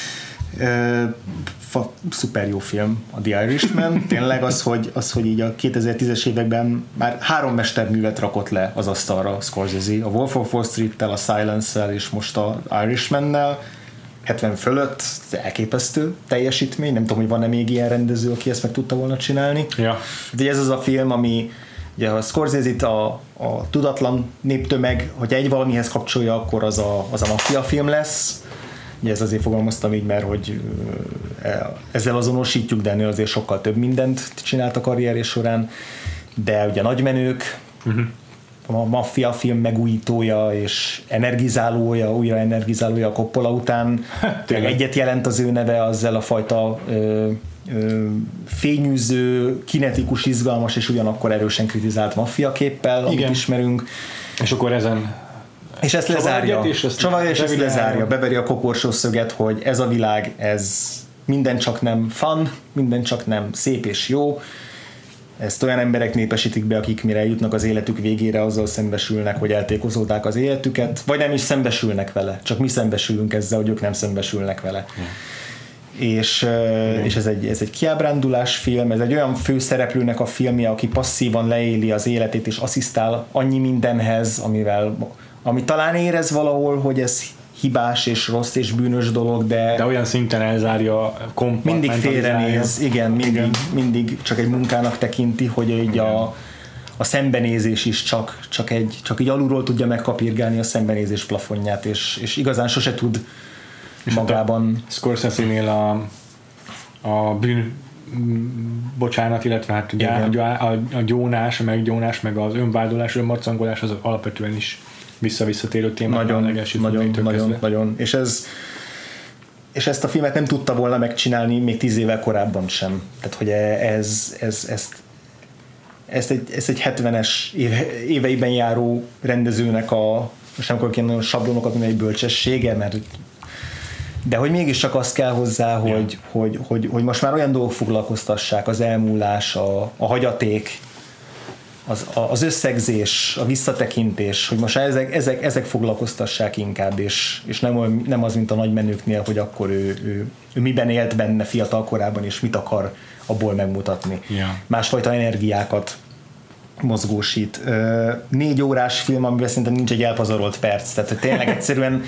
Fa, szuper jó film a The Irishman. Tényleg az, hogy, az, hogy így a kétezer-tízes években már három mesterművet rakott le az asztalra Scorsese, a Wolf of Wall Street-tel, a Silence-el és most a Irishman-nel. hetven fölött elképesztő teljesítmény, nem tudom, hogy van-e még ilyen rendező, aki ezt meg tudta volna csinálni. Ja. De ez az a film, ami ugye a Scorsese-t a, a tudatlan néptömeg, hogy egy valamihez kapcsolja, akkor az a, az a maffia film lesz. Ugye ez azért fogalmaztam így, mert hogy ezzel azonosítjuk, de ennél azért sokkal több mindent csinált a karrierje során. De ugye nagymenők, uh-huh. a maffia film megújítója és energizálója, újra energizálója a Coppola után. Egyet jelent az ő neve azzal a fajta ö, ö, fényűző, kinetikus, izgalmas és ugyanakkor erősen kritizált maffia képpel, amit Igen. ismerünk. És akkor ezen és ezt lezárja, csavarja és ezt lezárja, beveri a koporsó szöget, hogy ez a világ, ez minden csak nem fun, minden csak nem szép és jó. Ezt olyan emberek népesítik be, akik mire eljutnak az életük végére, azzal szembesülnek, hogy eltékozolták az életüket, vagy nem is szembesülnek vele, csak mi szembesülünk ezzel, hogy ők nem szembesülnek vele. Hmm. És, hmm. és ez egy, ez egy kiábrándulás film, ez egy olyan főszereplőnek a filmje, aki passzívan leéli az életét, és asszisztál annyi mindenhez, amivel, ami talán érez valahol, hogy ez hibás és rossz és bűnös dolog, de... De olyan szinten elzárja, mindig félrenéz, igen, mindig, igen. mindig csak egy munkának tekinti, hogy így a, a szembenézés is csak, csak, egy, csak így alulról tudja megkapirgálni a szembenézés plafonját, és, és igazán sose tud és magában... Scorsese-nél a, a bűn bocsánat, illetve hát ugye a, a, a gyónás, a meggyónás, meg az önvádolás, önmarcangolás az alapvetően is vissza-visszatérő témák. Nagyon, nagyon, nagyon, nagyon. És, ez, és ezt a filmet nem tudta volna megcsinálni még tíz évvel korábban sem. Tehát, hogy ez, ez, ezt, ezt, egy, ezt egy hetvenes éve, éveiben járó rendezőnek a, most nem akarok ilyen nagyon sablonokat, mint egy bölcsessége, mert de hogy mégiscsak azt kell hozzá, hogy, hogy, hogy, hogy, hogy most már olyan dolgok foglalkoztassák, az elmúlás, a, a hagyaték, Az, az összegzés, a visszatekintés, hogy most ezek, ezek, ezek foglalkoztassák inkább, és, és nem, nem az, mint a nagymenőknél, hogy akkor ő, ő, ő miben élt benne fiatal korában, és mit akar abból megmutatni. Yeah. Másfajta energiákat mozgósít. Négy órás film, amiben szerintem nincs egy elpazarolt perc, tehát tényleg egyszerűen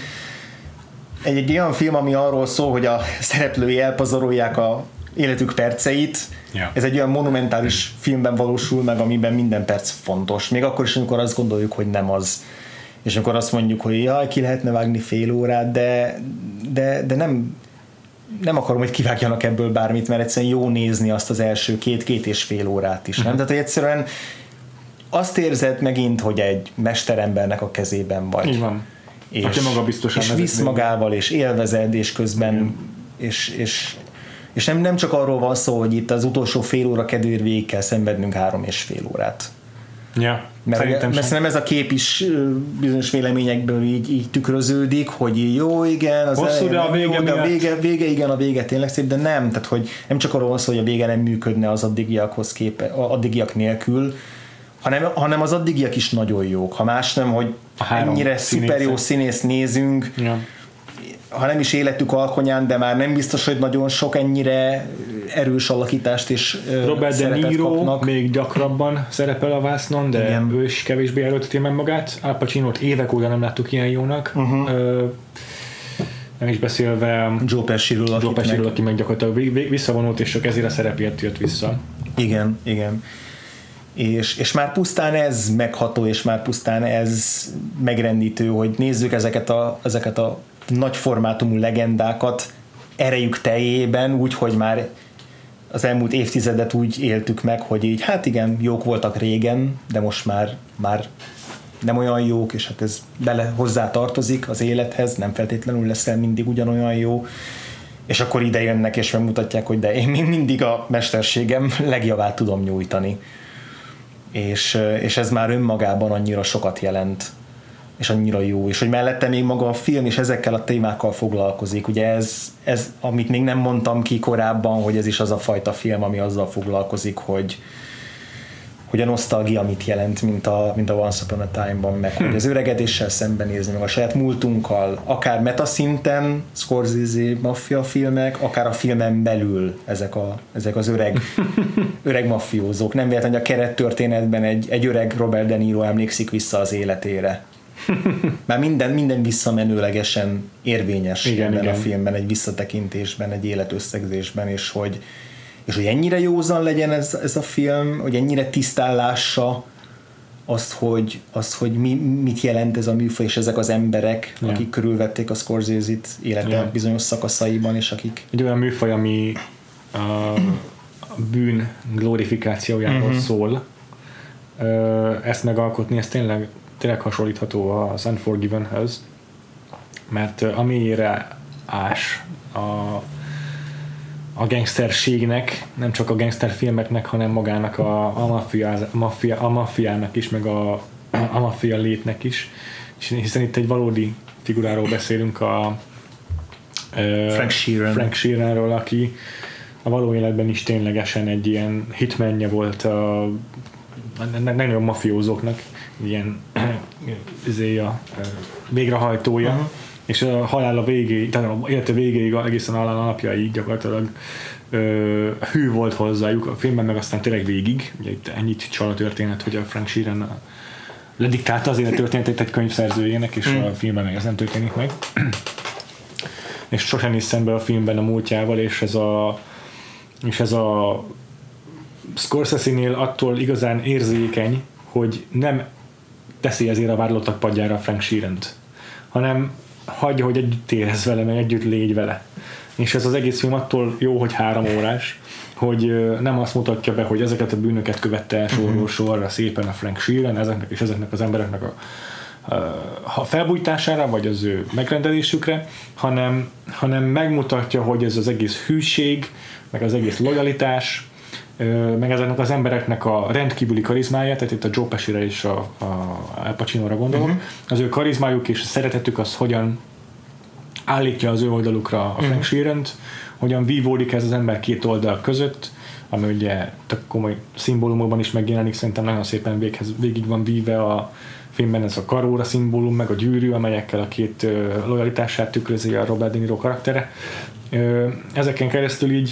egy, egy olyan film, ami arról szól, hogy a szereplői elpazarolják a életük perceit. Yeah. Ez egy olyan monumentális filmben valósul meg, amiben minden perc fontos. Még akkor is, amikor azt gondoljuk, hogy nem az. És amikor azt mondjuk, hogy jaj, ki lehetne vágni fél órát, de, de, de nem, nem akarom, hogy kivágjanak ebből bármit, mert egyszerűen jó nézni azt az első két-két és fél órát is. Uh-huh. Nem? Tehát, hogy egyszerűen azt érzed megint, hogy egy mesterembernek a kezében vagy. Így van. És, maga biztosan és visz magával, és élvezed, és közben uh-huh. és, és És nem, nem csak arról van szó, hogy itt az utolsó fél óra kedvéért végig kell szenvednünk három és fél órát. Ja, mert mert nem ez a kép is bizonyos véleményekből így, így tükröződik, hogy jó, igen, az hosszú, de a vége, jó, de a vége, vége, igen, a vége tényleg szép, de nem, tehát hogy nem csak arról van szó, hogy a vége nem működne az addigiakhoz képe, addigiak nélkül, hanem, hanem az addigiak is nagyon jók. Ha más nem, hogy ennyire szuper jó színész nézünk, ja. Ha nem is életük alkonyán, de már nem biztos, hogy nagyon sok ennyire erős alakítást és Robert De Niro kapnak. Még gyakrabban szerepel a vásznon, de igen. Ő is kevésbé előteti meg magát. Al Pacinót évek óta nem láttuk ilyen jónak. Uh-huh. Ö, nem is beszélve Joe Pesciről, Joe Pesciről, aki meg gyakorlatilag visszavonult, és csak ezért a szerepért jött vissza. Igen, igen. És, és már pusztán ez megható, és már pusztán ez megrendítő, hogy nézzük ezeket a, ezeket a nagy formátumú legendákat erejük teljében, úgy, hogy már az elmúlt évtizedet úgy éltük meg, hogy így, hát igen, jók voltak régen, de most már, már nem olyan jók, és hát ez bele hozzá tartozik az élethez, nem feltétlenül leszel mindig ugyanolyan jó, és akkor ide jönnek és megmutatják, hogy de én mindig a mesterségem legjavát tudom nyújtani. És, és ez már önmagában annyira sokat jelent, és annyira jó, és hogy mellette még maga a film is ezekkel a témákkal foglalkozik. Ugye ez, ez, amit még nem mondtam ki korábban, hogy ez is az a fajta film, ami azzal foglalkozik, hogy hogy a nosztalgia mit jelent, mint a, mint a Once Upon a Time-ban, meg hogy az öregedéssel szembenézni, meg a saját múltunkkal, akár metaszinten, Scorsese maffia filmek, akár a filmen belül ezek, a, ezek az öreg, öreg maffiózók. Nem véletlen, hogy a kerettörténetben egy, egy öreg Robert De Niro emlékszik vissza az életére. Már minden, minden visszamenőlegesen érvényes igen, ebben igen. a filmben, egy visszatekintésben, egy életösszegzésben, és hogy és hogy ennyire józan legyen ez, ez a film, hogy ennyire tisztán lássa azt, hogy, azt, hogy mi, mit jelent ez a műfaj, és ezek az emberek, yeah. akik körülvették a Scorsese-t élete yeah. bizonyos szakaszaiban, és akik... Egy olyan műfaj, ami a, a bűn glorifikációjáról uh-huh. szól. Ezt megalkotni, ez tényleg, tényleg hasonlítható az Unforgiven-höz, mert amennyire ás a a gangsterségnek, nem csak a gangsterfilmeknek, hanem magának a, a, maffia, maffia, a maffiának is, meg a, a maffia létnek is. És hiszen itt egy valódi figuráról beszélünk, a Frank Sheeran. Frank Sheeranról, aki a való életben is ténylegesen egy ilyen hitmenje volt a, a nagyon mafiózóknak, ilyen izé a végrehajtója. Uh-huh. És a halála végéig, tehát a élete végéig, egészen a halál napjáig gyakorlatilag ö, hű volt hozzájuk a filmben, meg aztán tényleg végig. Ugye itt ennyit csal a történet, hogy a Frank Sheeran lediktálta az élettörténetét egy könyvszerzőjének, és mm. a filmben meg ez nem történik meg. És sosem néz szembe a filmben a múltjával, és ez a és ez a Scorsese-nél attól igazán érzékeny, hogy nem teszi ezért a vádlottak padjára a Frank Sheerant, hanem hagyja, hogy együtt érez vele, meg együtt légy vele. És ez az egész film attól jó, hogy három órás, hogy nem azt mutatja be, hogy ezeket a bűnöket követte el sorról sorra szépen a Frank Sheeran, ezeknek és ezeknek az embereknek a, a felbújtására, vagy az ő megrendelésükre, hanem, hanem megmutatja, hogy ez az egész hűség, meg az egész lojalitás, meg ezeknek az embereknek a rendkívüli karizmája, tehát itt a Joe Pesci-re és a, a Al Pacino-ra gondolom, uh-huh. az ő karizmájuk és a szeretetük az hogyan állítja az ő oldalukra a Frank uh-huh. Sheerant, hogyan vívódik ez az ember két oldal között, ami ugye tök komoly szimbólumokban is megjelenik, szerintem nagyon szépen véghez, végig van víve a filmben ez a karóra szimbólum, meg a gyűrű, amelyekkel a két uh, lojalitását tükrözi a Robert De Niro karaktere. Uh, ezeken keresztül így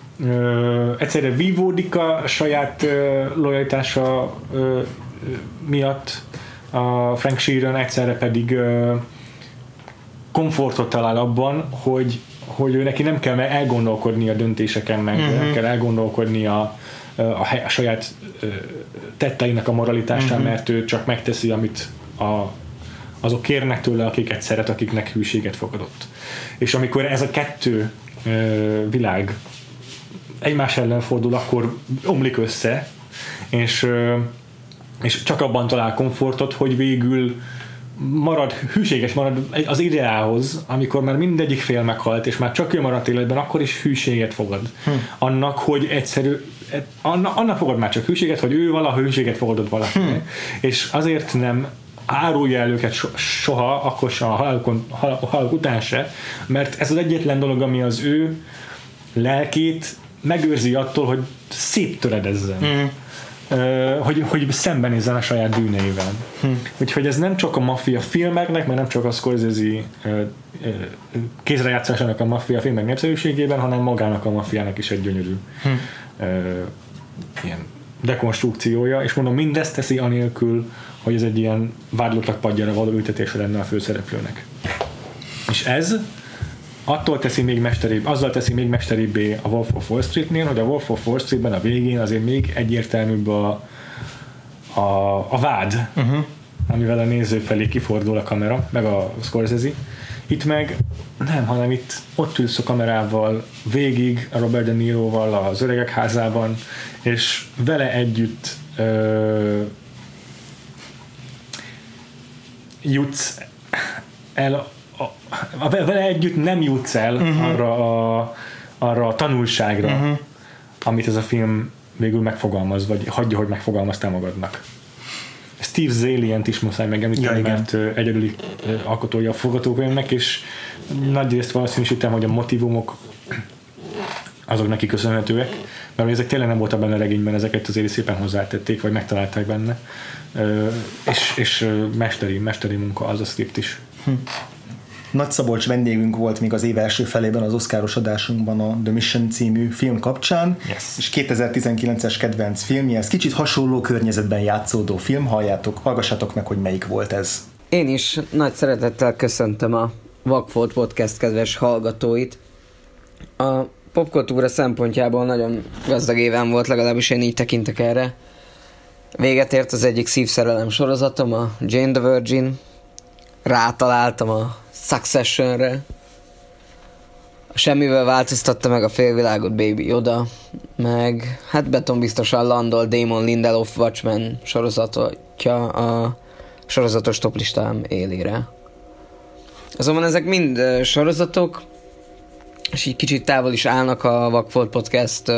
Uh, egyszerre vívódik a saját uh, lojalitása uh, miatt a Frank Sheeran, egyszerre pedig uh, komfortot talál abban, hogy, hogy ő neki nem kell elgondolkodni a döntéseken, meg uh-huh. nem kell elgondolkodni a, a, a saját uh, tetteinek a moralitásán, uh-huh. mert ő csak megteszi, amit a, azok kérnek tőle, akiket szeret, akiknek hűséget fogadott. És amikor ez a kettő uh, világ egymás ellen fordul, akkor omlik össze, és, és csak abban talál komfortot, hogy végül marad, hűséges marad az ideához, amikor már mindegyik fél meghalt, és már csak ő maradt életben, akkor is hűséget fogad. Hm. Annak, hogy egyszerű, annak, annak fogad már csak hűséget, hogy ő valaha hűséget fogadott valaki. Hm. És azért nem árulja el őket so, soha, akkor sem a haláluk, haláluk után se, mert ez az egyetlen dolog, ami az ő lelkét megőrzi attól, hogy széttöredezzen. Mm. Uh, hogy, hogy szembenézzen a saját bűneivel. Mm. Úgyhogy ez nem csak a maffia filmeknek, mert nem csak a Scorsese uh, uh, kézrejátszásának a maffia filmek népszerűségében, hanem magának a maffiának is egy gyönyörű mm. uh, ilyen dekonstrukciója, és mondom, mindezt teszi anélkül, hogy ez egy ilyen vádlottak padjára való ültetése lenne a főszereplőnek. És ez attól teszi még mesterébb, azzal teszi még mesterébbé a Wolf of Wall Streetnél, hogy a Wolf of Wall Streetben a végén azért még egyértelműbb a, a, a vád, uh-huh. amivel a néző felé kifordul a kamera, meg a Scorsese. Itt meg nem, hanem itt ott ülsz a kamerával végig, a Robert De Niroval az öregek házában, és vele együtt ö, jutsz el A, vele együtt nem jutsz el uh-huh. arra, a, arra a tanulságra, uh-huh. amit ez a film végül megfogalmaz, vagy hagyja, hogy megfogalmaztál magadnak. Steve Zalient is muszáj megemlíteni, ja, mert egyedüli alkotója a forgatókönyvnek, és nagy részt valószínűsítem, hogy a motivumok azok neki köszönhetőek, mert ezek tényleg nem voltak benne a regényben, ezeket azért szépen hozzátették, vagy megtalálták benne, és, és mesteri, mesteri munka az a script is. Hm. Nagy Szabolcs vendégünk volt még az év első felében az Oscaros adásunkban a The Mission című film kapcsán, yes. És kétezer-tizenkilences kedvenc filmje, ez kicsit hasonló környezetben játszódó film, halljátok, hallgassátok meg, hogy melyik volt ez. Én is nagy szeretettel köszöntöm a Vakfolt Podcast kedves hallgatóit. A popkultúra szempontjából nagyon gazdag éven volt, legalábbis én így tekintek erre. Véget ért az egyik szívszerelem sorozatom, a Jane the Virgin. Rátaláltam a Successionre. Semmivel változtatta meg a félvilágot Baby Yoda, meg hát betonbiztosan landol Damon Lindelof Watchmen sorozatja a sorozatos toplistám élére. Azonban ezek mind sorozatok, és így kicsit távol is állnak a Vakfolt Podcast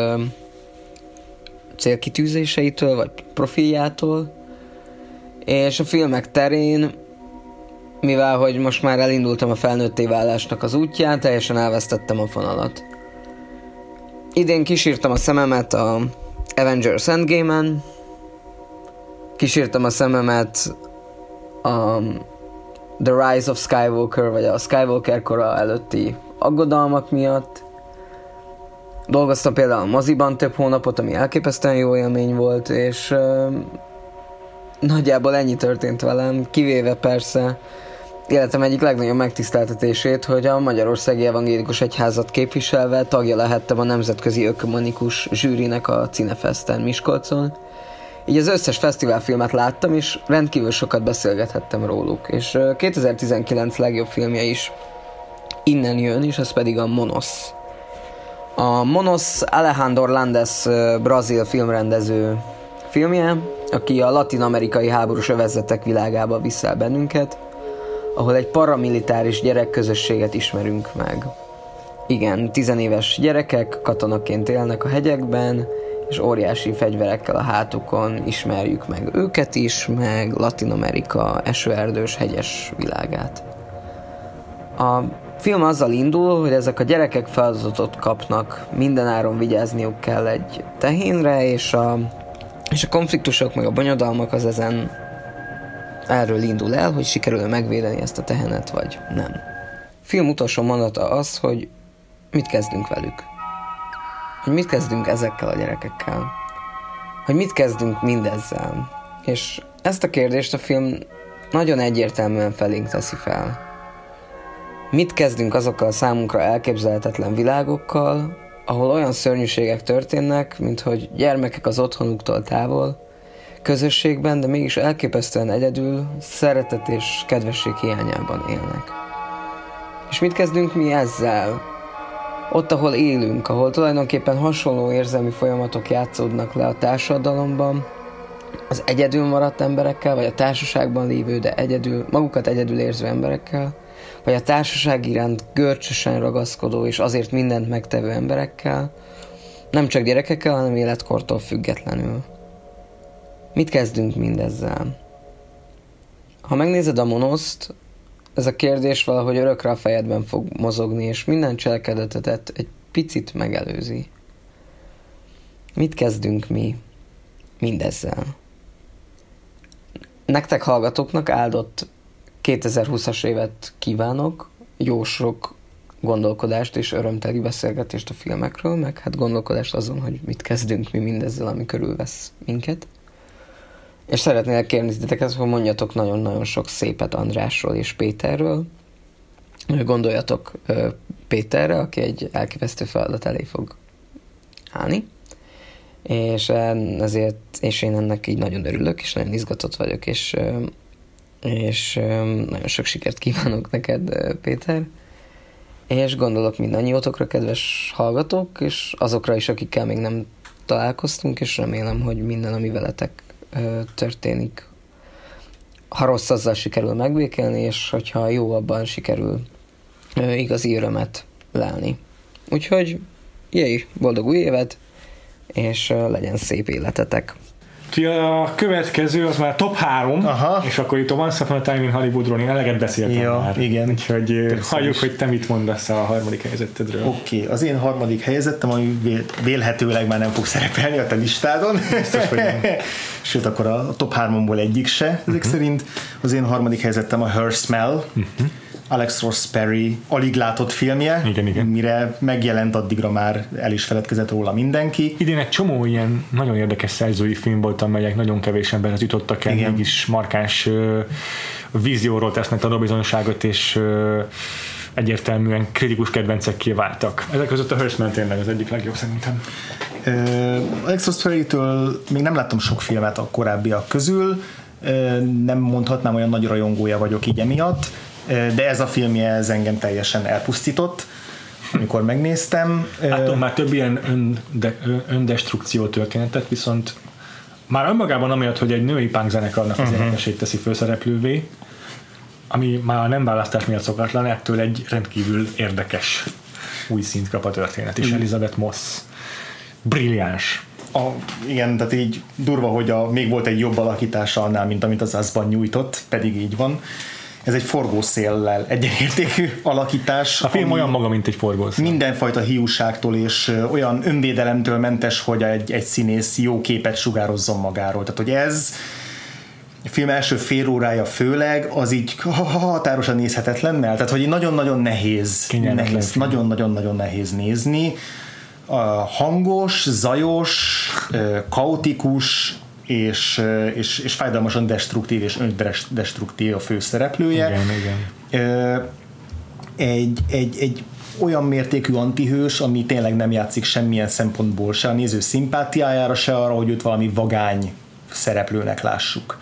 célkitűzéseitől, vagy profiljától, és a filmek terén, mivel hogy most már elindultam a felnőtté válásnak az útján, teljesen elvesztettem a fonalat. Idén kisírtam a szememet a Avengers Endgame-en, kisírtam a szememet a The Rise of Skywalker, vagy a Skywalker kora előtti aggodalmak miatt. Dolgoztam például a moziban több hónapot, ami elképesztően jó élmény volt, és uh, nagyjából ennyi történt velem, kivéve persze életem egyik legnagyobb megtiszteltetését, hogy a Magyarországi Evangélikus Egyházat képviselve tagja lehettem a Nemzetközi Ökumenikus Zsűrinek a Cinefesten Miskolcon. Így az összes fesztiválfilmet láttam, és rendkívül sokat beszélgethettem róluk. És kétezer-tizenkilenc legjobb filmje is innen jön, és ez pedig a Monos. A Monos Alejandro Landes brazil filmrendező filmje, aki a latin-amerikai háborús övezetek világába visz el bennünket, ahol egy paramilitáris gyerekközösséget ismerünk meg. Igen, tizenéves gyerekek katonaként élnek a hegyekben, és óriási fegyverekkel a hátukon ismerjük meg őket is, meg Latin-Amerika esőerdős hegyes világát. A film azzal indul, hogy ezek a gyerekek feladatot kapnak, mindenáron vigyázniuk kell egy tehénre, és a, és a konfliktusok meg a bonyodalmak az ezen erről indul el, hogy sikerül megvédeni ezt a tehenet, vagy nem. A film utolsó mondata az, hogy mit kezdünk velük. Hogy mit kezdünk ezekkel a gyerekekkel. Hogy mit kezdünk mindezzel. És ezt a kérdést a film nagyon egyértelműen felénk teszi fel. Mit kezdünk azokkal a számunkra elképzelhetetlen világokkal, ahol olyan szörnyűségek történnek, mint hogy gyermekek az otthonuktól távol, közösségben, de mégis elképesztően egyedül, szeretet és kedvesség hiányában élnek. És mit kezdünk mi ezzel? Ott, ahol élünk, ahol tulajdonképpen hasonló érzelmi folyamatok játszódnak le a társadalomban, az egyedül maradt emberekkel, vagy a társaságban lévő, de egyedül, magukat egyedül érző emberekkel, vagy a társaság iránt görcsösen ragaszkodó és azért mindent megtevő emberekkel, nem csak gyerekekkel, hanem életkortól függetlenül. Mit kezdünk mindezzel? Ha megnézed a Monoszt, ez a kérdés valahogy örökre a fejedben fog mozogni, és minden cselekedetet egy picit megelőzi. Mit kezdünk mi mindezzel? Nektek hallgatóknak áldott kétezer-húszas évet kívánok, jó sok gondolkodást és örömteli beszélgetést a filmekről, meg hát gondolkodást azon, hogy mit kezdünk mi mindezzel, ami körülvesz minket. És szeretnélek kérni titeket, hogy mondjatok nagyon-nagyon sok szépet Andrásról és Péterről. Gondoljatok Péterre, aki egy elképesztő feladat elé fog állni. És ezért, és én ennek így nagyon örülök, és nagyon izgatott vagyok, és, és nagyon sok sikert kívánok neked, Péter. És gondolok mindannyiótokra, kedves hallgatók, és azokra is, akikkel még nem találkoztunk, és remélem, hogy minden, ami veletek történik, ha rossz, azzal sikerül megbékélni, és hogyha jó, abban sikerül igazi örömet lelni. Úgyhogy jöjj, boldog új évet, és legyen szép életetek! A következő az már top három, aha. és akkor itt a Once Upon a Time in Hollywoodról én eleget beszéltem ja, már. Igen. Úgyhogy halljuk, hogy te mit mondasz a harmadik helyzetedről. Oké, okay. Az én harmadik helyzetem, ami vélhetőleg már nem fog szerepelni a te listádon. Biztos, hogy nem. Sőt, akkor a top háromból egyik se, ezek uh-huh. szerint. Az én harmadik helyzetem a Her Smell, uh-huh. Alex Ross Perry alig látott filmje, igen, igen. mire megjelent, addigra már el is feledkezett róla mindenki. Idén egy csomó ilyen nagyon érdekes szerzői film volt, amelyek nagyon kevés emberhez jutottak el, mégis markáns uh, vízióról tesznek tanúbizonyságot, és uh, egyértelműen kritikus kedvencekké váltak. Ezek között a Her Smell tényleg az egyik legjobb szerintem. Uh, Alex Ross Perrytől még nem láttam sok filmet a korábbiak közül, uh, nem mondhatnám, olyan nagy rajongója vagyok így emiatt, de ez a filmje ez engem teljesen elpusztított, amikor megnéztem. Láttam már több ilyen önde, öndestrukció történetet, viszont már önmagában amiatt, hogy egy női punk zenekarnak az uh-huh. énekesét teszi főszereplővé, ami már nem választás miatt szokatlan, ettől egy rendkívül érdekes új szint kap a történet, és Elizabeth Moss brilliáns. A, igen, tehát így durva, hogy a, még volt egy jobb alakítása annál, mint amit az Us-ban nyújtott, pedig így van. Ez egy forgószéllel egyenértékű alakítás. A film olyan maga, mint egy forgószél. Mindenfajta hiúságtól és olyan önvédelemtől mentes, hogy egy, egy színész jó képet sugározzon magáról. Tehát, hogy ez a film első fél órája főleg, az így határosan nézhetetlennel. Tehát, hogy nagyon-nagyon nehéz, nehéz nagyon-nagyon-nagyon nehéz nézni. A hangos, zajos, kaotikus, és, és, és fájdalmasan destruktív és öndestruktív a főszereplője. Igen, igen. Egy, egy, egy olyan mértékű antihős, ami tényleg nem játszik semmilyen szempontból, se a néző szimpátiájára, se arra, hogy őt valami vagány szereplőnek lássuk.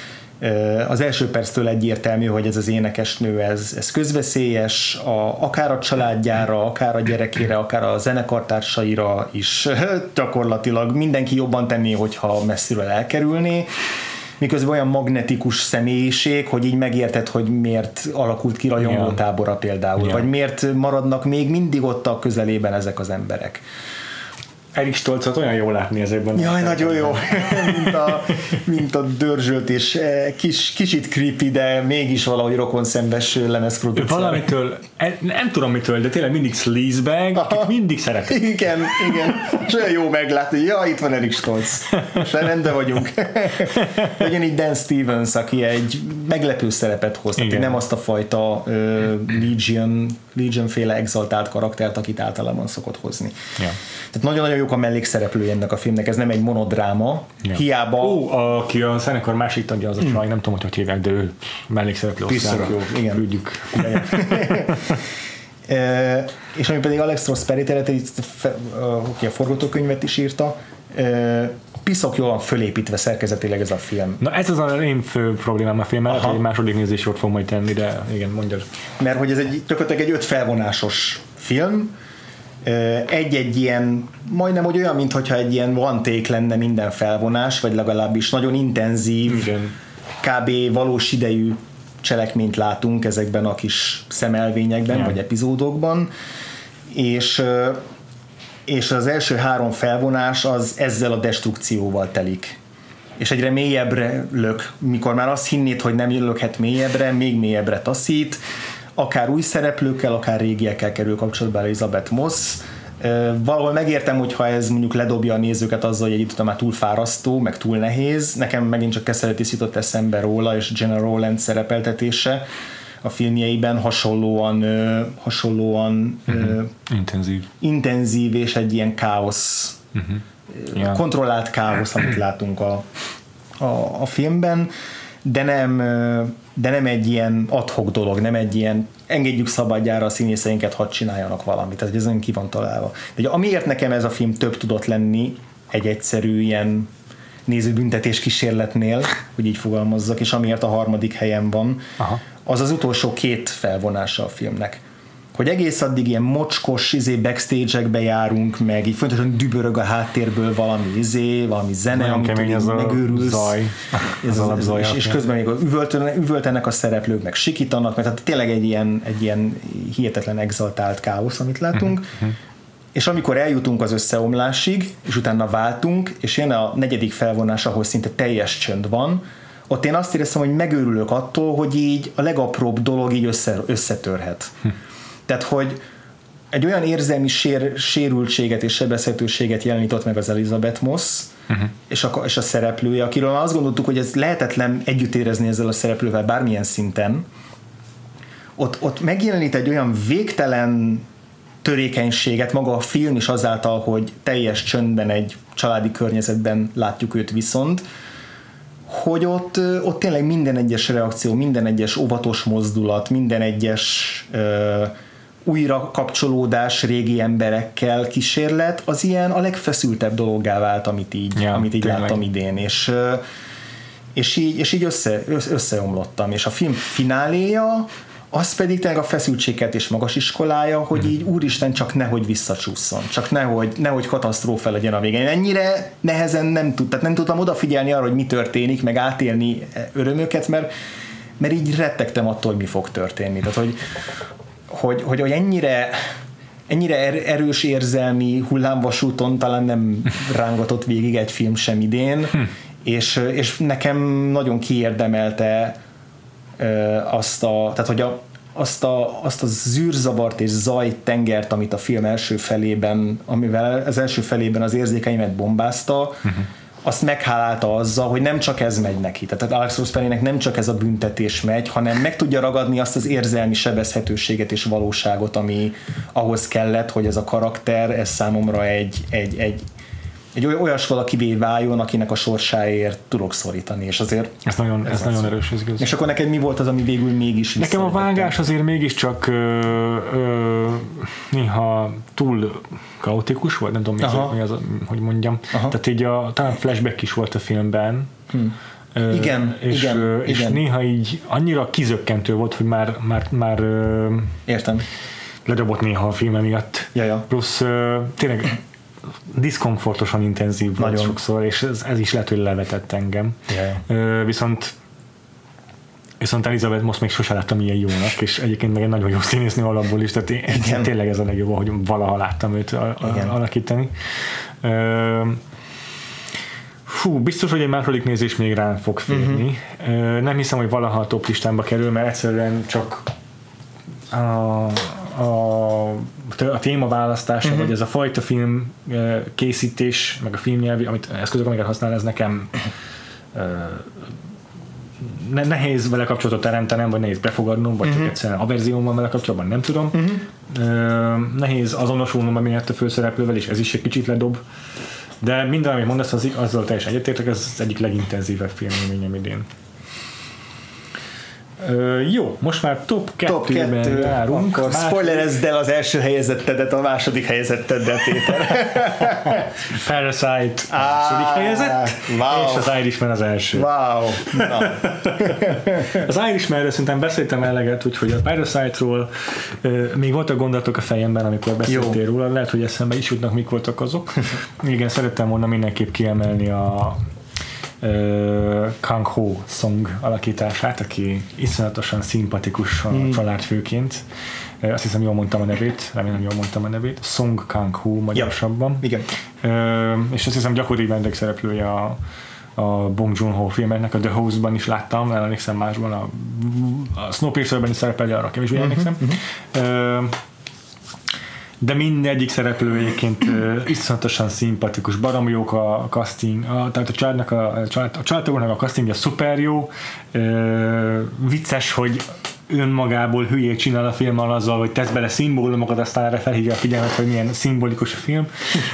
Az első perctől egyértelmű, hogy ez az énekesnő, ez, ez közveszélyes, a, akár a családjára, akár a gyerekére, akár a zenekartársaira is gyakorlatilag mindenki jobban tenné, hogyha messziről elkerülné, miközben olyan magnetikus személyiség, hogy így megérted, hogy miért alakult ki rajongótábora például, ja. vagy miért maradnak még mindig ott a közelében ezek az emberek. Eric Stolzot olyan jól látni ezekben. Jaj, nagyon jó. mint, a, mint a dörzsölt és kis, kicsit creepy, de mégis valahogy rokonszenves lemezproducer. Valamitől, nem tudom mitől, de tényleg mindig sleazebag, akik mindig szeretik. Igen, igen. És olyan jó meglátni, ja, itt van Eric Stolz. És rendben vagyunk. Ugyanígy Dan Stevens, aki egy meglepő szerepet hoz. Tehát nem azt a fajta uh, Legion, Legion-féle exaltált karaktert, akit általában szokott hozni. Ja. Tehát nagyon-nagyon jók a mellékszereplői ennek a filmnek, ez nem egy monodráma, ja. hiába... Ó, aki a zenekar másik tagja az a csaj, mm. nem tudom, hogy hogy hívják, de ő mellékszereplő osztára. Jó, igen. Küldjük. e, és ami pedig Alex Ross Perry területét, aki a forgatókönyvet is írta, e, piszok jól van fölépítve szerkezetileg ez a film. Na ez az az én fő problémám a filmmel, lehet, hogy egy második nézés ott fog majd tenni, de igen, mondjad. Mert hogy ez egy, gyakorlatilag egy öt felvonásos film, egy-egy ilyen, majdnem hogy olyan, mintha egy ilyen one take lenne minden felvonás, vagy legalábbis nagyon intenzív, igen. kb. Valós idejű cselekményt látunk ezekben a kis szemelvényekben, ja. vagy epizódokban, és, és az első három felvonás az ezzel a destrukcióval telik. És egyre mélyebbre lök, mikor már azt hinnéd, hogy nem lökhet mélyebbre, még mélyebbre taszít, akár új szereplőkkel, akár régiekkel kerül kapcsolatba Elizabeth Moss. Valahol megértem, hogyha ez mondjuk ledobja a nézőket azzal, hogy egy itt már túl fárasztó, meg túl nehéz. Nekem megint csak Cassavetes jutott eszembe róla, és Gena Rowland szerepeltetése a filmjeiben hasonlóan, hasonlóan uh-huh. intenzív. intenzív, és egy ilyen káosz, uh-huh. yeah. kontrollált káosz, amit látunk a, a, a filmben. De nem, de nem egy ilyen ad-hoc dolog, nem egy ilyen engedjük szabadjára a színészeinket, hadd csináljanak valamit. Tehát ez nagyon ki van találva. De amiért nekem ez a film több tudott lenni egy egyszerű ilyen nézőbüntetés kísérletnél, hogy így fogalmazzak, és amiért a harmadik helyen van, aha. az az utolsó két felvonása a filmnek. Hogy egész addig ilyen mocskos izé, backstage-ekbe járunk, meg így fontosan dübörög a háttérből valami izé, valami zene, amit megőrülsz. Zaj. Ez az zaj. És, és közben még üvöltenek a szereplők, meg sikítanak, mert hát tényleg egy ilyen, egy ilyen hihetetlen exaltált káosz, amit látunk. Uh-huh. és amikor eljutunk az összeomlásig, és utána váltunk, és jön a negyedik felvonás, ahol szinte teljes csönd van, ott én azt éreztem, hogy megőrülök attól, hogy így a legapróbb dolog így össze, összetörhet. Hm. Tehát, hogy egy olyan érzelmi sér, sérültséget és sebezhetőséget jelenított meg az Elizabeth Moss, uh-huh. és, a, és a szereplője, akiről azt gondoltuk, hogy ez lehetetlen együtt érezni ezzel a szereplővel bármilyen szinten, ott, ott megjelenít egy olyan végtelen törékenységet maga a film is azáltal, hogy teljes csöndben egy családi környezetben látjuk őt viszont, hogy ott, ott tényleg minden egyes reakció, minden egyes óvatos mozdulat, minden egyes ö, újra kapcsolódás régi emberekkel kísérlet, az ilyen a legfeszültebb dologgá vált, amit így, ja, amit így láttam idén, és, és így, és így össze, összeomlottam, és a film fináléja az pedig tényleg a feszültséget és magas iskolája, hogy így úristen csak nehogy visszacsúszson, csak nehogy, nehogy katasztrófa legyen a végén. Ennyire nehezen nem tud, tehát nem tudtam odafigyelni arra, hogy mi történik, meg átélni örömöket, mert, mert így rettegtem attól, hogy mi fog történni. Tehát, hogy, hogy, hogy, hogy ennyire, ennyire erős érzelmi hullámvasúton talán nem rángatott végig egy film sem idén, hm. és, és nekem nagyon kiérdemelte azt a, tehát hogy a, azt, a, azt a zűrzavart és zaj tengert, amit a film első felében, amivel az első felében az érzékeimet bombázta, uh-huh. azt meghálálta azzal, hogy nem csak ez megy neki. Tehát Alex Ross Perrynek nem csak ez a büntetés megy, hanem meg tudja ragadni azt az érzelmi sebezhetőséget és valóságot, ami ahhoz kellett, hogy ez a karakter, ez számomra egy, egy, egy egy olyas valakivé váljon, akinek a sorsáért tudok szorítani, és azért... Ez nagyon, ez ez nagyon erős, ez igaz. És akkor neked mi volt az, ami végül mégis Nekem a vágás azért mégiscsak ö, ö, néha túl kaotikus volt, nem tudom, mi az, hogy mondjam. Aha. Tehát így a, talán flashback is volt a filmben. Hm. Ö, igen, és, igen, ö, és igen. néha így annyira kizökkentő volt, hogy már, már, már ö, értem. Ledobott néha a film miatt. Jaja. Plusz ö, tényleg diszkomfortosan intenzív volt sokszor, és ez, ez is lehet, hogy levetett engem. Yeah. Viszont viszont Elizabeth Moss még sose láttam ilyen jónak, és egyébként meg egy nagyon jó színésznő alapból is, tehát én, tényleg ez a legjobb, hogy valaha láttam őt a, a, alakítani. Fú, biztos, hogy egy második nézés még rám fog férni. Uh-huh. Nem hiszem, hogy valaha a top listámba kerül, mert egyszerűen csak a A, a témaválasztása, uh-huh. vagy ez a fajta film készítés, meg a filmnyelvi, amit eszközök, amiket használ, ez nekem uh, ne, nehéz vele kapcsolatot teremtenem, vagy nehéz befogadnom, vagy uh-huh. csak egyszerűen averzióm van vele kapcsolatban, nem tudom. Uh-huh. Uh, nehéz azonosulnom amiatt a főszereplővel, és ez is egy kicsit ledob. De minden, amit mondasz, az, azzal teljesen egyetértek, ez az egyik legintenzívebb filmélményem idén. Uh, jó, most már top kettőben járunk. Akkor más... spoilerezd el az első helyezettedet a második helyezetteddel, Péter. Parasite a második helyezett, wow. és az Irishman az első. Wow. Na. Az Irishmanről szerintem beszéltem eleget, úgyhogy a Parasite-ról uh, még voltak gondolatok a fejemben, amikor beszéltél jó. róla, lehet, hogy eszembe is jutnak, mik voltak azok. Igen, szerettem volna mindenképp kiemelni a Uh, Kang Ho Song alakítását, aki iszonyatosan szimpatikus a mm. családfőként. Uh, azt hiszem, jól mondtam a nevét, remélem, jól mondtam a nevét. Song Kang Ho magyarosabban. Ja. Igen. Uh, és azt hiszem, gyakori vendégszereplője a, a Bong Joon-ho filmeknek, a The Host-ban is láttam, nem emlékszem másban, a, a Snowpiercer-ben is szerepel, arra kevésbé emlékszem. Mm-hmm. Uh, de mindegyik szereplő egyébként uh, iszonyatosan szimpatikus, baromi jók a casting, a, tehát a családnak a, a, család, a családtagoknak a castingja szuper jó, uh, vicces, hogy önmagából hülyét csinál a film azzal, hogy tesz bele szimbólumokat, aztán erre felhívja a figyelmet, hogy milyen szimbolikus a film.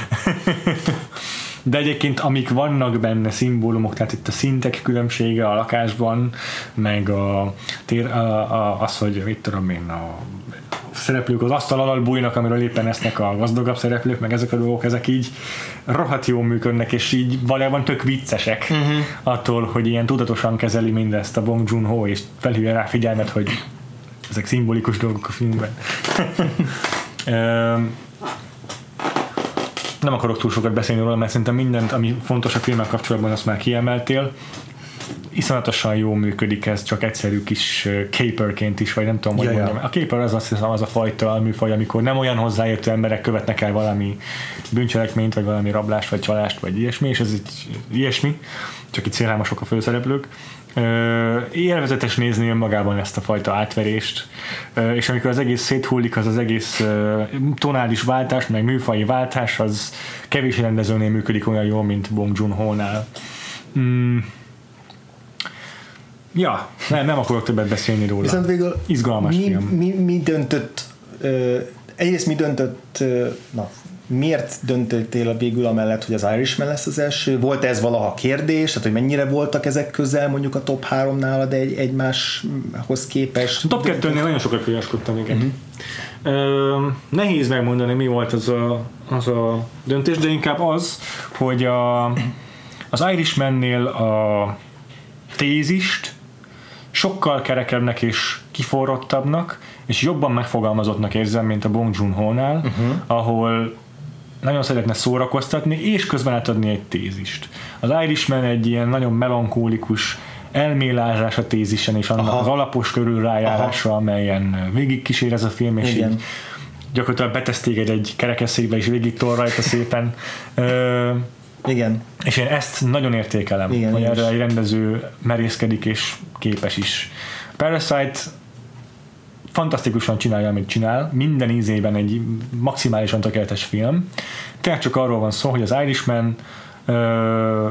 De egyébként amik vannak benne szimbólumok, tehát itt a szintek különbsége a lakásban, meg a, tér, a, a, az, hogy mit tudom én, a szereplők az asztal alatt bújnak, amiről éppen esznek a gazdagabb szereplők, meg ezek a dolgok, ezek így rohadt jól működnek, és így valójában tök viccesek uh-huh. attól, hogy ilyen tudatosan kezeli mindezt a Bong Joon-ho, és felhívja rá figyelmet, hogy ezek szimbolikus dolgok a filmben. Nem akarok túl sokat beszélni róla, mert szerintem mindent, ami fontos a filmmel kapcsolatban, azt már kiemeltél. iszonyatosan jól működik ez, csak egyszerű kis caperként is, vagy nem tudom, hogy mondjam. A caper az azt hiszem az a fajta műfaj, amikor nem olyan hozzáértő emberek követnek el valami bűncselekményt, vagy valami rablást, vagy csalást, vagy ilyesmi, és ez így ilyesmi, csak itt szélhámosok a főszereplők. Élvezetes nézni önmagában ezt a fajta átverést, és amikor az egész széthullik, az az egész tonális váltás, meg műfaji váltás, az kevés rendezőnél működik olyan jól, mint Bong Joon-ho-nál. Mm. Ja, nem, nem akarok többet beszélni róla. Viszont végül izgalmas mi, film. Mi, mi döntött, uh, egyrészt mi döntött, uh, na, miért döntöttél a végül amellett, hogy az Irishman lesz az első? Volt ez valaha kérdés? Tehát, hogy mennyire voltak ezek közel mondjuk a top három nálad egy, egymáshoz képest? A top kettőnél nagyon sokat viaskodtam, igen. Uh-huh. Uh, nehéz megmondani, mi volt az a, az a döntés, de inkább az, hogy a, az Irishmannél a tézist sokkal kerekebbnek és kiforrottabbnak, és jobban megfogalmazottnak érzem, mint a Bong Joon-ho-nál, uh-huh. ahol nagyon szeretne szórakoztatni, és közben átadni egy tézist. Az Irishman egy ilyen nagyon melankólikus elmélázás a tézisen, és annak Aha. az alapos körülrájárása, amelyen végig kísér ez a film, és így gyakorlatilag betesz téged egy kerekesszékbe, és végig tol rajta szépen. Ö, Igen. És én ezt nagyon értékelem, Igen, hogy erre is. egy rendező merészkedik és képes is. Parasite fantasztikusan csinálja, amit csinál, minden ízében egy maximálisan tökéletes film. Tehát csak arról van szó, hogy az Irishman ö,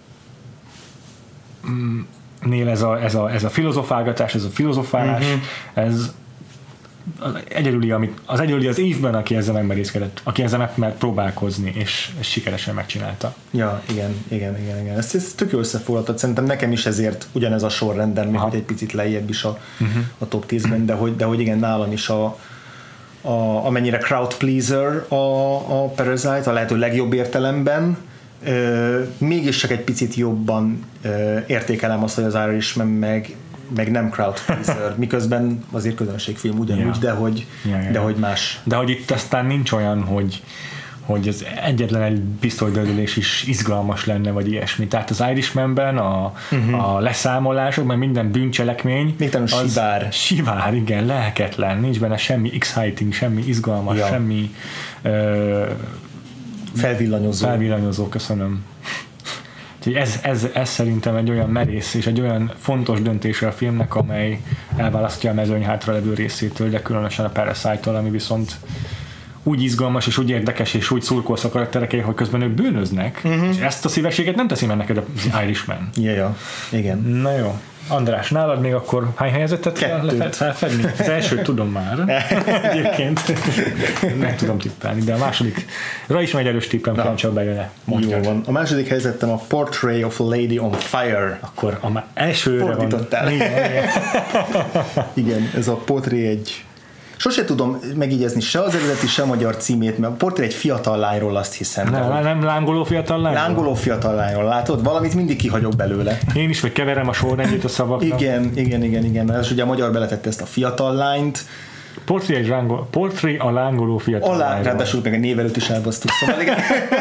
nél ez a, ez, a, ez a filozofálgatás, ez a filozofálás, uh-huh. ez az egyedüli, amit, az egyedüli az évben, aki ezzel megmerészkedett, aki ezzel meg mert próbálkozni, és, és sikeresen megcsinálta. Ja, igen, igen, igen, igen. Ezt, ezt tök összefoglaltad. Szerintem nekem is ezért ugyanez a sorrenden, még hogy egy picit lejjebb is a, uh-huh. a top tízben, de hogy, de hogy igen, nálam is a, a amennyire crowd pleaser a, a Parasite, a lehető legjobb értelemben, ö, mégis csak egy picit jobban ö, értékelem azt, hogy az Irishman meg meg nem crowd pleaser, miközben azért közönségfilm ugyanúgy, ja. de, hogy, ja, ja. de hogy más. De hogy itt aztán nincs olyan, hogy, hogy az egyetlen egy pisztolydödülés is izgalmas lenne, vagy ilyesmi. Tehát az Irishmanben a, uh-huh. a leszámolások, mert minden bűncselekmény az sivár. Sivár, igen, lelketlen, nincs benne semmi exciting, semmi izgalmas, ja. semmi uh, felvillanyozó. Felvillanyozó, köszönöm. Ez, ez, ez szerintem egy olyan merész és egy olyan fontos döntése a filmnek, amely elválasztja a mezőny hátralevő részétől, de különösen a Parasite-tól, ami viszont úgy izgalmas és úgy érdekes és úgy szurkolsz a karakterekkel, hogy közben ők bűnöznek, uh-huh. és ezt a szívességet nem teszi meg neked az Irishman. Ja, ja. Igen. Na jó. András, nálad még akkor hány helyezettet kell felfedni? Az elsőt tudom már. Egyébként nem tudom tippelni, de a második rá is egy erős tippem, kell csak bejönne. Jó van. A második helyzetem a Portrait of a Lady on Fire. Akkor a elsőre van. Fordítottál. Igen, igen, ez a Portrait egy sose tudom megígyezni se az eredeti, se a magyar címét, mert a Portré egy fiatal lányról, azt hiszem. Nem, nem lángoló fiatal lányról? Lángoló fiatal lányról, látod? Valamit mindig kihagyok belőle. Én is, vagy keverem a sorrendjét a szavaknak. Igen, igen, igen, igen. Ez ugye a magyar beletette ezt a fiatal lányt. Portré, egy lángol, portré a lángoló fiatal Alá, lányról. Ráadásul meg a név előtt is elbasztuk. Szóval igen.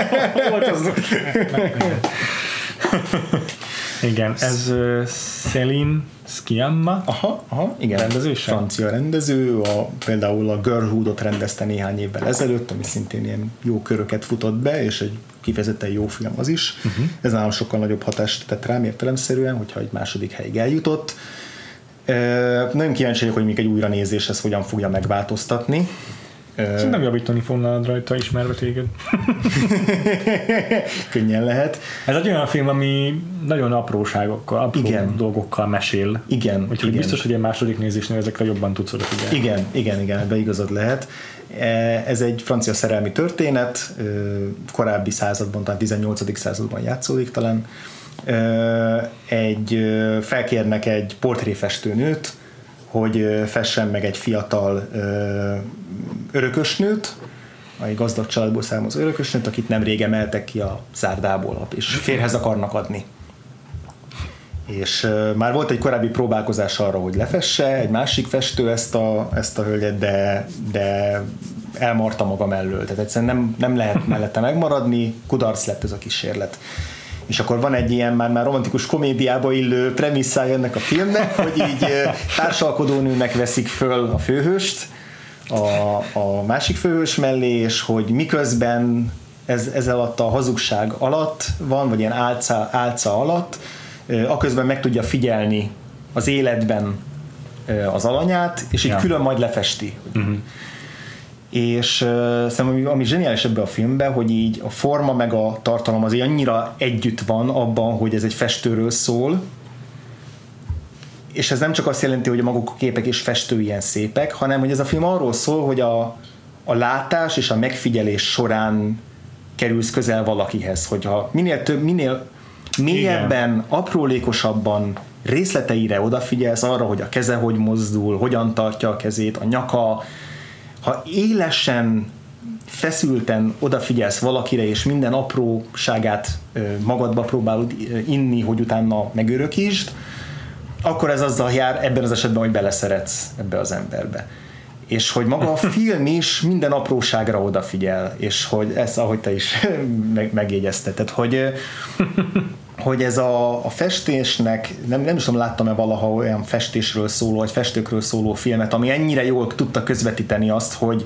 Igen, ez uh, Céline Sciamma. Aha, aha, igen. Rendezőse? Francia rendező, a, például a Girlhoodot rendezte néhány évvel ezelőtt, ami szintén ilyen jó köröket futott be, és egy kifejezetten jó film az is. Uh-huh. Ez nálam sokkal nagyobb hatást tett rám értelemszerűen, hogyha egy második helyig eljutott. E, nagyon kíváncsi vagyok, hogy még egy újranézés ez hogyan fogja megváltoztatni. Szerintem javítani fognád rajta, ismerve téged. Könnyen lehet. Ez egy olyan film, ami nagyon apróságokkal, apró igen. dolgokkal mesél. Igen. Úgyhogy igen. biztos, hogy egy második nézésnél ezekre jobban tudsz odafigyelni. Igen, igen, igen, ebben igazad lehet. Ez egy francia szerelmi történet, korábbi században, talán tizennyolcadik században játszódik talán. Egy, felkérnek egy portréfestőnőt, hogy fessen meg egy fiatal ö, örökösnőt, egy gazdag családból származó örökösnőt, akit nemrég emeltek ki a zárdából, és férhez akarnak adni. És ö, már volt egy korábbi próbálkozás arra, hogy lefesse egy másik festő ezt a, ezt a hölgyet, de, de elmarta maga mellől. Tehát egyszerűen nem, nem lehet mellette megmaradni, kudarc lett ez a kísérlet. és akkor van egy ilyen már, már romantikus komédiába illő premisszája ennek a filmnek, hogy így társalkodónőnek veszik föl a főhőst a, a másik főhős mellé, és hogy miközben ez, ez alatt a hazugság alatt van, vagy ilyen álca, álca alatt, aközben meg tudja figyelni az életben az alanyát, és így ja. külön majd lefesti. Uh-huh. És uh, szerintem ami, ami zseniális ebben a filmben, hogy így a forma meg a tartalom azért annyira együtt van abban, hogy ez egy festőről szól, és ez nem csak azt jelenti, hogy a maguk a képek és festő ilyen szépek, hanem hogy ez a film arról szól, hogy a, a látás és a megfigyelés során kerülsz közel valakihez, hogyha minél több, minél mélyebben, igen. aprólékosabban részleteire odafigyelsz arra, hogy a keze hogy mozdul, hogyan tartja a kezét, a nyaka, ha élesen, feszülten odafigyelsz valakire, és minden apróságát magadba próbálod inni, hogy utána megörökítsd, akkor ez azzal jár ebben az esetben, hogy beleszeretsz ebbe az emberbe. És hogy maga a film is minden apróságra odafigyel, és hogy ez, ahogy te is meg, megjegyezteted, hogy, hogy ez a, a festésnek, nem, nem is tudom, láttam-e valaha olyan festésről szóló, vagy festőkről szóló filmet, ami ennyire jól tudta közvetíteni azt, hogy,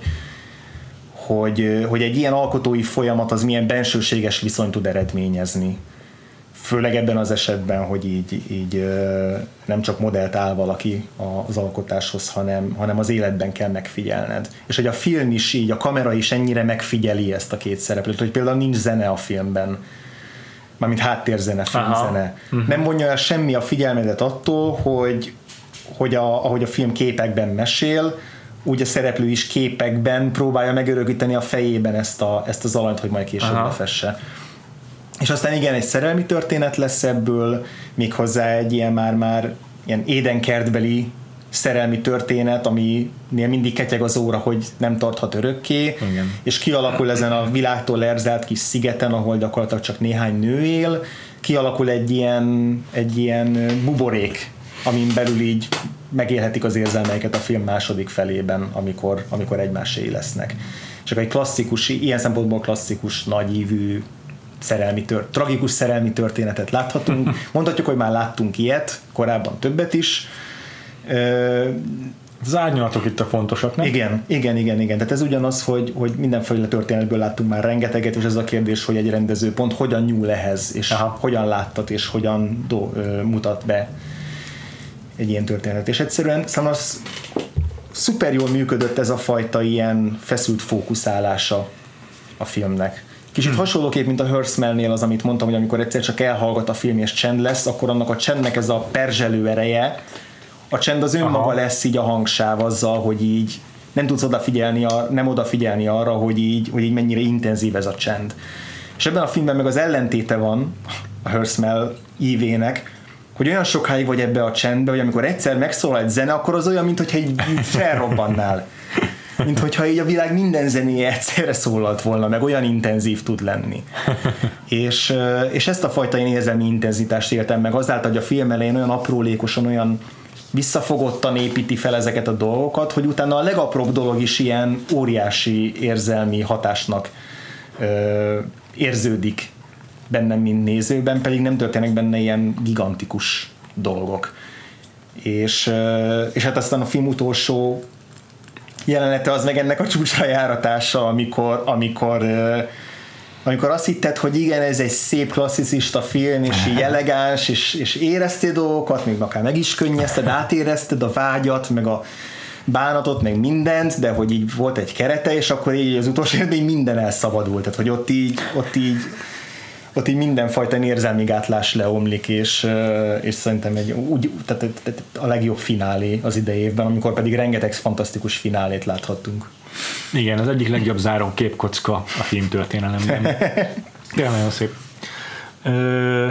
hogy, hogy egy ilyen alkotói folyamat az milyen bensőséges viszonyt tud eredményezni. Főleg ebben az esetben, hogy így, így nem csak modellt áll valaki az alkotáshoz, hanem, hanem az életben kell megfigyelned. És hogy a film is így, a kamera is ennyire megfigyeli ezt a két szereplőt, hogy például nincs zene a filmben, mármint háttérzene, filmzene. Uh-huh. Nem vonja el semmi a figyelmedet attól, hogy, hogy a, ahogy a film képekben mesél, úgy a szereplő is képekben próbálja megörökíteni a fejében ezt, a, ezt az alanyt, hogy majd később lefesse. És aztán igen, egy szerelmi történet lesz ebből, méghozzá egy ilyen már-már ilyen édenkertbeli szerelmi történet, aminél mindig ketyeg az óra, hogy nem tarthat örökké, igen. és kialakul ezen a világtól lerzált kis szigeten, ahol gyakorlatilag csak néhány nő él, kialakul egy ilyen, egy ilyen buborék, amin belül így megélhetik az érzelmeiket a film második felében, amikor, amikor egymáséi lesznek. Csak egy klasszikus, ilyen szempontból klasszikus, nagyívű szerelmi tört, tragikus szerelmi történetet láthatunk. Mondhatjuk, hogy már láttunk ilyet, korábban többet is. Az árnyalatok itt a fontosak, nem? Igen, igen, igen, igen. Tehát ez ugyanaz, hogy, hogy mindenféle történetből láttunk már rengeteget, és ez a kérdés, hogy egy rendező pont hogyan nyúl ehhez, és Aha. hogyan láttat, és hogyan do, ö, mutat be egy ilyen történetet. És egyszerűen szóval az szuper jól működött ez a fajta ilyen feszült fókuszálása a filmnek. Kicsit hmm. hasonlóképp, mint a Herzmalnél az, amit mondtam, hogy amikor egyszer csak elhallgat a film és csend lesz, akkor annak a csendnek ez a perzselő ereje, a csend az önmaga Aha. lesz így a hangsáv azzal, hogy így nem tudsz odafigyelni, a, nem odafigyelni arra, hogy így, hogy így mennyire intenzív ez a csend. És ebben a filmben meg az ellentéte van a Herzmal ívének, hogy olyan sokáig vagy ebbe a csendbe, hogy amikor egyszer megszólal egy zene, akkor az olyan, mintha így felrobbannál. Mint hogyha így a világ minden zenéje egyszerre szólalt volna, meg olyan intenzív tud lenni. és, és ezt a fajta én érzelmi intenzitást éltem meg azáltal, hogy a film elején olyan aprólékosan, olyan visszafogottan építi fel ezeket a dolgokat, hogy utána a legapróbb dolog is ilyen óriási érzelmi hatásnak ö, érződik bennem, mint nézőben, pedig nem történnek benne ilyen gigantikus dolgok. És, ö, és hát aztán a film utolsó jelenete az meg ennek a csúcsra járatása, amikor, amikor, amikor azt hitted, hogy igen, ez egy szép klasszicista film, és így elegáns, és, és éreztél dolgokat, még akár meg is könnyezted, átérezted a vágyat, meg a bánatot, meg mindent, de hogy így volt egy kerete, és akkor így az utolsó évben minden elszabadult, tehát hogy ott így, ott így ott így mindenfajta érzelmi gátlás leomlik, és, és szerintem egy, úgy, tehát a legjobb finálé az idei évben, amikor pedig rengeteg fantasztikus finálét láthattunk. Igen, az egyik legjobb záró képkocka a filmtörténelemben. Tényleg nagyon szép. Ö,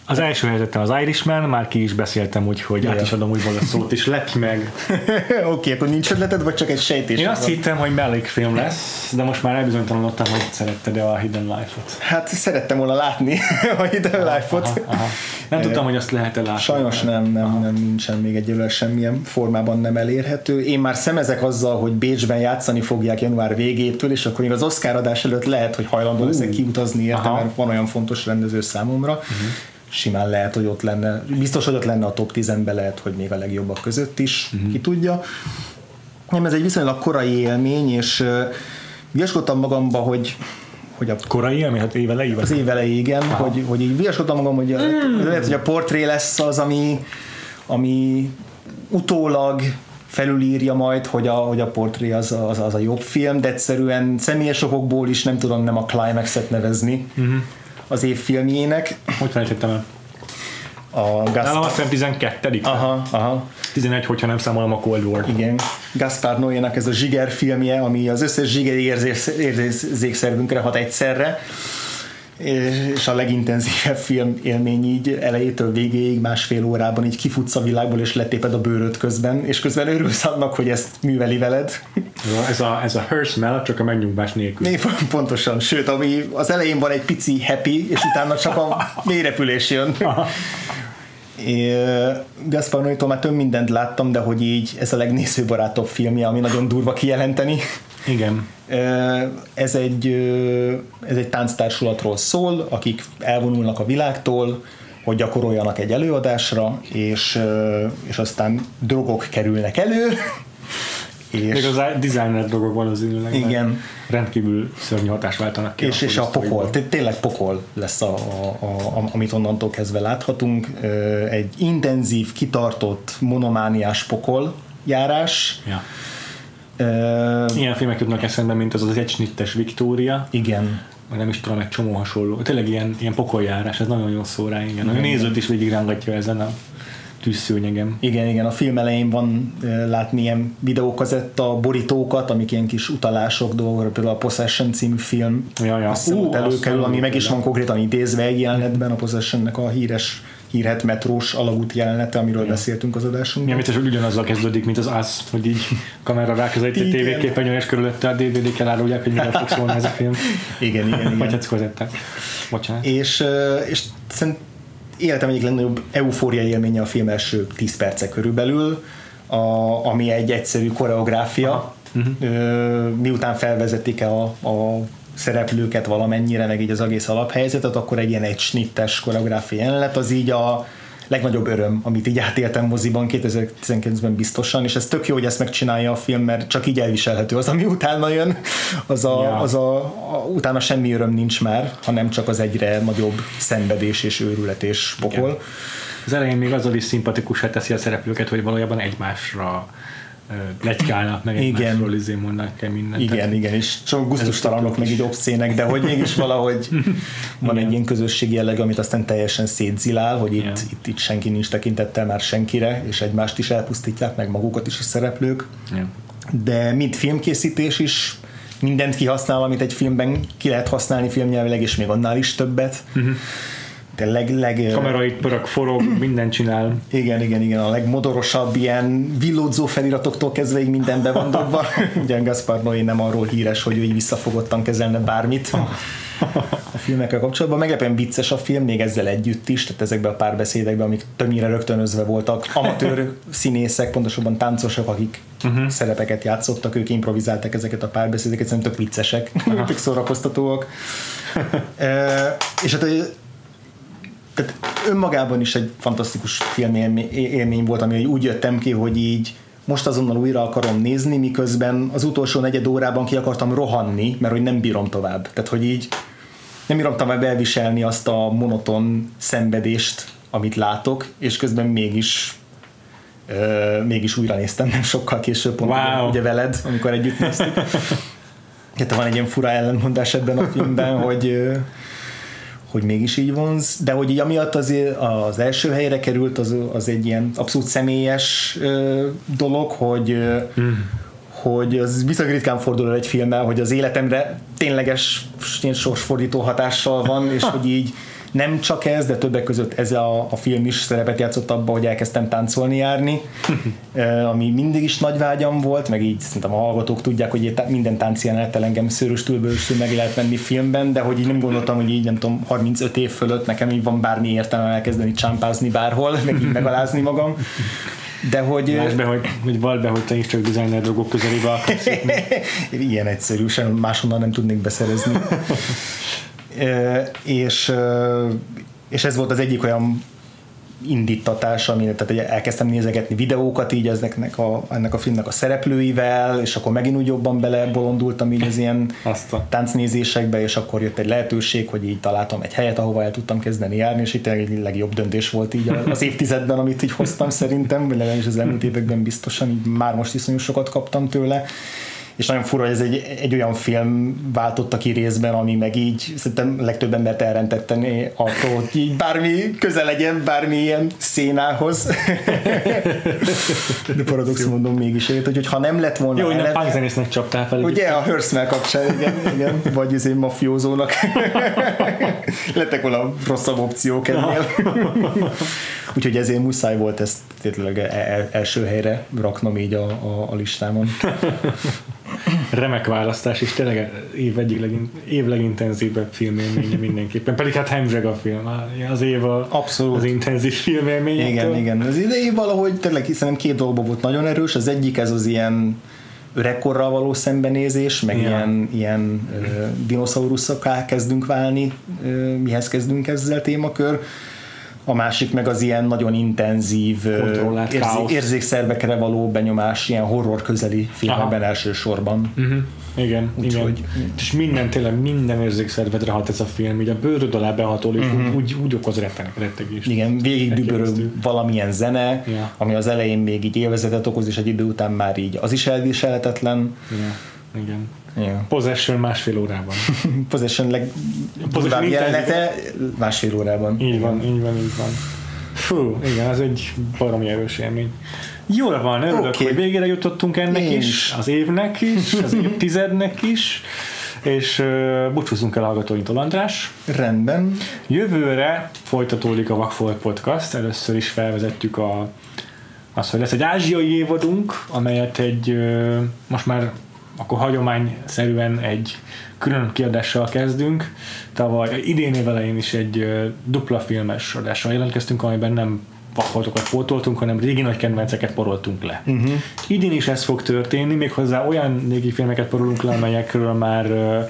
Az első helyzetem az Irishman, már ki is beszéltem úgy, hogy át is adom újból a szót, és lett meg. Oké, okay, akkor nincs ötleted, vagy csak egy sejtés? Én azt van? hittem, hogy mellékfilm lesz, de most már elbizonytalanodtam, hogy szeretted-e a Hidden Life-ot. Hát szerettem volna látni a Hidden aha, Life-ot. Aha, aha. Nem tudtam, hogy azt lehet-e látni. Sajnos nem, nem, nem, nincsen még egyelőre semmilyen formában nem elérhető. Én már szemezek azzal, hogy Bécsben játszani fogják január végétől, és akkor még az Oscar adás előtt lehet, hogy hajlandó uh, leszek kiutazni érte, mert van olyan fontos rendező számomra. Uh-huh. Simán lehet, hogy ott lenne, biztos, hogy ott lenne a top tízben, lehet, hogy még a legjobbak között is, uh-huh. ki tudja. Nem, ez egy viszonylag korai élmény, és uh, viaskodtam magamba, hogy hogy a korai élmény, hát évelei? Az évelei, igen, hogy, hogy így viaskodtam magam, hogy, mm. lehet, hogy a portré lesz az, ami, ami utólag felülírja majd, hogy a, hogy a portré az, az, az a jobb film, de egyszerűen személyes okokból is nem tudom nem a Climax-et nevezni uh-huh. az év filmjének. Hogy felejtettem el? A Gaspar... Nálam azt hiszem tizenkettedik Aha, aha. tizenegy, hogyha nem számolom a Cold War. Igen. Gaspar Noénak ez a zsiger filmje, ami az összes zsigeri érzékszervünkre hat egyszerre, és a legintenzívebb film élmény így elejétől végéig másfél órában így kifutsz a világból, és letéped a bőröd közben, és közben örülsz annak, hogy ezt műveli veled. Ez a, ez a her smell, csak a megnyugvás nélkül. Né, pontosan, sőt, ami az elején van egy pici happy, és utána csak a mélyrepülés jön. Gaspar Noétól már több mindent láttam, de hogy így ez a legnézőbarátabb filmje, ami nagyon durva kijelenteni. Igen. Ez egy, ez egy tánctársulatról szól, akik elvonulnak a világtól, hogy gyakoroljanak egy előadásra, és, és aztán drogok kerülnek elő. És még az designer drogok valószínűleg. Igen. Rendkívül szörnyű hatást váltanak ki. És, és a pokol, tényleg pokol lesz, a, a, a, amit onnantól kezdve láthatunk. Egy intenzív, kitartott, monomániás pokol járás. Ja. Uh, Ilyen filmek jutnak eszembe, mint az az egysnittes Victoria. Igen. Vagy nem is tudom, egy csomó hasonló. Tényleg ilyen, ilyen pokoljárás, ez nagyon jó szó rá. Igen. A nézőt is végig rángatja ezen a tűzszőnyegem. Igen, igen, a film elején van uh, látni ilyen videókazetta borítókat, amik ilyen kis utalások dolgokra, például a Possession című film ja, ja. uh, előkerül, ami meg is van konkrétan idézve egy jelenetben, a Possessionnek a híres hírhet metrós alagút jelenete, amiről ja. beszéltünk az adásunkban. Ja, mint ugyanazzal kezdődik, mint az az, hogy így kamera ráközelít a tévéképernyőn, és körülötte a dé vé dé-kel árulják, hogy miről fog szólni ez a film. Igen, igen, igen. Vagy hát kozettek. Bocsánat. És, és szerint életem egyik legnagyobb eufória élménye a film első tíz perce körülbelül, a, ami egy egyszerű koreográfia. Uh-huh. Miután felvezetik a, a szereplőket valamennyire, meg így az egész alaphelyzetet, akkor egy ilyen egy snittes koreográfia jelenet, az így a legnagyobb öröm, amit így átéltem moziban kétezer-tizenkilencben biztosan, és ez tök jó, hogy ezt megcsinálja a film, mert csak így elviselhető az, ami utána jön, az a, ja. az a, a utána semmi öröm nincs már, hanem csak az egyre nagyobb szenvedés és őrület és pokol. Igen. Az elején még azzal is szimpatikussá teszi a szereplőket, hogy valójában egymásra legykálnak, meg egymásról izé mondanak kell mindent. Igen, tehát, igen, és csak gusztustalanok, meg így obszének, de hogy mégis valahogy van egy ilyen közösségi jelleg, amit aztán teljesen szétzilál, hogy itt, itt, itt senki nincs tekintettel már senkire, és egymást is elpusztítják, meg magukat is a szereplők. Igen. De mint filmkészítés is mindent kihasznál, amit egy filmben ki lehet használni filmnyelvileg, és még annál is többet. Uh-huh. De leg, leg, kamerai pörög, forog, mindent csinál. Igen, igen, igen, a legmodorosabb ilyen villódzó feliratoktól kezdve így mindenbe van dobva. Ugyan Gaspar Noé nem arról híres, hogy ő így visszafogottan kezelne bármit a filmekkel kapcsolatban. Meglepően vicces a film, még ezzel együtt is, tehát ezekben a párbeszédekben, amik többnyire rögtönözve voltak. Amatőr színészek, pontosabban táncosok, akik uh-huh. szerepeket játszottak, ők improvizálták ezeket a párbeszédeket, szerintem tök viccesek, tök szórakoztatóak. e, és hát tehát önmagában is egy fantasztikus filmélmény volt, ami úgy jöttem ki, hogy így most azonnal újra akarom nézni, miközben az utolsó negyed órában ki akartam rohanni, mert hogy nem bírom tovább. Tehát, hogy így nem bírom tovább elviselni azt a monoton szenvedést, amit látok, és közben mégis euh, mégis újra néztem, nem sokkal később, pont wow. ugye veled, amikor együtt néztük. Tehát van egy ilyen fura ellentmondás ebben a filmben, hogy hogy mégis így vonz, de hogy így amiatt az, az első helyre került, az, az egy ilyen abszolút személyes ö, dolog, hogy, mm. hogy az viszonylag ritkán fordul egy filmmel, hogy az életemre tényleges sorsfordító hatással van, és hogy így nem csak ez, de többek között ez a, a film is szerepet játszott abban, hogy elkezdtem táncolni járni, ami mindig is nagy vágyam volt, meg így szerintem a hallgatók tudják, hogy minden tánc jelenet engem szőröstül bőröstül meg lehet venni filmben, de hogy így nem gondoltam, hogy így nem tudom, harmincöt év fölött nekem így van bármi értelme elkezdeni csámpázni bárhol, meg így megalázni magam. De hogy... Lásd be, hogy, hogy vald be, hogy te is csak designer dolgok közelébe akarsz jutni. Ilyen egyszerű, sem máshonnan nem tudnék beszerezni. e, és, és ez volt az egyik olyan indítatás, ami, tehát elkezdtem nézegetni videókat így ezeknek a, ennek a filmnek a szereplőivel, és akkor megint úgy jobban belebolondultam így az ilyen táncnézésekbe, és akkor jött egy lehetőség, hogy így találtam egy helyet, ahova el tudtam kezdeni járni, és itt egy legjobb döntés volt így az évtizedben, amit így hoztam szerintem, vagy legalábbis az elmúlt években biztosan, így már most iszonyú sokat kaptam tőle. És nagyon fura, hogy ez egy, egy olyan film váltotta ki részben, ami meg így szerintem legtöbb embert elrentetteni attól, hogy így bármi közel legyen bármilyen szénához. De paradox mondom mégis ért, hogy ha nem lett volna... Jó, hogy nem punkzenésznek csaptál fel. Ugye a Hearst-mel kapcsán, igen, igen, vagy az én mafiózónak. Lettek volna rosszabb opciók ennél. Úgyhogy ezért muszáj volt ezt tényleg el, első helyre raknom így a, a, a listámon. Remek választás, és tényleg év egyik legin, év legintenzívebb filmélménye mindenképpen. Pedig hát hemzseg a film, az év a, abszolút. Az intenzív filmélményektől. Igen, igen. Az idei valahogy tényleg hiszen két dologban volt nagyon erős. Az egyik ez az ilyen öregkorral való szembenézés, meg ja. ilyen, ilyen uh, dinoszauruszokká kezdünk válni, uh, mihez kezdünk ezzel témakör. A másik meg az ilyen nagyon intenzív érzé- érzékszervekre való benyomás, ilyen horror közeli filmekben elsősorban. Uh-huh. Igen, úgy, igen. Hogy... És minden, tényleg minden érzékszervedre hat ez a film, így a bőröd alá behatol, és uh-huh. úgy, úgy okoz rettenek, rettegést. Igen, végig dübörög valamilyen zene, ja. ami az elején még így élvezetet okoz, és egy idő után már így az is elviselhetetlen. Ja. Igen. Yeah. Possession másfél órában. Possession leg durvább jelenete másfél órában. Így van, így van, így van. Fú, igen, ez egy baromi erős élmény. Jól van, örülök, okay. hogy végére jutottunk ennek Én is, is, az évnek is, az évtizednek is, és uh, búcsúzzunk el a hallgatóinktól, András. Rendben. Jövőre folytatódik a Vagfolt Podcast, először is felvezettük a az, hogy lesz egy ázsiai évadunk, amelyet egy uh, most már akkor hagyományszerűen egy külön kiadással kezdünk. Tavaly idén év elején is egy uh, dupla filmes adással jelentkeztünk, amiben nem vakfoltokat pótoltunk, hanem régi nagy kedvenceket poroltunk le. Uh-huh. Idén is ez fog történni, méghozzá olyan régi filmeket porolunk le, amelyekről már uh,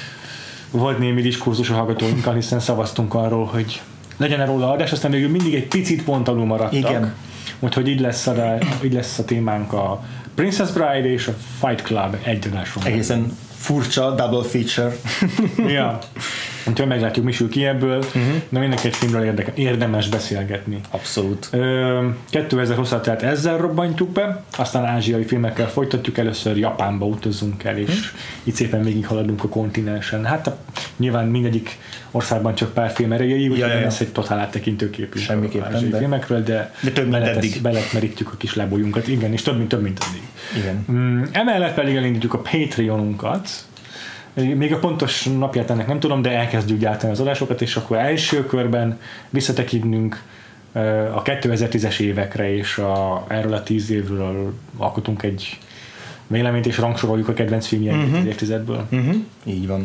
volt némi diskurzus a hallgatóinkkal, hiszen szavaztunk arról, hogy legyen róla adás, aztán végül mindig egy picit pont alul maradtak. Igen. Úgyhogy így lesz, a, így lesz a témánk a Princess Bride és a Fight Club egy adáson. Egészen furcsa double feature. Ja. Úgyhogy meglátjuk, mi sül ki ebből, uh-huh. de mindenki egy filmről érdeke, érdemes beszélgetni. Abszolút. Ö, kétezer-húsz tehát ezzel robbantjuk be, aztán ázsiai filmekkel folytatjuk, először Japánba utazunk el, és uh-huh. így szépen végighaladunk a kontinensen. Hát a, nyilván mindegyik országban csak pár film erejéig, úgyhogy ja, ja. ez egy totál áttekintő képű ázsiai de... filmekről, de, de több mint eddig. Beletmerítjük a kis lábújunkat, igen, és több mint több, mint eddig. Igen. Mm, emellett pedig elindítjuk a Patreonunkat. Még a pontos napját ennek nem tudom, de elkezdjük gyártani az adásokat, és akkor első körben visszatekintünk a kétezer-tízes évekre, és a, erről a tíz évről alkotunk egy véleményt, és rangsoroljuk a kedvenc filmjeinket uh-huh. az évtizedből. Uh-huh. Így van.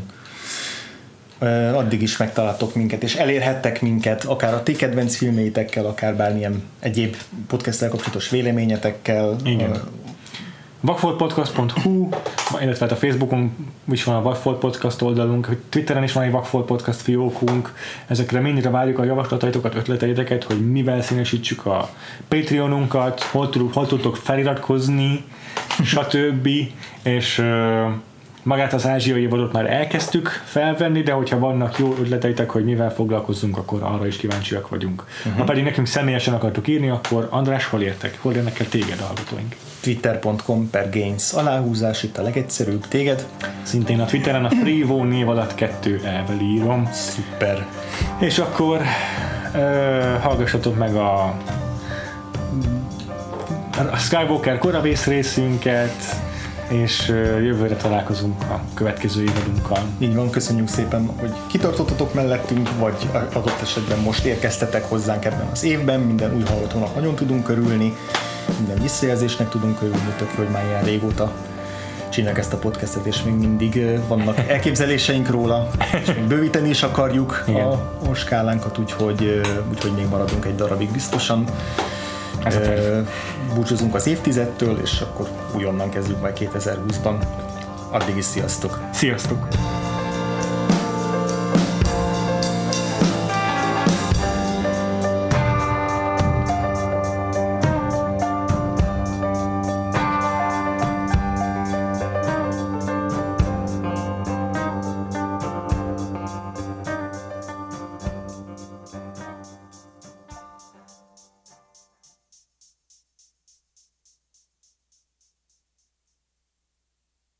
Addig is megtaláltok minket, és elérhettek minket akár a ti kedvenc filmeitekkel, akár bármilyen egyéb podcasttel kapcsolatos véleményetekkel. Igen. vagfoltpodcast pont hu, illetve a Facebookon is van a Vagfolt Podcast oldalunk, Twitteren is van egy Vagfolt Podcast fiókunk, ezekre mindre várjuk a javaslataitokat, ötleteiteket, hogy mivel színesítsük a Patreonunkat, hol, tud, hol tudtok feliratkozni, stb. És uh, magát az ázsiai évadot már elkezdtük felvenni, de hogyha vannak jó ötleteitek, hogy mivel foglalkozzunk, akkor arra is kíváncsiak vagyunk. Uh-huh. Ha pedig nekünk személyesen akartok írni, akkor András, hol értek? Hol érnek el téged a hallgatóink? twitter pont com per gains aláhúzás, itt a legegyszerűbb. Téged? Szintén a Twitteren a Freevo név alatt kettő elvel írom. Szuper. És akkor uh, hallgassatok meg a, a Skywalker koravész részünket, és jövőre találkozunk a következő évadunkkal. Így van, köszönjük szépen, hogy kitartottatok mellettünk, vagy adott esetben most érkeztetek hozzánk ebben az évben. Minden új hallgatónak nagyon tudunk örülni, minden visszajelzésnek tudunk örülni, tök, hogy már ilyen régóta csináljuk ezt a podcastet, és még mindig vannak elképzeléseink róla, és még bővíteni is akarjuk a, a skálánkat, úgyhogy, úgyhogy még maradunk egy darabig biztosan. Búcsúzunk az évtizedtől, és akkor újonnan kezdjük majd kétezer-húszban. Addig is sziasztok! Sziasztok!